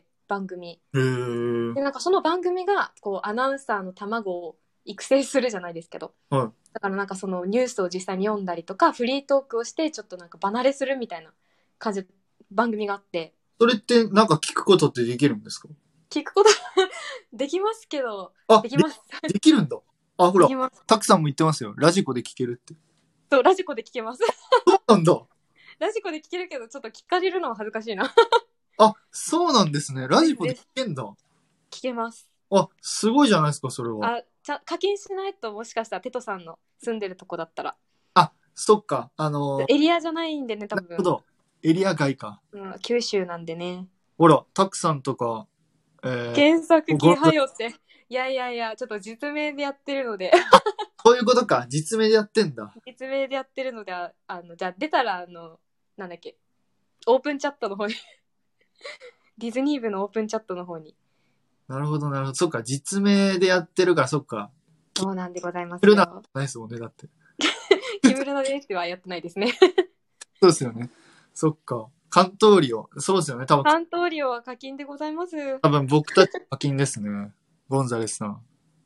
番組。 へー。 で、なんかその番組が、こう、アナウンサーの卵を育成するじゃないですけど。 はい。 だからなんかそのニュースを実際に読んだりとか、フリートークをして、ちょっとなんか離れするみたいな感じ、番組があって。 それってなんか聞くことってできるんですか？ 聞くことできますけど、できます。 できるんだ。ほら、 できます。 たくさんも言ってますよ。ラジコで聞けるって。 そう、ラジコで聞けます。 そうなんだ。 ラジコで聞けるけど、ちょっと聞かれるのは恥ずかしいな。 そうなんですね。ラジコで聞けんだ。 聞けます。 すごいじゃないですか、それは。 課金しないと、もしかしたらテトさんの住んでるとこだったら。 そっか。 エリアじゃないんでね、多分。 なるほど。エリア外か。 九州なんでね。 ほら、たくさんとか、 検索キーはよって。いやいやいや、ちょっと実名でやってるので。 そういうことか。実名でやってんだ。 実名でやってるので、じゃあ出たら、なんだっけ、オープンチャットの方に。ディズニー部のオープンチャットの方に。 なるほど、なるほど。そっか、実名でやってるから、そっか。 そうなんでございますキムルナよ。 ないですもんね、だって。 キムルナですはやってないですね。 そうですよね。そっか。関東リオ。そうですよね。 関東リオは課金でございます。 多分僕たち課金ですね。ゴンザレスさん。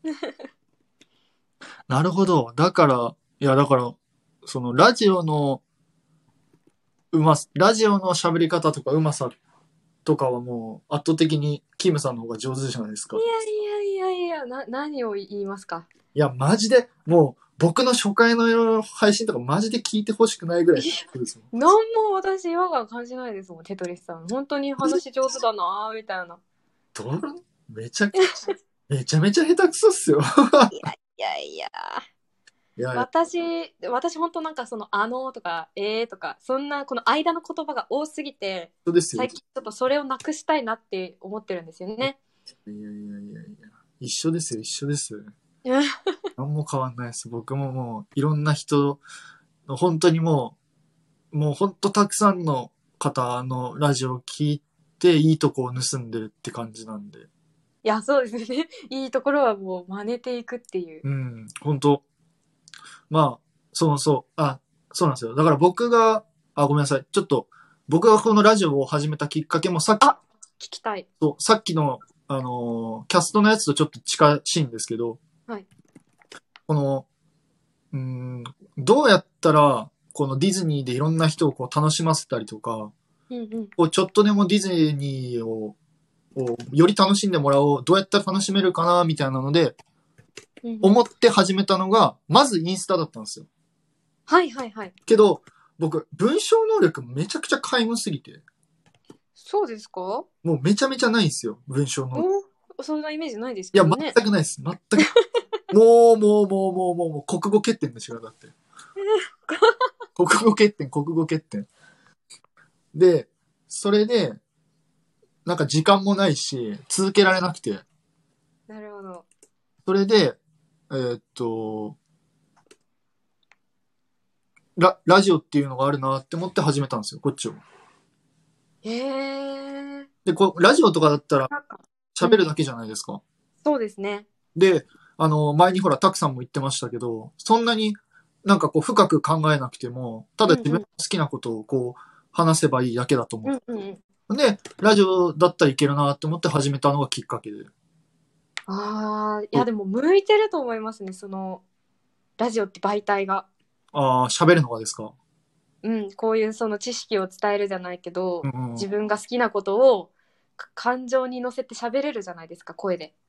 なるほど。だから、そのラジオのラジオの喋り方とかうまさとかはもう圧倒的にキムさんの方が上手じゃないですか。 いや、何を言いますか。 いや、マジで、もう僕の初回の配信とかマジで聞いてほしくないぐらいですもん。 何も私違和感感じないですもん、テトリスさん。本当に話上手だなぁ、みたいな。 めちゃめちゃ下手くそっすよ。 いや。 いや私本当なんかそのとかとか、そんなこの間の言葉が多すぎて、 そうですよ。 最近ちょっとそれをなくしたいなって思ってるんですよね。 いや。一緒ですよ。何も変わんないです。僕ももういろんな人の本当にもう本当たくさんの方のラジオを聞いていいとこを盗んでるって感じなんで。 いや、そうですね。いいところはもう真似ていくっていう。 本当。そうなんですよ。だから僕が、 ごめんなさい。ちょっと、僕がこのラジオを始めたきっかけもさっき、 あ聞きたい。 さっきの、キャストのやつとちょっと近しいんですけど、 はい。 この、どうやったら、このディズニーでいろんな人をこう楽しませたりとか、 うんうん。 こうちょっとでもディズニーをより楽しんでもらおう、どうやったら楽しめるかな、みたいなので、 うんうん思って始めたのが、まずインスタだったんですよ。 はいはいはい。 けど、僕、文章能力めちゃくちゃ皆無すぎて、 そうですか？ もうめちゃめちゃないんですよ、文章能力。 そんなイメージないですいや、 けどね。 全くないです。全く。もう、国語欠点ですよ、だって。国語欠点、国語欠点。で、それで、なんか時間もないし、続けられなくて、 なるほど。 それで、えーっと、ラジオっていうのがあるなって思って始めたんですよ、こっちを。 へえ。 で、ラジオとかだったらなんか、 喋るだけじゃないですか。 そうですね。 で、前にほら、たくさんも言ってましたけど、そんなになんかこう深く考えなくても、ただ自分の好きなことをこう話せばいいだけだと思う。で、ラジオだったらいけるなって思って始めたのがきっかけで。 ああ、いやでも向いてると思いますね、その、ラジオって媒体が。 喋るのがですか？ うん、こういうその知識を伝えるじゃないけど、 うんうん。 自分が好きなことを感情に乗せて喋れるじゃないですか、声で。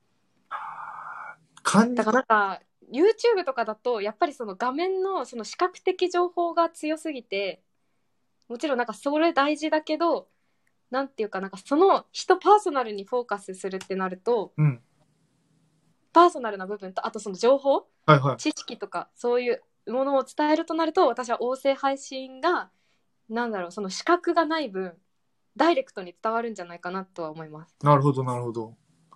だからなんか、YouTube とかだと、やっぱりその画面のその視覚的情報が強すぎて、もちろんなんかそれ大事だけど、なんていうかなんかその人パーソナルにフォーカスするってなると、 うん。 パーソナルな部分と、あとその情報、 はいはい。 知識とかそういうものを伝えるとなると、私は音声配信がなんだろう、その視覚がない分ダイレクトに伝わるんじゃないかなとは思います。 なるほど、なるほど。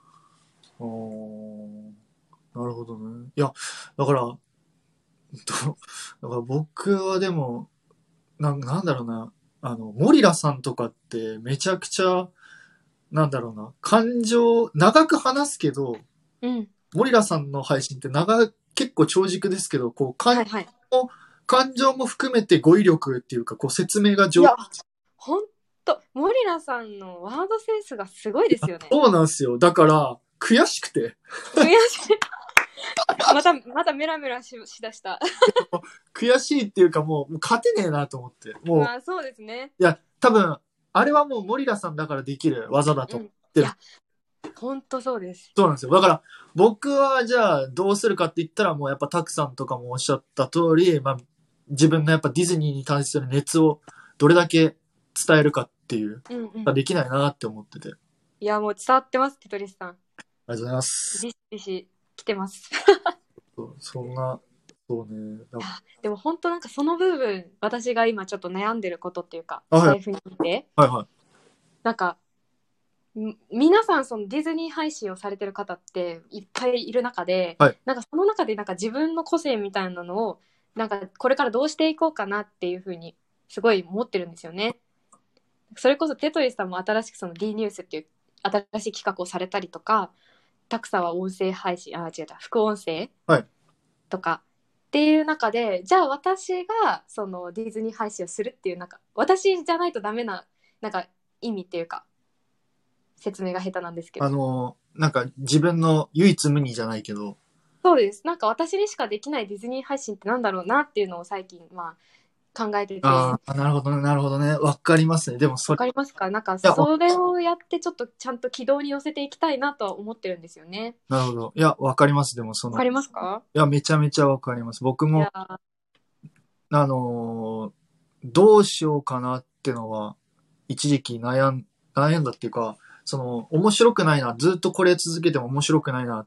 なるほどね。いや、だから、だから僕はでも、なんだろうな。モリラさんとかってめちゃくちゃ、なんだろうな。長く話すけど、 うん。 モリラさんの配信って結構長軸ですけど、こう、 はいはい。 感情も含めて語彙力っていうか、こう、説明が上手。 いや、ほんと、モリラさんのワードセンスがすごいですよね。 そうなんですよ。だから、悔しくて。 悔しい。またメラメラしだした。 悔しいっていうかもう勝てねえなと思って。もう、 まあそうですね。 いや、多分、あれはもうモリラさんだからできる技だと思ってる。 いや、ほんとそうです。 そうなんですよ。だから、僕はじゃあどうするかって言ったらもうやっぱたくさんとかもおっしゃった通り、自分のやっぱディズニーに対する熱をどれだけ伝えるかっていう、できないなって思ってて。 いや、もう伝わってます、テトリスさん。 ありがとうございます。 ビシビシ来てます。 そんな、そうね。 でも本当なんかその部分、私が今ちょっと悩んでることっていうか、 はい財布に見て、 はいはい。 なんか、皆さんそのディズニー配信をされてる方っていっぱいいる中で、 はいなんかその中でなんか自分の個性みたいなのをなんかこれからどうしていこうかなっていうふうにすごい思ってるんですよね。それこそテトリスさんも新しくその D ニュースっていう新しい企画をされたりとか、たくさんは音声配信、違う、副音声はいとかっていう中で、じゃあ私がそのディズニー配信をするっていうなんか私じゃないとダメななんか意味っていうか説明が下手なんですけど、 なんか自分の唯一無二じゃないけど、 そうです。なんか私にしかできないディズニー配信ってなんだろうなっていうのを最近考えてて。 なるほどね、なるほどね。わかりますね。でもわかりますか？なんかそれをやってちょっとちゃんと軌道に乗せていきたいなとは思ってるんですよね。 なるほど。いや、わかります。でもわかりますか？ いや、めちゃめちゃわかります。僕も、どうしようかなってのは、一時期悩んだっていうか、面白くないな。ずっとこれ続けても面白くないな。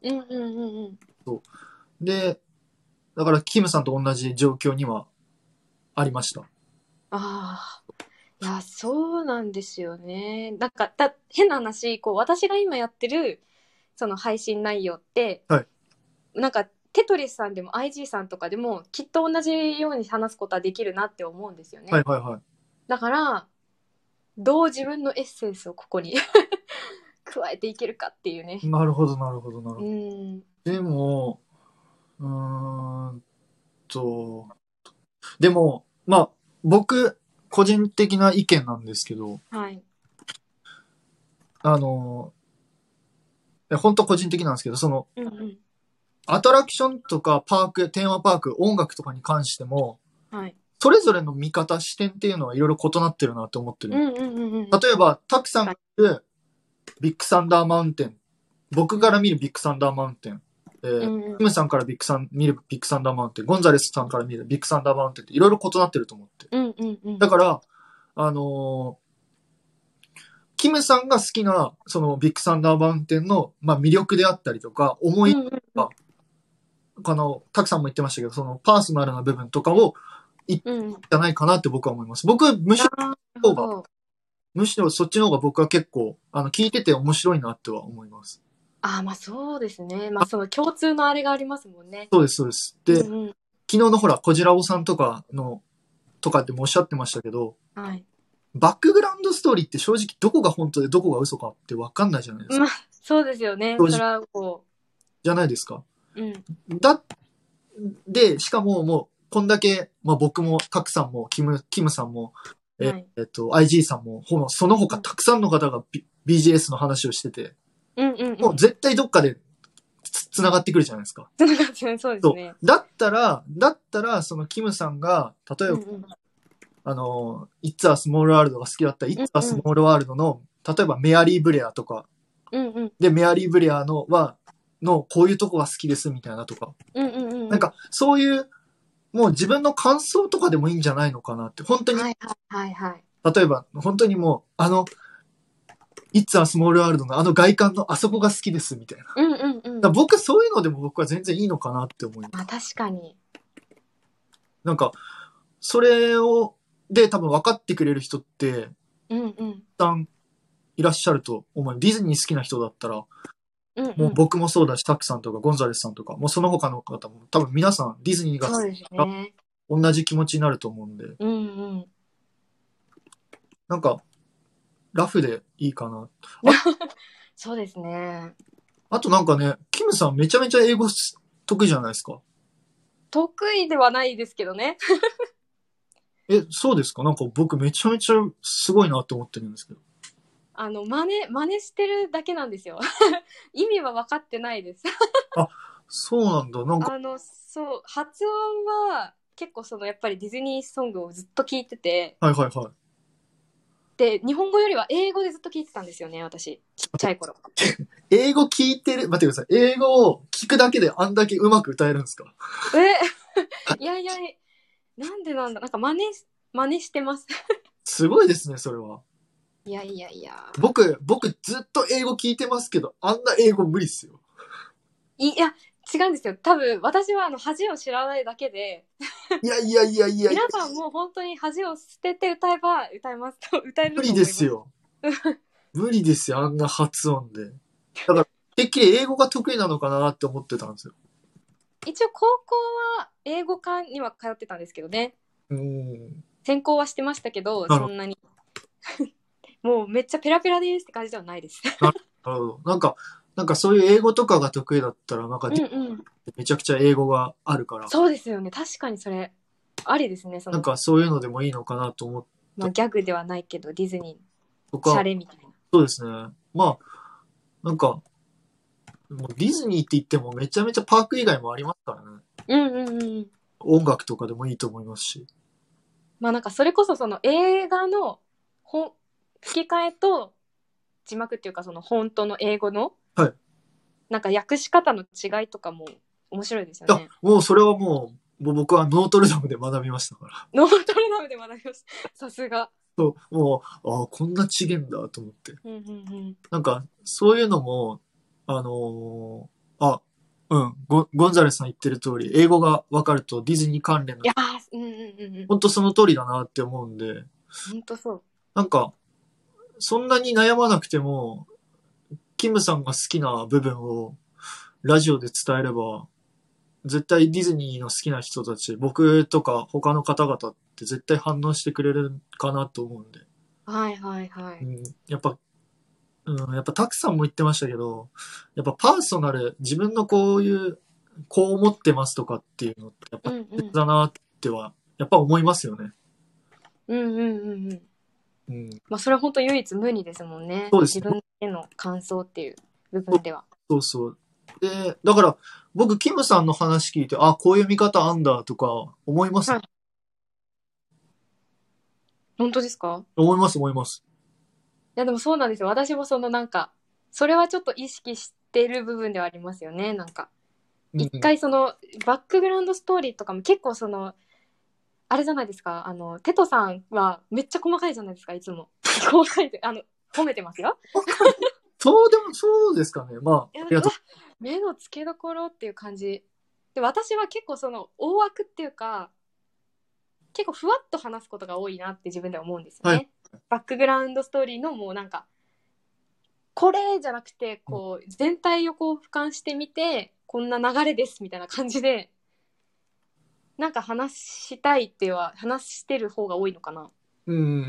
で、だから、キムさんと同じ状況にはありました。 いや、そうなんですよね。なんか、変な話、こう、私が今やってる、その配信内容って、 はい、 なんか、テトリスさんでも IG さんとかでも、きっと同じように話すことはできるなって思うんですよね。 はいはいはい。 だから、どう自分のエッセンスをここに加えていけるかっていうね。 なるほど、なるほど、なるほど。でも、でも、僕、 個人的な意見なんですけど、 はい。 本当個人的なんですけど、その、 うんうん。 アトラクションとかパーク、テーマパーク、音楽とかに関しても、 はい。 それぞれの見方、視点っていうのはいろいろ異なってるなって思ってる。 うんうんうんうん。 例えば、タクさんが言うビッグサンダーマウンテン、僕から見るビッグサンダーマウンテン、キムさんから見るビッグサンダーマウンテン、ゴンザレスさんから見るビッグサンダーマウンテンっていろいろ異なってると思って。 うんうんうん。 だから、キムさんが好きな、そのビッグサンダーマウンテンの、まあ、魅力であったりとか、思いとか、タクさんも言ってましたけど、そのパーソナルな部分とかを言ってんじゃないかなって僕は思います。僕はむしろそっちの方が僕は結構、聞いてて面白いなっては思います。 まあそうですね。まあその共通のあれがありますもんね。 そうです、そうです。で、 うんうん、 昨日のほら、こじらぼさんとかってもおっしゃってましたけど、 はい。 バックグラウンドストーリーって正直どこが本当でどこが嘘かって分かんないじゃないですか。 まあそうですよね。それはこう。 じゃないですか。 うん。 で、しかももう、こんだけ、まあ僕も、タクさんも、キムさんも、IG さんも、その他たくさんの方が、BGS の話をしてて、もう絶対どっかで繋がってくるじゃないですか。 繋がってる、そうですね。 だったら、そのキムさんが、例えば、It's a Small World が好きだった It's a Small World の、例えばメアリー・ブレアとか、で、メアリー・ブレアのこういうとこが好きですみたいなとか、なんかそういう、もう自分の感想とかでもいいんじゃないのかなって、本当に、例えば本当にもう、It's a Small World の外観のあそこが好きですみたいな。僕そういうのでも僕は全然いいのかなって思います。 確かに。 なんか、それで多分分かってくれる人って、たくさんいらっしゃると思う。ディズニー好きな人だったら、もう僕もそうだし、タクさんとかゴンザレスさんとか、もうその他の方も多分皆さんディズニーが好きな同じ気持ちになると思うんで、なんか、ラフでいいかな。 そうですね。 あとなんかね、キムさんめちゃめちゃ英語得意じゃないですか。 得意ではないですけどね。 そうですか？なんか僕めちゃめちゃすごいなって思ってるんですけど。 真似してるだけなんですよ。意味は分かってないです。 そうなんだ。なんか。 そう、発音は結構やっぱりディズニーソングをずっと聞いてて。 はいはいはい。 で、日本語よりは英語でずっと聞いてたんですよね、私。ちっちゃい頃。 英語聞いてる、待ってください。英語を聞くだけであんだけうまく歌えるんですか？ いやいや、なんでなんだ、なんか真似してます。 すごいですね、それは。 いやいやいや。 僕ずっと英語聞いてますけど、あんな英語無理っすよ。 いや、違うんですよ。多分、私は恥を知らないだけで。 いや。 皆さんも本当に恥を捨てて歌えば歌えますと、歌えると思います。 無理ですよ。無理ですよ、あんな発音で。だから、てっきり英語が得意なのかなって思ってたんですよ。 一応、高校は英語科には通ってたんですけどね。専攻はしてましたけど、そんなに。もうめっちゃペラペラですって感じではないです。 なるほど。なんかそういう英語とかが得意だったら、なんか、めちゃくちゃ英語があるから。 そうですよね。確かにそれ、ありですね。 なんかそういうのでもいいのかなと思って。 まあギャグではないけど、ディズニーとか、シャレみたいな。 そうですね。まあ、なんか、もうディズニーって言ってもめちゃめちゃパーク以外もありますからね。音楽とかでもいいと思いますし。 まあなんかそれこそ映画の吹き替えと字幕っていうか本当の英語の、なんか訳し方の違いとかも面白いですよね。 もうそれはもう僕はノートルダムで学びましたから。 ノートルダムで学びました。さすが。 そう、もう、こんな違えんだと思って。なんか、そういうのも、ゴンザレスさん言ってる通り、英語が分かるとディズニー関連の。本当その通りだなって思うんで。 本当そう。 なんか、そんなに悩まなくても、キムさんが好きな部分をラジオで伝えれば、絶対ディズニーの好きな人たち、僕とか他の方々って絶対反応してくれるかなと思うんで。やっぱタクさんも言ってましたけど、やっぱパーソナル、自分のこう思ってますとかっていうのって、やっぱだなっては、やっぱ思いますよね。 うんうんうんうん。 うん。 まあそれは本当唯一無二ですもんね。 そうですね。 自分への感想っていう部そう分では。 そうそう。で、だから、僕、キムさんの話聞いて、あ、こういう見方あんだとか、思います。 はい。本当ですか？ 思います、思います。 いやでもそうなんですよ。私もそのなんか、それはちょっと意識してる部分ではありますよね。なんか、一うん。 回そのバックグラウンドストーリーとかも結構その、あれじゃないですか。テトさんはめっちゃ細かいじゃないですか、いつも。細かいって、褒めてますよ。 そう、でも、そうですかね。まあ、あいや、うわ、 りがと目の付けどころっていう感じ。で、私は結構その大枠っていうか、結構ふわっと話すことが多いなって自分では思うんですよう。はい。 ね。バックグラウンドストーリーのもうなんか、これじゃなくて、 うん。 こう、全体をこう俯瞰してみて、こんな流れですみたいな感じで、なんか話したいっては、話してる方が多いのかな。 うん。うん。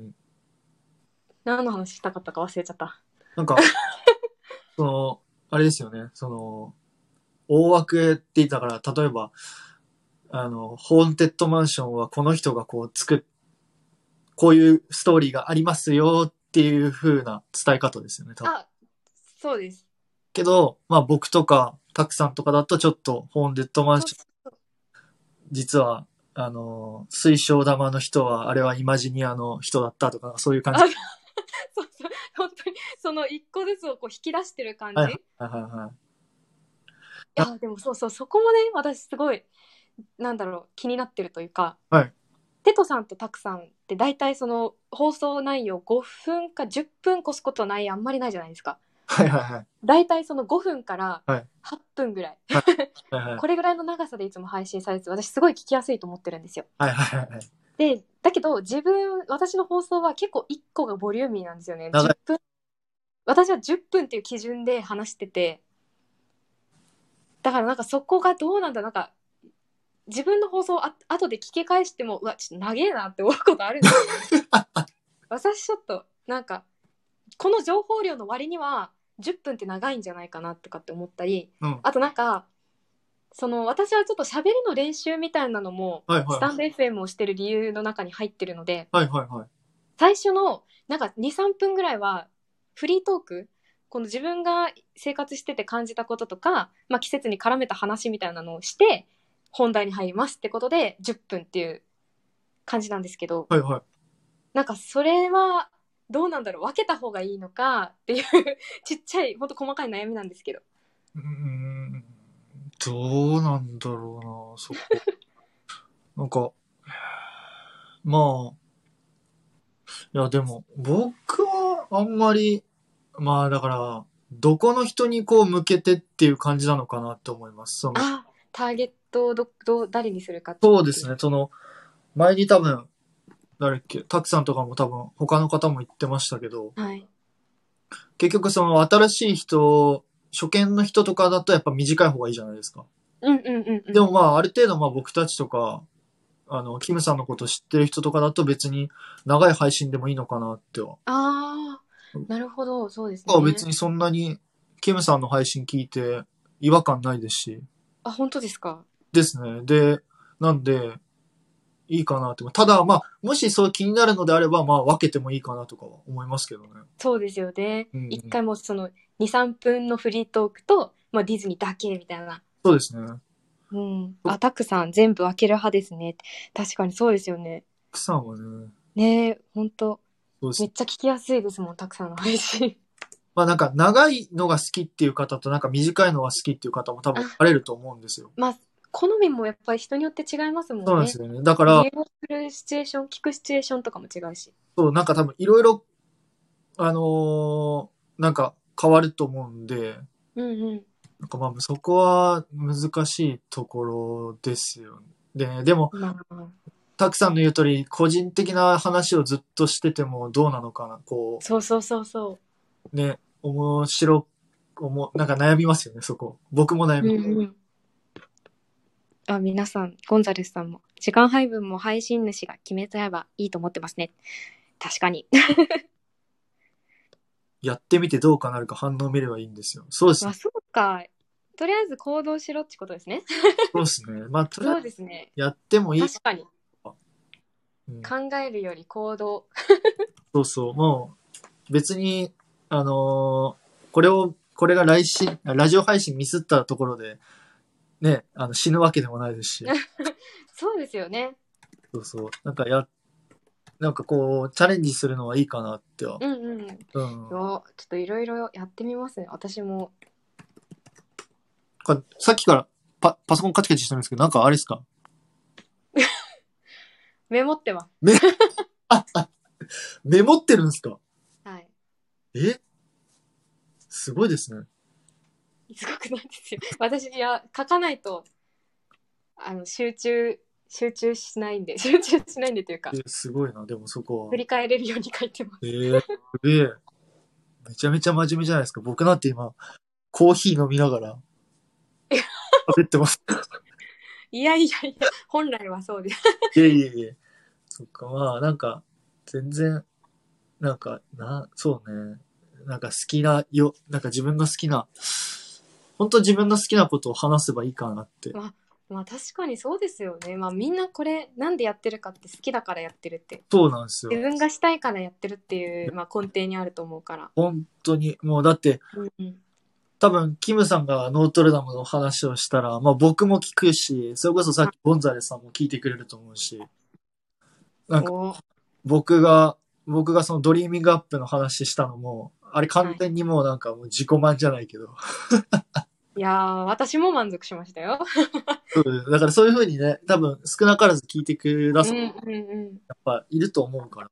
何の話したかったか忘れちゃった。 なんか、その、あれですよね。その、大枠って言ったから、例えば、ホーンテッドマンションはこの人がこうこういうストーリーがありますよっていう風な伝え方ですよね、多分。 あ、そうです。 けど、まあ僕とか、たくさんとかだとちょっと、ホーンテッドマンそうション、実は、水晶玉の人は、あれはイマジニアの人だったとか、そういう感あ、 じ。 そうそう、本当に、その一個ずつをこう引き出してる感はいはいじ。いはいはい。 や、でもそうそう、そこもね、私すごい、なんだろう、気になってるというか、 はい。 テトさんとタクさんって大体その放送内容5分か10分越すことないあんまりないじゃないですか。 はいはいはい。 大体その5分からはい。 8分ぐらい。 はいはいはい。 これぐらいの長さでいつも配信されてて、私すごい聞きやすいと思ってるんですよ。 はいはいはいはい。 で、だけど私の放送は結構1個がボリューミーなんですよね。10 長い。 分。私は10分っていう基準で話してて、だからなんかそこがどうなんだ、なんか自分の放送を後で聞き返しても、うわ、ちょっと長えなって思うことあるんですよね。私ちょっと、なんか、この情報量の割には10分って長いんじゃないかなとかって思ったり、 うん。 あとなんか、その私はちょっと喋りの練習みたいなのもはいはいはい。 スタンド FM をしてる理由の中に入ってるので、 はいはいはい。 最初のなんか2、3分ぐらいはフリートーク、この自分が生活してて感じたこととか、まあ、季節に絡めた話みたいなのをして本題に入りますってことで10分っていう感じなんですけど、 はいはい。 なんかそれはどうなんだろう、分けた方がいいのかっていうちっちゃいほんと細かい悩みなんですけど。 どうなんだろうな、そこ。なんか、まあ、いやでも、僕はあんまり、まあだから、どこの人にこう向けてっていう感じなのかなって思います。 あ、ターゲットを誰にするかっていう。 そうですね、前に多分、誰っけ、たくさんとかも多分、他の方も言ってましたけど、 はい。 結局新しい人、初見の人とかだとやっぱ短い方がいいじゃないですか。 うんうんうんうん。 でもまあ、ある程度まあ僕たちとか、キムさんのこと知ってる人とかだと別に長い配信でもいいのかなっては。 ああ、なるほど、そうですね。 別にそんなに、キムさんの配信聞いて違和感ないですし。 あ、本当ですか。 ですね。で、なんで、いいかなって。ただ、まあ、もしそう気になるのであれば、まあ、分けてもいいかなとかは思いますけどね。 そうですよね。 うん。 一回もうその2、3分のフリートークと、まあ、ディズニーだけみたいな。 そうですね。 うん。あ、タクさん全部開ける派ですね。確かにそうですよね。 クさんはね、 ねえ、ほんと。 そうです。 めっちゃ聞きやすいですもん、タクさんの配信。 まあなんか長いのが好きっていう方となんか短いのが好きっていう方も多分分あ、 かれると思うんですよ。 まあ、好みもやっぱり人によって違いますもんね。 そうなんですよね。だから、 利用するシチュエーション、聞くシチュエーションとかも違うし。 そう、なんか多分いろいろ、なんか変わると思うんで、 うんうん。 なんかまあそこは難しいところですよね。でね、でも、 まあ、 たくさんの言う通り、個人的な話をずっとしててもどうなのかな、 そうそうそうそね、面白、なんか悩みますよね、そこ。僕も悩う。うみ。 んうん。あ、皆さん、ゴンザレスさんも、時間配分も配信主が決めちゃえばいいと思ってますね。確かに。 やってみてどうかなるか反応を見ればいいんですよ。そうですまあ、 ね。 そうか。とりあえず行動しろってことですね。 そうですね。まあ、とりあえそうずですね。 やってもいい。 確かに。 うん考えるより行動。 そうそう、もう、別に、これがラジオ配信ミスったところで、ね、死ぬわけでもないですし、 そうですよね。 そうそう、なんかこう、チャレンジするのはいいかなっては。 うんうん。 うん。 ちょっといろいろやってみますね。私も。 さっきからパソコンカチカチしてるんですけど、なんかあれですか？ メモってます。 メモってるんですか？ はい。 えすごいですね。 すごくないですよ。私、書かないと、集中しないんで、集中しないんでというか、 すごいな、でもそこは。 振り返れるように書いてます。 すげえ。めちゃめちゃ真面目じゃないですか。僕なんて今、コーヒー飲みながら喋ってます。 いやいやいや、本来はそうです。 いえいえいえ。そっか、まあ、なんか、全然、そうね。なんかなんか自分の好きな、本当自分の好きなことを話せばいいかなって。 まあ確かにそうですよね。まあみんなこれなんでやってるかって好きだからやってるって。 そうなんですよ。 自分がしたいからやってるっていう、まあ、根底にあると思うから。 本当に、もうだって、 うんうん、 多分、キムさんがノートルダムの話をしたら、まあ僕も聞くし、それこそさっきボンザレスさんも聞いてくれると思うし、なんかお僕がそのドリーミングアップの話したのも、あれ完全にもうなんかもう自己満じゃないけど。 いやー、私も満足しましたよ。 そうだからそういう風にね、多分少なからず聞いてくださる、 うんうんうん。 やっぱいると思うから。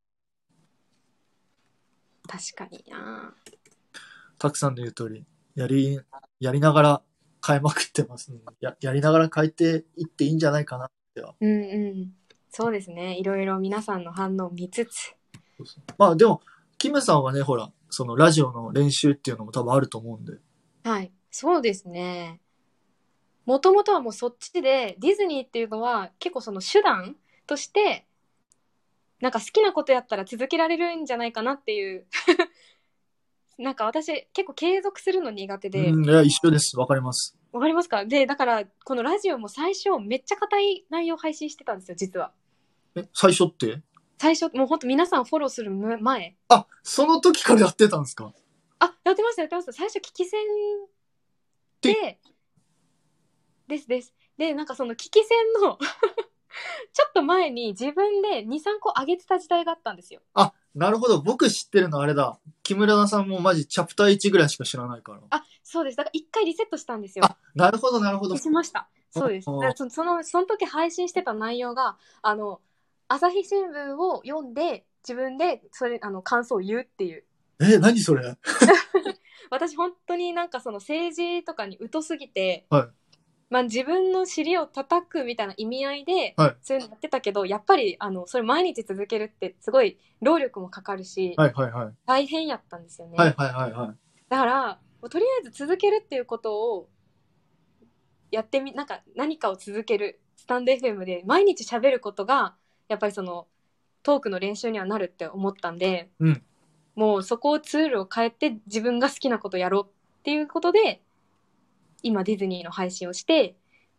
確かにな。 たくさんの言う通り、やりながら変えまくってます、ね。やりながら変えていっていいんじゃないかなっては。 うんうん。そうですね。いろいろ皆さんの反応を見つつ。 まあでも、キムさんはね、ほら、そのラジオの練習っていうのも多分あると思うんで。 はい。そうですね。もともとはもうそっちで、ディズニーっていうのは結構その手段として、なんか好きなことやったら続けられるんじゃないかなっていうなんか私結構継続するの苦手で、 うん、いや、一緒です。わかります。 わかりますか？で、だからこのラジオも最初めっちゃ硬い内容配信してたんですよ、実は。 最初って最初、もうほんと皆さんフォローする前。 あ、その時からやってたんですか？ あ、やってました、やってました。最初聞き戦で、です。で、なんかその聞き戦のちょっと前に自分で2、3個上げてた時代があったんですよ。 あ、なるほど。僕知ってるのあれだ。木村さんもマジチャプター1ぐらいしか知らないから。 あ、そうです。だから一回リセットしたんですよ。 あ、なるほど、なるほど。 消しました。そうです。だからその時配信してた内容が、朝日新聞を読んで、自分で感想を言うっていう。 何それ？ 私本当になんかその政治とかに疎すぎて、 はい。 まあ自分の尻を叩くみたいな意味合いで、 はい。 そういうのやってたけど、やっぱりそれ毎日続けるってすごい労力もかかるし、 はいはいはい。 大変やったんですよね。 はいはいはいはい。 だから、とりあえず続けるっていうことをやってなんか何かを続ける。スタンド FM で毎日喋ることが、やっぱりそのトークの練習にはなるって思ったんで、 うん。 もうそこをツールを変えて自分が好きなことやろうっていうことで、今ディズニーの配信をして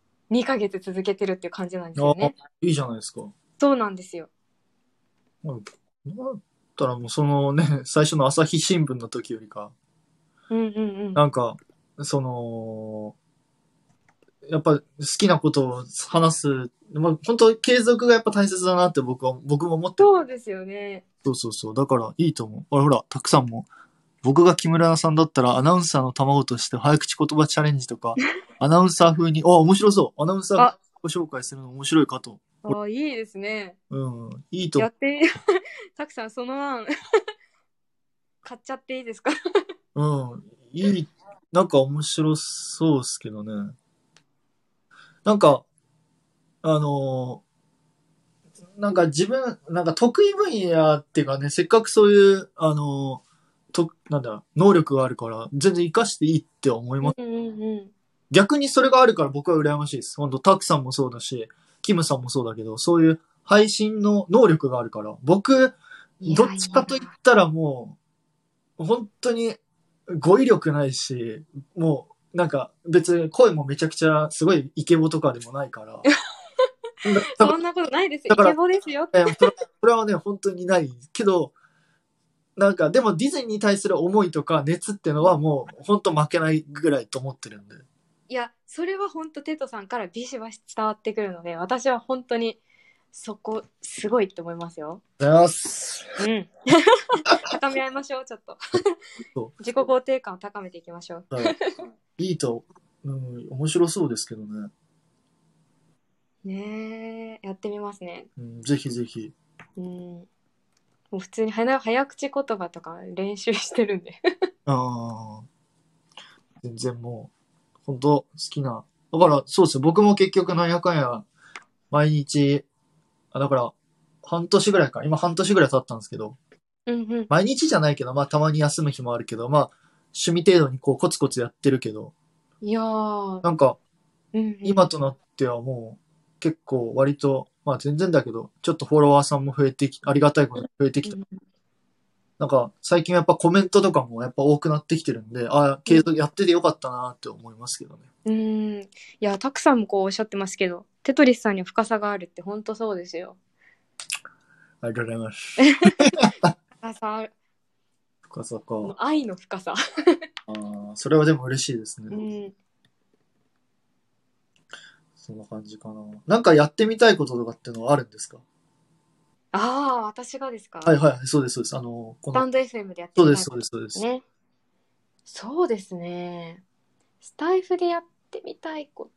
2ヶ月続けてるっていう感じなんですよね。 いいじゃないですか。 そうなんですよ。 だったらもうそのね、最初の朝日新聞の時よりか、 うんうんうん。 なんか、その、やっぱ好きなことを話す、まあ、本当継続がやっぱ大切だなって僕も思ってる。 そうですよね。 そう。だからいいと思う。ほら、たくさんも。僕が木村さんだったらアナウンサーの卵として早口言葉チャレンジとか、アナウンサー風に、面白そう。アナウンサーご紹介するの面白いかと。 いいですね。 うん、いいとやって、たくさんその案、買っちゃっていいですか？ うん、なんか面白そうっすけどね。なんか、なんか自分、なんか得意分野っていうかね、せっかくそういう、能力があるから、全然活かしていいって思います。 うんうんうん。 逆にそれがあるから僕は羨ましいです。本当タクさんもそうだし、キムさんもそうだけど、そういう配信の能力があるから、僕、どっちかと言ったらもう、本当に語彙力ないし、もう、なんか別に声もめちゃくちゃすごいイケボとかでもないから、 そんなことないです。イだからケボですよ。 それはね、本当にないけど、なんか、でもディズニーに対する思いとか熱っていうのはもう本当負けないぐらいと思ってるんで。 いや、それは本当テトさんからビシバシ伝わってくるので、私は本当にそこすごいって思いますよ。 ありがとうございます。 うん。高め合いましょう、ちょっと。 そ自己肯定感を高めていきましょう。 う。だからいいと、面白そうですけどね。 ねえ、やってみますね。 ぜひぜひ。 もう普通に早口言葉とか練習してるんで。 ああ、全然もう、本当好きな。だから、そうですよ。僕も結局なんやかんや、毎日、だから、半年ぐらいか。今半年ぐらい経ったんですけど、毎日じゃないけど、まあたまに休む日もあるけど、まあ、趣味程度にこうコツコツやってるけど、 いやー、 なんか、今となってはもう、結構割と、まあ全然だけど、ちょっとフォロワーさんも増えてき、ありがたいことに増えてきた。なんか、最近やっぱコメントとかもやっぱ多くなってきてるんで、継続やっててよかったなって思いますけどね。 いや、たくさんもこうおっしゃってますけど、テトリスさんには深さがあるって本当そうですよ。 ありがとうございます。 深さある。 深さか。 愛の深さ。 それはでも嬉しいですね。そんな感じかな。なんかやってみたいこととかってのはあるんですか？ 私がですか？ はいはい、そうです、そうです。 スタンド FM でやってみたいこと、 そうです、そうです。 ね。そうですね。スタイフでやってみたいこと。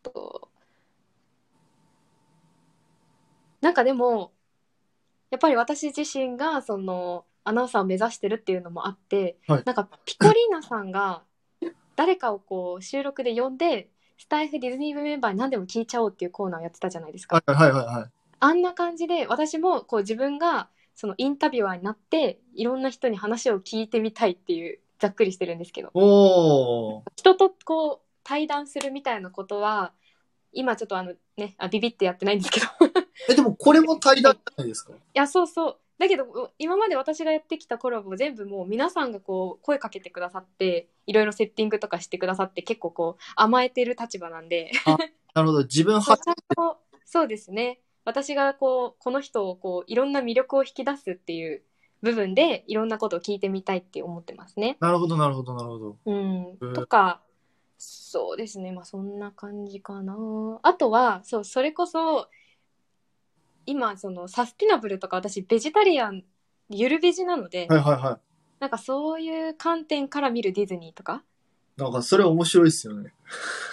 なんかでも、やっぱり私自身がそのアナウンサーを目指してるっていうのもあって、 はい、 なんかピコリーナさんが誰かをこう収録で呼んで、スタイフディズニー部メンバーに何でも聞いちゃおうっていうコーナーをやってたじゃないですか。 はいはいはいはい。 あんな感じで私もこう自分がそのインタビュアーになっていろんな人に話を聞いてみたいっていう、ざっくりしてるんですけど、人とこう対談するみたいなことは今ちょっとビビってやってないんですけどでもこれも対談じゃないですか？ いや、そうそう。だけど今まで私がやってきたコラボは全部もう皆さんがこう声かけてくださっていろいろセッティングとかしてくださって結構こう甘えてる立場なんでなるほど。自分そうちゃんとそうですね、私がこの人をこういろんな魅力を引き出すっていう部分でいろんなことを聞いてみたいって思ってますね。 なるほど、なるほど、なるほど。 とか、そうですね、まあそんな感じかな。あとはそれこそ今そのサスティナブルとか、私ベジタリアンゆるベジなので、 はいはいはい。 なんかそういう観点から見るディズニーとか。 なんかそれ面白いですよね。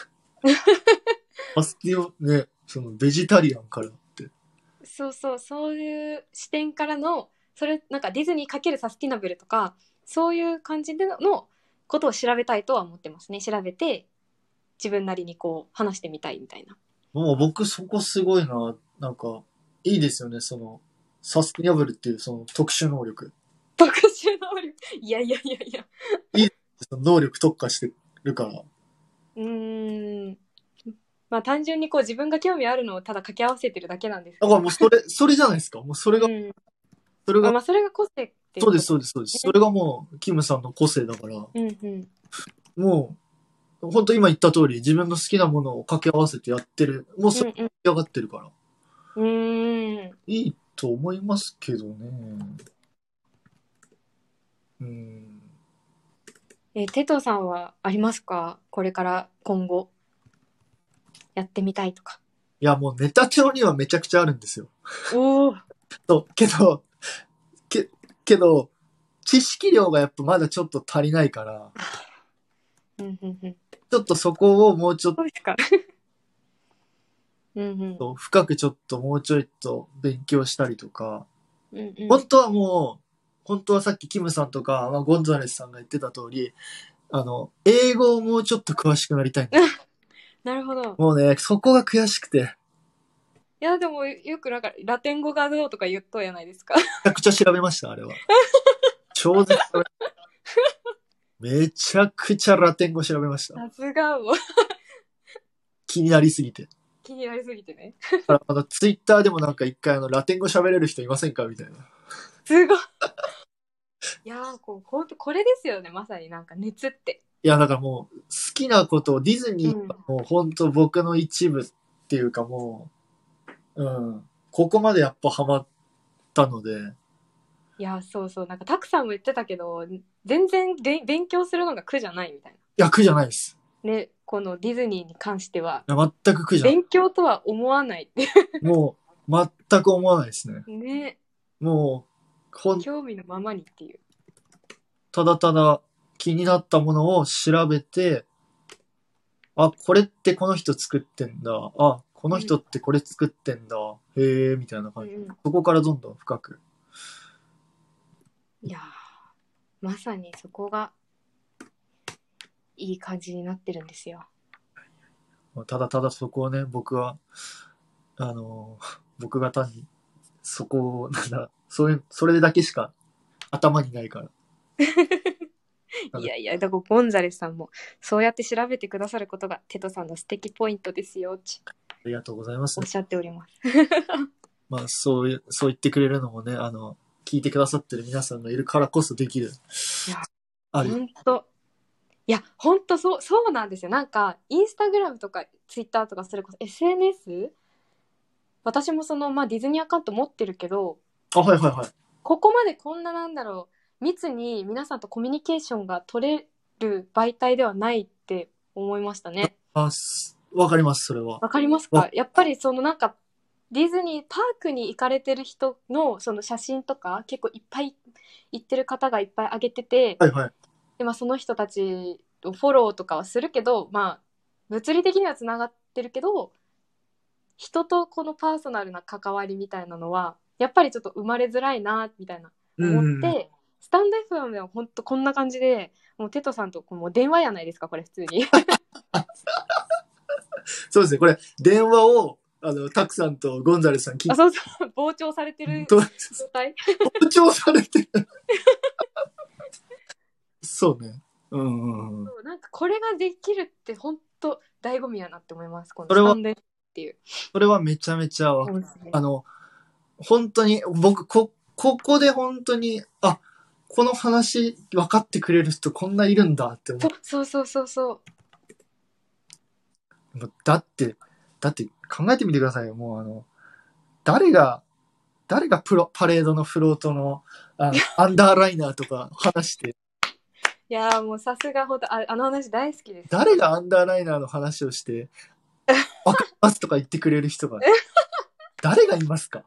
サスティね、そのベジタリアンからって。 そういう視点からの、それなんかディズニー×サスティナブルとか、そういう感じでのことを調べたいとは思ってますね。調べて自分なりにこう話してみたいみたいな。 もう僕そこすごいな。なんか、いいですよね。その、サスティナブルっていうその特殊能力。 特殊能力。いや。 いいその能力特化してるから。 まあ単純にこう自分が興味あるのをただ掛け合わせてるだけなんですけど。 だからもうそれじゃないですか。もうそれが、それが、 まあそれが個性っていう、 そうです、そうです、そうです。それがもう、キムさんの個性だから、もう、本当今言った通り、自分の好きなものを掛け合わせてやってる。もうそれに上がってるから。いいと思いますけどね。 テトさんはありますか？これから今後やってみたいとか。 いや、もうネタ帳にはめちゃくちゃあるんですよ。 おー。 そう、けど、知識量がやっぱまだちょっと足りないから、ちょっとそこをもうちょっそうですか。 と深くちょっともうちょいと勉強したりとか、本当はさっきキムさんとか、ゴンザレスさんが言ってた通り、英語をもうちょっと詳しくなりたいんです。 なるほど。 もうね、そこが悔しくて。 いや、でもよくなんかラテン語がどうとか言っとうやないですか。 めちゃくちゃ調べました、あれは。超絶めちゃくちゃラテン語調べました。 さすがもう。 気になりすぎて。 気になりすぎてね。 ツイッターでもなんか一回ラテン語喋れる人いませんかみたいな。 すごい。いやー、ほんとこれですよね、まさになんか熱って。 いや、だからもう、好きなことをディズニーはもう本当僕の一部っていうかもうん。ここまでやっぱハマったので。 いや、そうそう。なんか、たくさんも言ってたけど、全然で勉強するのが苦じゃないみたいいや、苦じゃないです。 な。ね、このディズニーに関しては、 いや全く苦じゃない。 勉強とは思わないって。 もう、全く思わないですね。 ね、 もう、 興味のままにっていう。 ただただ気になったものを調べて、あ、これってこの人作ってんだ。あ、この人ってこれ作ってんだ。へえ、みたいな感じ。 うんうん、 そこからどんどん深く。 いやー、まさにそこがいい感じになってるんですよ。 ただただそこをね、僕は、僕が単に、そこを、なんだ、それだけしか頭にないから。 いやいや、だからゴンザレスさんもそうやって調べてくださることがテトさんの素敵ポイントですよってありがとうございますおっ。しゃっております。 まあ、そう言ってくれるのもね、聞いてくださってる皆さんがいるからこそできる。 いや、 あり。 本当。いや、本当そうなんですよ。なんか、インスタグラムとかツイッターとかそれこそ SNS？ 私もまあディズニーアカウント持ってるけど、 あ、はいはいはい。 ここまでこんななんだろう、密に皆さんとコミュニケーションが取れる媒体ではないって思いましたね。 わかります、それは。 わかりますか？やっぱりなんか、ディズニーパークに行かれてる人のその写真とか結構いっぱい行ってる方がいっぱい上げてて、 はいはい。 で、まあ、その人たちをフォローとかはするけど、まあ、物理的にはつながってるけど、人とこのパーソナルな関わりみたいなのはやっぱりちょっと生まれづらいなみたいな思って、スタンド FM では本当こんな感じで、もうテトさんともう電話やないですか、これ普通に。 そうですね、これ、電話を、タクさんとゴンザレスさん聞いあ、そうそう、膨張されてると、 状態。 膨張されてる。そうね。うんうん。 そう、なんかこれができるって本当醍醐味やなって思います、このそれはスタンド FM っていう。 それはめちゃめちゃそうですね。 本当に、僕、ここで本当に、あ、この話分かってくれる人こんないるんだって思そうそうそうそうう。だって考えてみてくださいよ。もう誰がパレードのフロートの、アンダーライナーとか話して、 いやーもうさすが本当、あの話大好きです。 誰がアンダーライナーの話をして、分かりますとか言ってくれる人が、誰がいますか？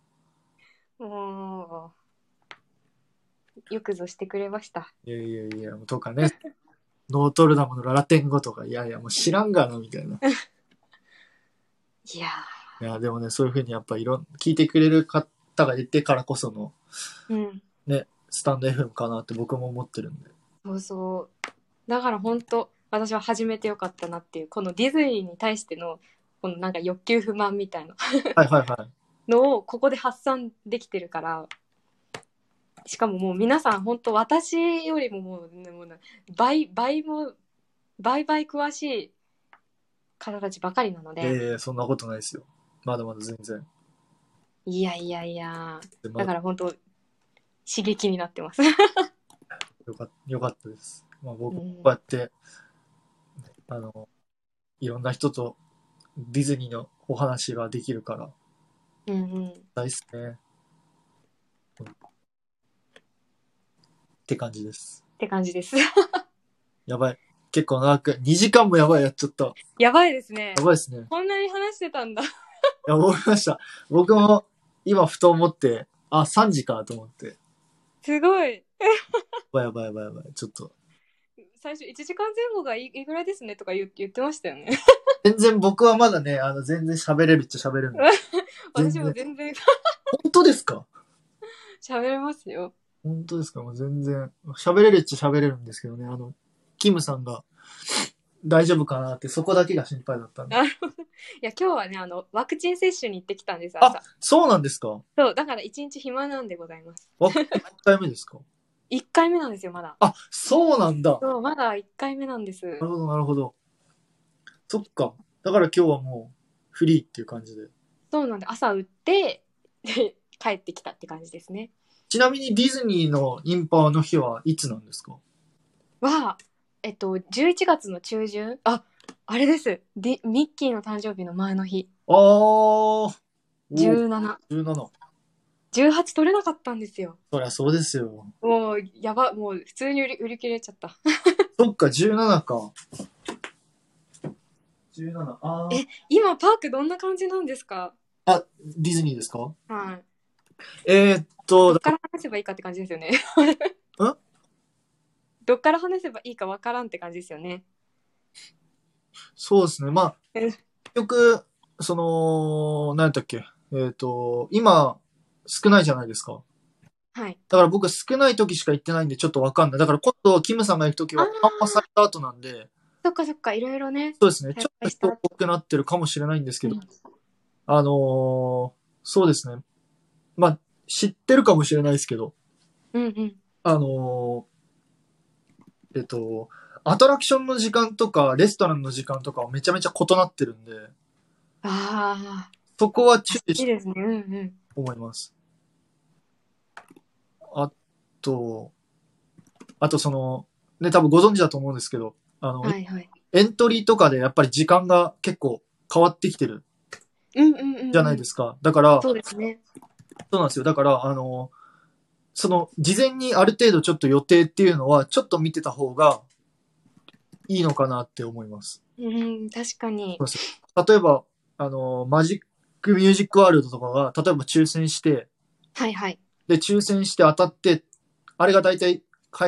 もうよくぞしてくれました。 いやいやいや、とかね、ノートルダムのラテン語とか、いやいや、もう知らんがな、みたいな。 いやいや、でもね、そういうふうにやっぱ聞いてくれる方がいてからこその、 ー、うん、 ね、スタンド FM かなって僕も思ってるんで。 そうそう。だから本当私は始めてよかったなっていう、このディズニーに対してのこのなんか欲求不満みたいなはいはいはい。 のをここで発散できてるから、しかももう皆さん本当私よりももう、ね、もう倍詳しい方たちばかりなので、 そんなことないですよ。まだまだ全然。 いやいやいや、 でだから本当刺激になってます。 よかったです。まあ、僕、こうんうやって、いろんな人とディズニーのお話ができるから、 うんうん。 大好きね。って感じです。 って感じです。 やばい。結構長く、2時間もやばい、やっちゃった。 やばいですね。 やばいですね。 こんなに話してたんだ。 いや、思いました。僕も今ふと思って、あ、3時かと思って。 すごい。 やばい。ちょっと。 最初1時間前後がいいぐらいですねとか言ってましたよね。 全然僕はまだね、全然喋れるっちゃ喋れるんで。 私も全然本当ですか？ 喋れますよ。 本当ですか？もう全然。喋れるっちゃ喋れるんですけどね、キムさんが大丈夫かなって、そこだけが心配だったんで。 いや、今日はね、ワクチン接種に行ってきたんです、 あ朝。、 そうなんですか？ そう、だから一日暇なんでございます。 1回目ですか 1回目なんですよ、まだ。 あ、そうなんだ。 そう、まだ1回目なんです。 なるほど、なるほど。そっか。だから今日はもう、フリーっていう感じで。 そうなんで、朝打ってで帰ってきたって感じですね。 ちなみにディズニーのインパーの日はいつなんですか？ は、11月の中旬、あれです。ミッキーの誕生日の前の日。 あー、 17。 17。 18取れなかったんですよ。 そりゃそうですよ。 もう、やば、もう普通に売り切れちゃった。 そっか、17か。17。あー。 今パークどんな感じなんですか？ あ、ディズニーですか？ はい。 えどっから話せばいいかって感じですよね。どっから話せばいいかわからんって感じですよね。 そうですね。まあ、 え結局、何だっけ。今、少ないじゃないですか。 はい。 だから僕少ない時しか行ってないんでちょっとわかんない。だから今度、キムさんが行く時あは緩和さあ、 れた後なんで、 そっかそっか、いろいろね、 そうですね。ち再ょっと開した後。 人多くなってるかもしれないんですけど、 うん。 そうですね。まあ、知ってるかもしれないですけど、 うんうん。 あのえっと、アトラクションの時間とか、レストランの時間とかはめちゃめちゃ異なってるんで、 ああ、 そこは注意していいですね。うんうん。 思います。あと、あとね、多分ご存知だと思うんですけど、 はいはい。 エントリーとかでやっぱり時間が結構変わってきてるうんうんうんじゃなうん。 いですか。だから、 そうですね。 そうなんですよ。だから、事前にある程度ちょっと予定っていうのは、ちょっと見てた方がいいのかなって思います。 うん、確かに。 そうですよ。例えば、マジックミュージックワールドとかが、例えば抽選して、 はいはい。 で、抽選して当たって、あれが大体、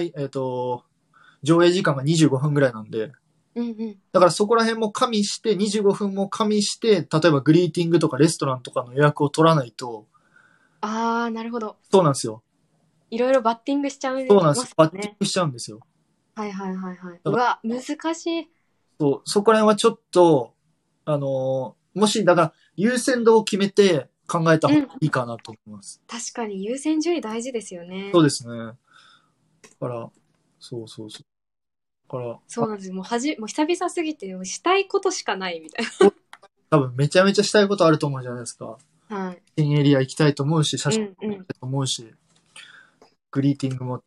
上映時間が25分ぐらいなんで、 うんうん。 だからそこら辺も加味して、25分も加味して、例えばグリーティングとかレストランとかの予約を取らないと、 ああ、なるほど。 そうなんですよ。 いろいろバッティングしちゃいそうなんですよ。 ますバッティンね。 グしちゃうんですよ。 はいはいはいはい。 だからうわ、難しい。 そこら辺はちょっと、もし、だから、優先度を決めて考えた方がうん。 いいかなと思います。 確かに優先順位大事ですよね。 そうですね。だから、そうそうそう。だから、 そうなんです。もう久々すぎて、もうしたいことしかないみたい多分めちゃめちゃしたいことあると思うじゃないですか。 な。はい。 新エリア行きたいと思うし、写う真撮んうん。 りたいと思うし、グリーティングもって。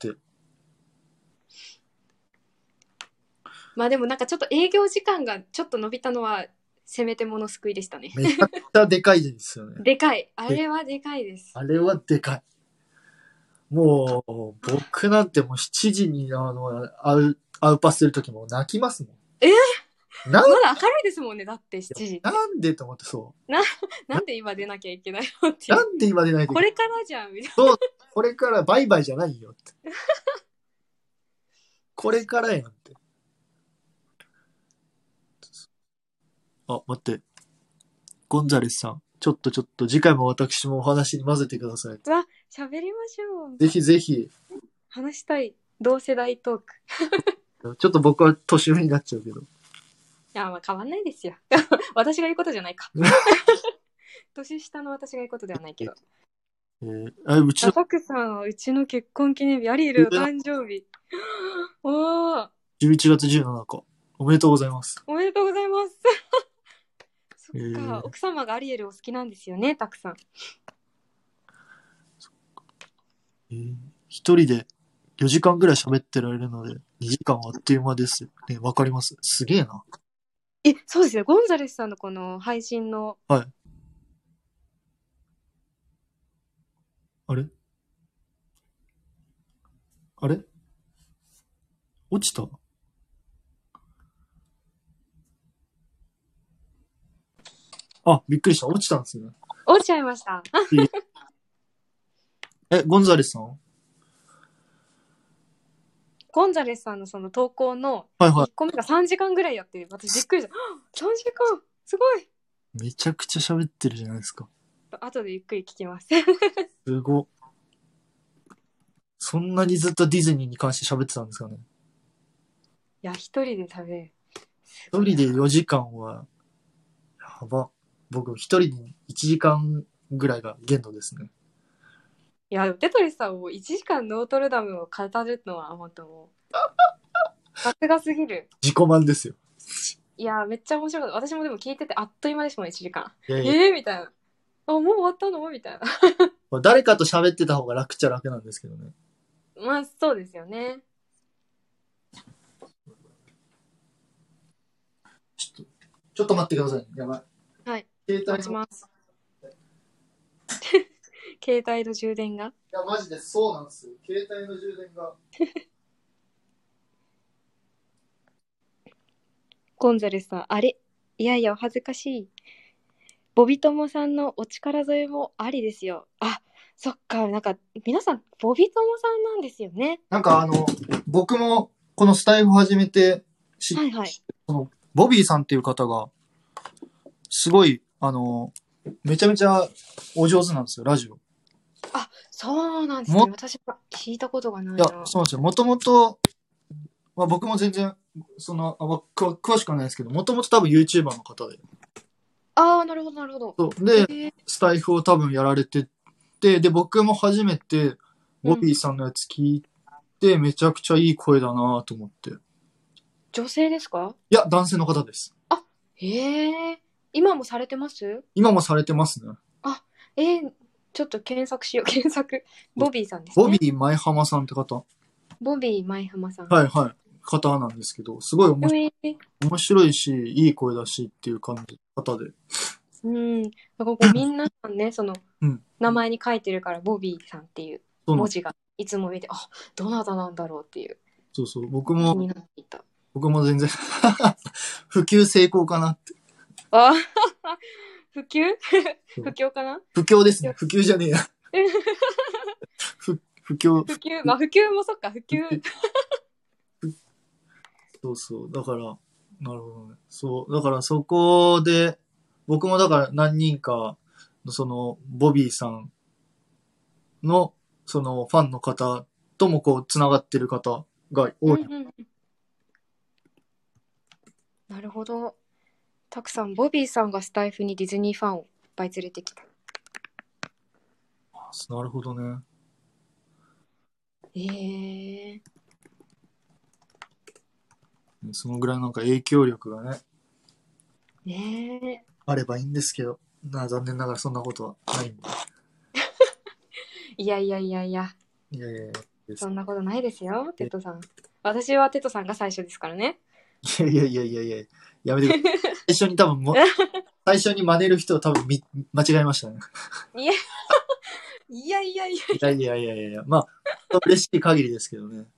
まあでもなんかちょっと営業時間がちょっと伸びたのは、せめてもの救いでしたね。 めちゃくちゃでかいですよね。 でかい。あで、 れはでかいです。 あれはでかい。もう、僕なんてもう7時に会うパスするときも泣きますもん。 えー、 な、 まだ明るいですもんね。だって7時って。 なんでと思ってそう。 な、なんで今出なきゃいけないのっていう。 なんで今でないといけない。 これからじゃん、みたいそう、これからバイバイじゃないよって。これからやんって。あ、待って。ゴンザレスさん。ちょっと、次回も私もお話に混ぜてください。 な。うわ、喋りましょう。 ぜひぜひ。 話したい。同世代トーク。 ちょっと僕は年上になっちゃうけど。 いや、まあ変わんないですよ。私が言うことじゃないか。年下の私が言うことではないけど。 うちの、 タクさんはうちの結婚記念日、アリエルの誕生日。おー、 11月17日。おめでとうございます。 おめでとうございます。そっか、 えー奥様がアリエルお好きなんですよね、たくさん。 一人で4時間ぐらい喋ってられるので、2時間はあっという間ですよ。ね、わかります。すげえな。 そうですよ。ゴンザレスさんのこの配信の、 はい。あれあれ落ちた？あ、びっくりした。落ちたんですね。 落ちちゃいました。 ゴンザレスさん？ ゴンザレスさんのその投稿のはいは 1個目が3時間ぐらいやってる。私びっくりした。3時間すごい。 い。めちゃくちゃ喋ってるじゃないですか。 後でゆっくり聞きます。 すご。そんなにずっとディズニーに関して喋ってたんですかね。 いや、一人で食べる。 一人で4時間は、やば。僕一人に1時間ぐらいが限度ですね。 いや、テトリスさんも1時間ノートルダムを語るのは本当もう、さすがすぎる。 自己満ですよ。 いや、めっちゃ面白かった。私もでも聞いててあっという間ですもん、1時間。 いやいや、 みたいな。あ、もう終わったのみたいな。 誰かと喋ってた方が楽っちゃ楽なんですけどね。 まあ、そうですよね。 ちょっと待ってください。やばい。 はい。 携帯の、 待ちます。 携帯の充電が。 いや、マジでそうなんですよ。携帯の充電が。 ゴンザレスさん、あれいやいや、お恥ずかしい。ボビトモさんのお力添えもありですよ。あ、そっか、なんか、皆さん、ボビトモさんなんですよね。 なんか僕もこのスタイフ始めてはいはい。 そのボビーさんっていう方が、すごい、めちゃめちゃお上手なんですよ、ラジオ。 あ、そうなんですね。私は聞いたことがないな。 いや、そうなんですよ。もともと、まあ、僕も全然、詳しくはないですけど、もともと多分 YouTuber の方で。 ああ、なるほど、なるほど。 そうで、スタイフを多分やられてて、で、僕も初めて、ボビーさんのやつ聞いて、めちゃくちゃいい声だなと思って。 女性ですか？ いや、男性の方です。 あ、へえ。今もされてます？ 今もされてますね。 あ、ちょっと検索しよう、検索。ボビーさんですね。 ボビー前浜さんって方。 ボビー前浜さん。 はいはい。方なんですけど、すごい面白いし、いい声だしっていう感じ、方で。 うん。だからこうみんなね、その、名前に書いてるから、ボビーさんっていう文字がいつも見て、あ、どなたなんだろうっていう。 そうそう、僕も気になっていた。 僕も全然普及成功かなって。 あ普及不況かな？ 不況ですね。普及じゃねえや。不況。 まあ普及もそっか、普及。 そうそう。だから、なるほどね。そう。だからそこで、僕もだから何人か、その、ボビーさんの、その、ファンの方ともこう、つながってる方が多い。 なるほど。たくさん、ボビーさんがスタイフにディズニーファンをいっぱい連れてきた。 なるほどね。そのぐらいなんか影響力がね。あればいいんですけど、残念ながらそんなことはないんで。 いやいやいやいや。 いやいやいや。 そんなことないですよ、テトさん。私はテトさんが最初ですからね。 いやいやいやいやいや、やめてください。最初に多分最初に真似る人を多分間違えましたね。 いや、いやいやいやいやいやいやいや、まあ、嬉しい限りですけどね。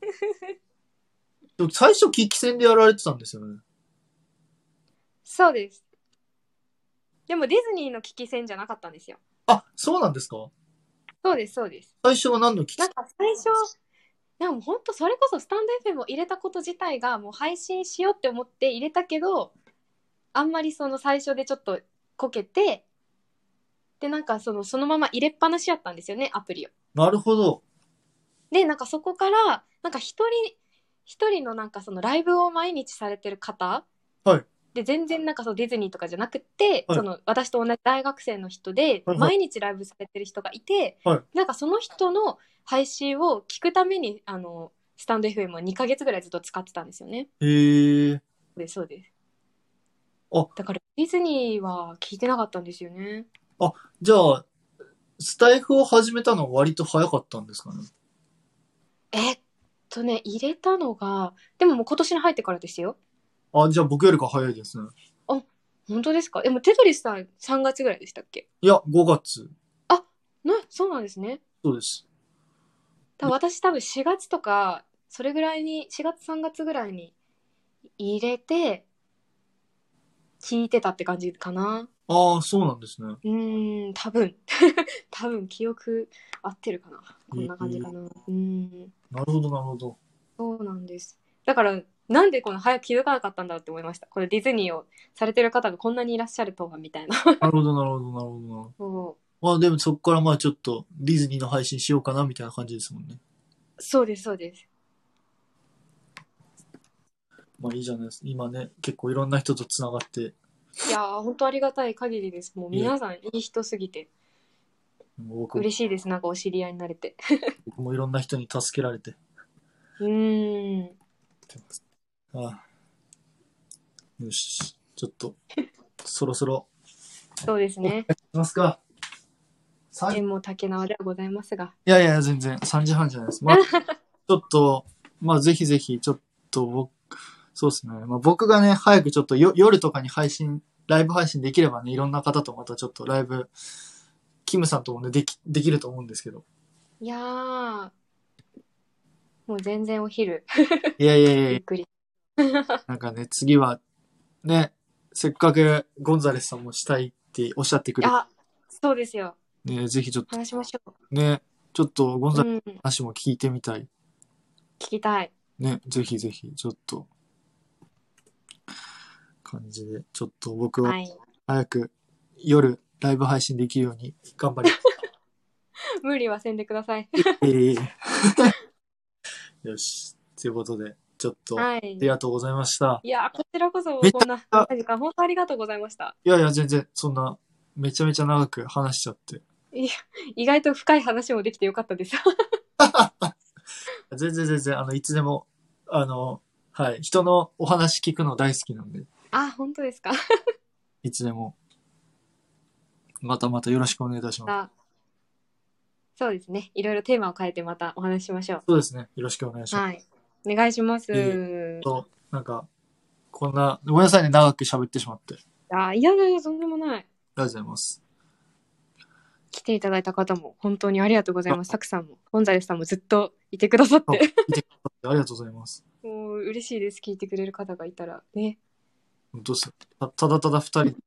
最初、危機戦でやられてたんですよね。 そうです。でもディズニーの危機戦じゃなかったんですよ。 あ、そうなんですか？ そうです、そうです。 最初は何の危機戦？ なんか最初、でも本当それこそスタンド FM を入れたこと自体がもう配信しようって思って入れたけど、あんまりその最初でちょっとこけて、でなんかそのまま入れっぱなしやったんですよね、アプリを。 なるほど。 でなんかそこからなんか一人のなんかそのライブを毎日されてる方、 はい。 で全然なんかディズニーとかじゃなくて、 はい、 その私と同じ大学生の人で、 はい、 毎日ライブされてる人がいて、 はい、 なんかその人の配信を聞くためにスタンド FM を2ヶ月ぐらいずっと使ってたんですよね。 へえ。 そうです。 あ、 だからディズニーは聞いてなかったんですよね。 あ、じゃあ、スタイフを始めたのは割と早かったんですかね。 入れたのが、でももう今年に入ってからですよ。 あ、じゃあ僕よりか早いですね。 あ、本当ですか？でもテトリスさん3月ぐらいでしたっけ？ いや、5月。 そうなんですね。 そうです。 私多分4月とか、それぐらいに、4月3月ぐらいに入れて、聞いてたって感じかな。 ああ、そうなんですね。 多分記憶合ってるかな。こんな感じかな。 なるほど、なるほど。 そうなんです。だから、なんでこの早く気づかなかったんだろうって思いました。これディズニーをされてる方がこんなにいらっしゃるとは、みたいな。 なるほど、なるほど、なるほど。まあでもそこからまあちょっとディズニーの配信しようかなみたいな感じですもんね。 そうです、そうです。 まあいいじゃないですか。今ね、結構いろんな人とつながって。 いやー、本当ありがたい限りです。もう皆さんいい人すぎて。嬉しいです。なんかお知り合いになれて。 僕もいろんな人に助けられて。ああ。よし。ちょっと、そろそろ。 そうですね。 いきますか。 縁も竹縄ではございますが。 いやいや、全然。3時半じゃないです。まあ、ちょっと、まあぜひぜひ、ちょっとそうですね。まあ僕がね、早くちょっと夜とかにライブ配信できればね、いろんな方とまたちょっとライブキムさんともね、できると思うんですけど。 いやー、もう全然お昼、 いやいやいやいや、 ゆっくり。 なんかね、次は、ね、せっかくゴンザレスさんもしたいっておっしゃってくれて、 あ、そうですよ。 ね、ぜひちょっと、 話しましょね、ちょっとゴンう。 ザレスうん、 の話も聞いてみたい。 聞きたい。 ね、ぜひぜひ、ちょっと、感じで、ちょっと僕ははい。 早く夜ライブ配信できるように頑張ります。 無理はせんでください。 よし。ということで、ちょっと、あはい。 りがとうございました。 いや、こちらこそめちゃこんな長い時間、本当ありがとうございました。 いやいや、全然、そんな、めちゃめちゃ長く話しちゃって。 いや、意外と深い話もできてよかったです。 全然全然、いつでも、はい、人のお話聞くの大好きなんで、 あ、本当ですか。 いつでも、またまたよろしくお願いいたします。 あ、そうですね。いろいろテーマを変えてまたお話ししましょそうですね。よろしくお願いしう。 ます。 はい。お願いします。 なんか、こんな、ごめんなさいね、長く喋ってしまって。 あ、いやいやいや、とんでもない。 ありがとうございます。 来ていただいた方も本当にありがとうございます。サクさんも、ゴンザレスさんもずっといてくださって。 見てくださってありがとうございます。 もう嬉しいです。聞いてくれる方がいたらね。 どうするただただ二人、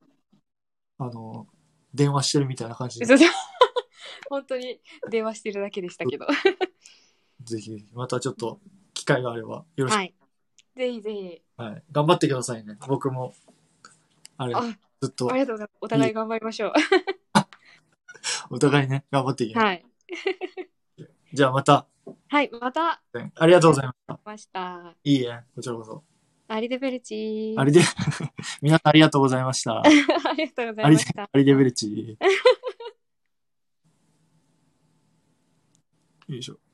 電話してるみたいな感じで。 嘘だ本当に電話してるだけでしたけど。 ぜひぜひ、またちょっと、機会があれば、よろしく。 はい。ぜひぜひ。 はい。頑張ってくださいね。僕も、 あ、 ずっとあ、りがとうございます。お互い頑張りましょう。 お互いね、頑張っていきます。 はい。 じゃあまた、 はい、またありがとうございました。 ました。 いいえ、こちらこそ。 アリデベルチー。 ありで、皆さんありがとうございました。 ありがとうございました。 アリデベルチ。よいしょ。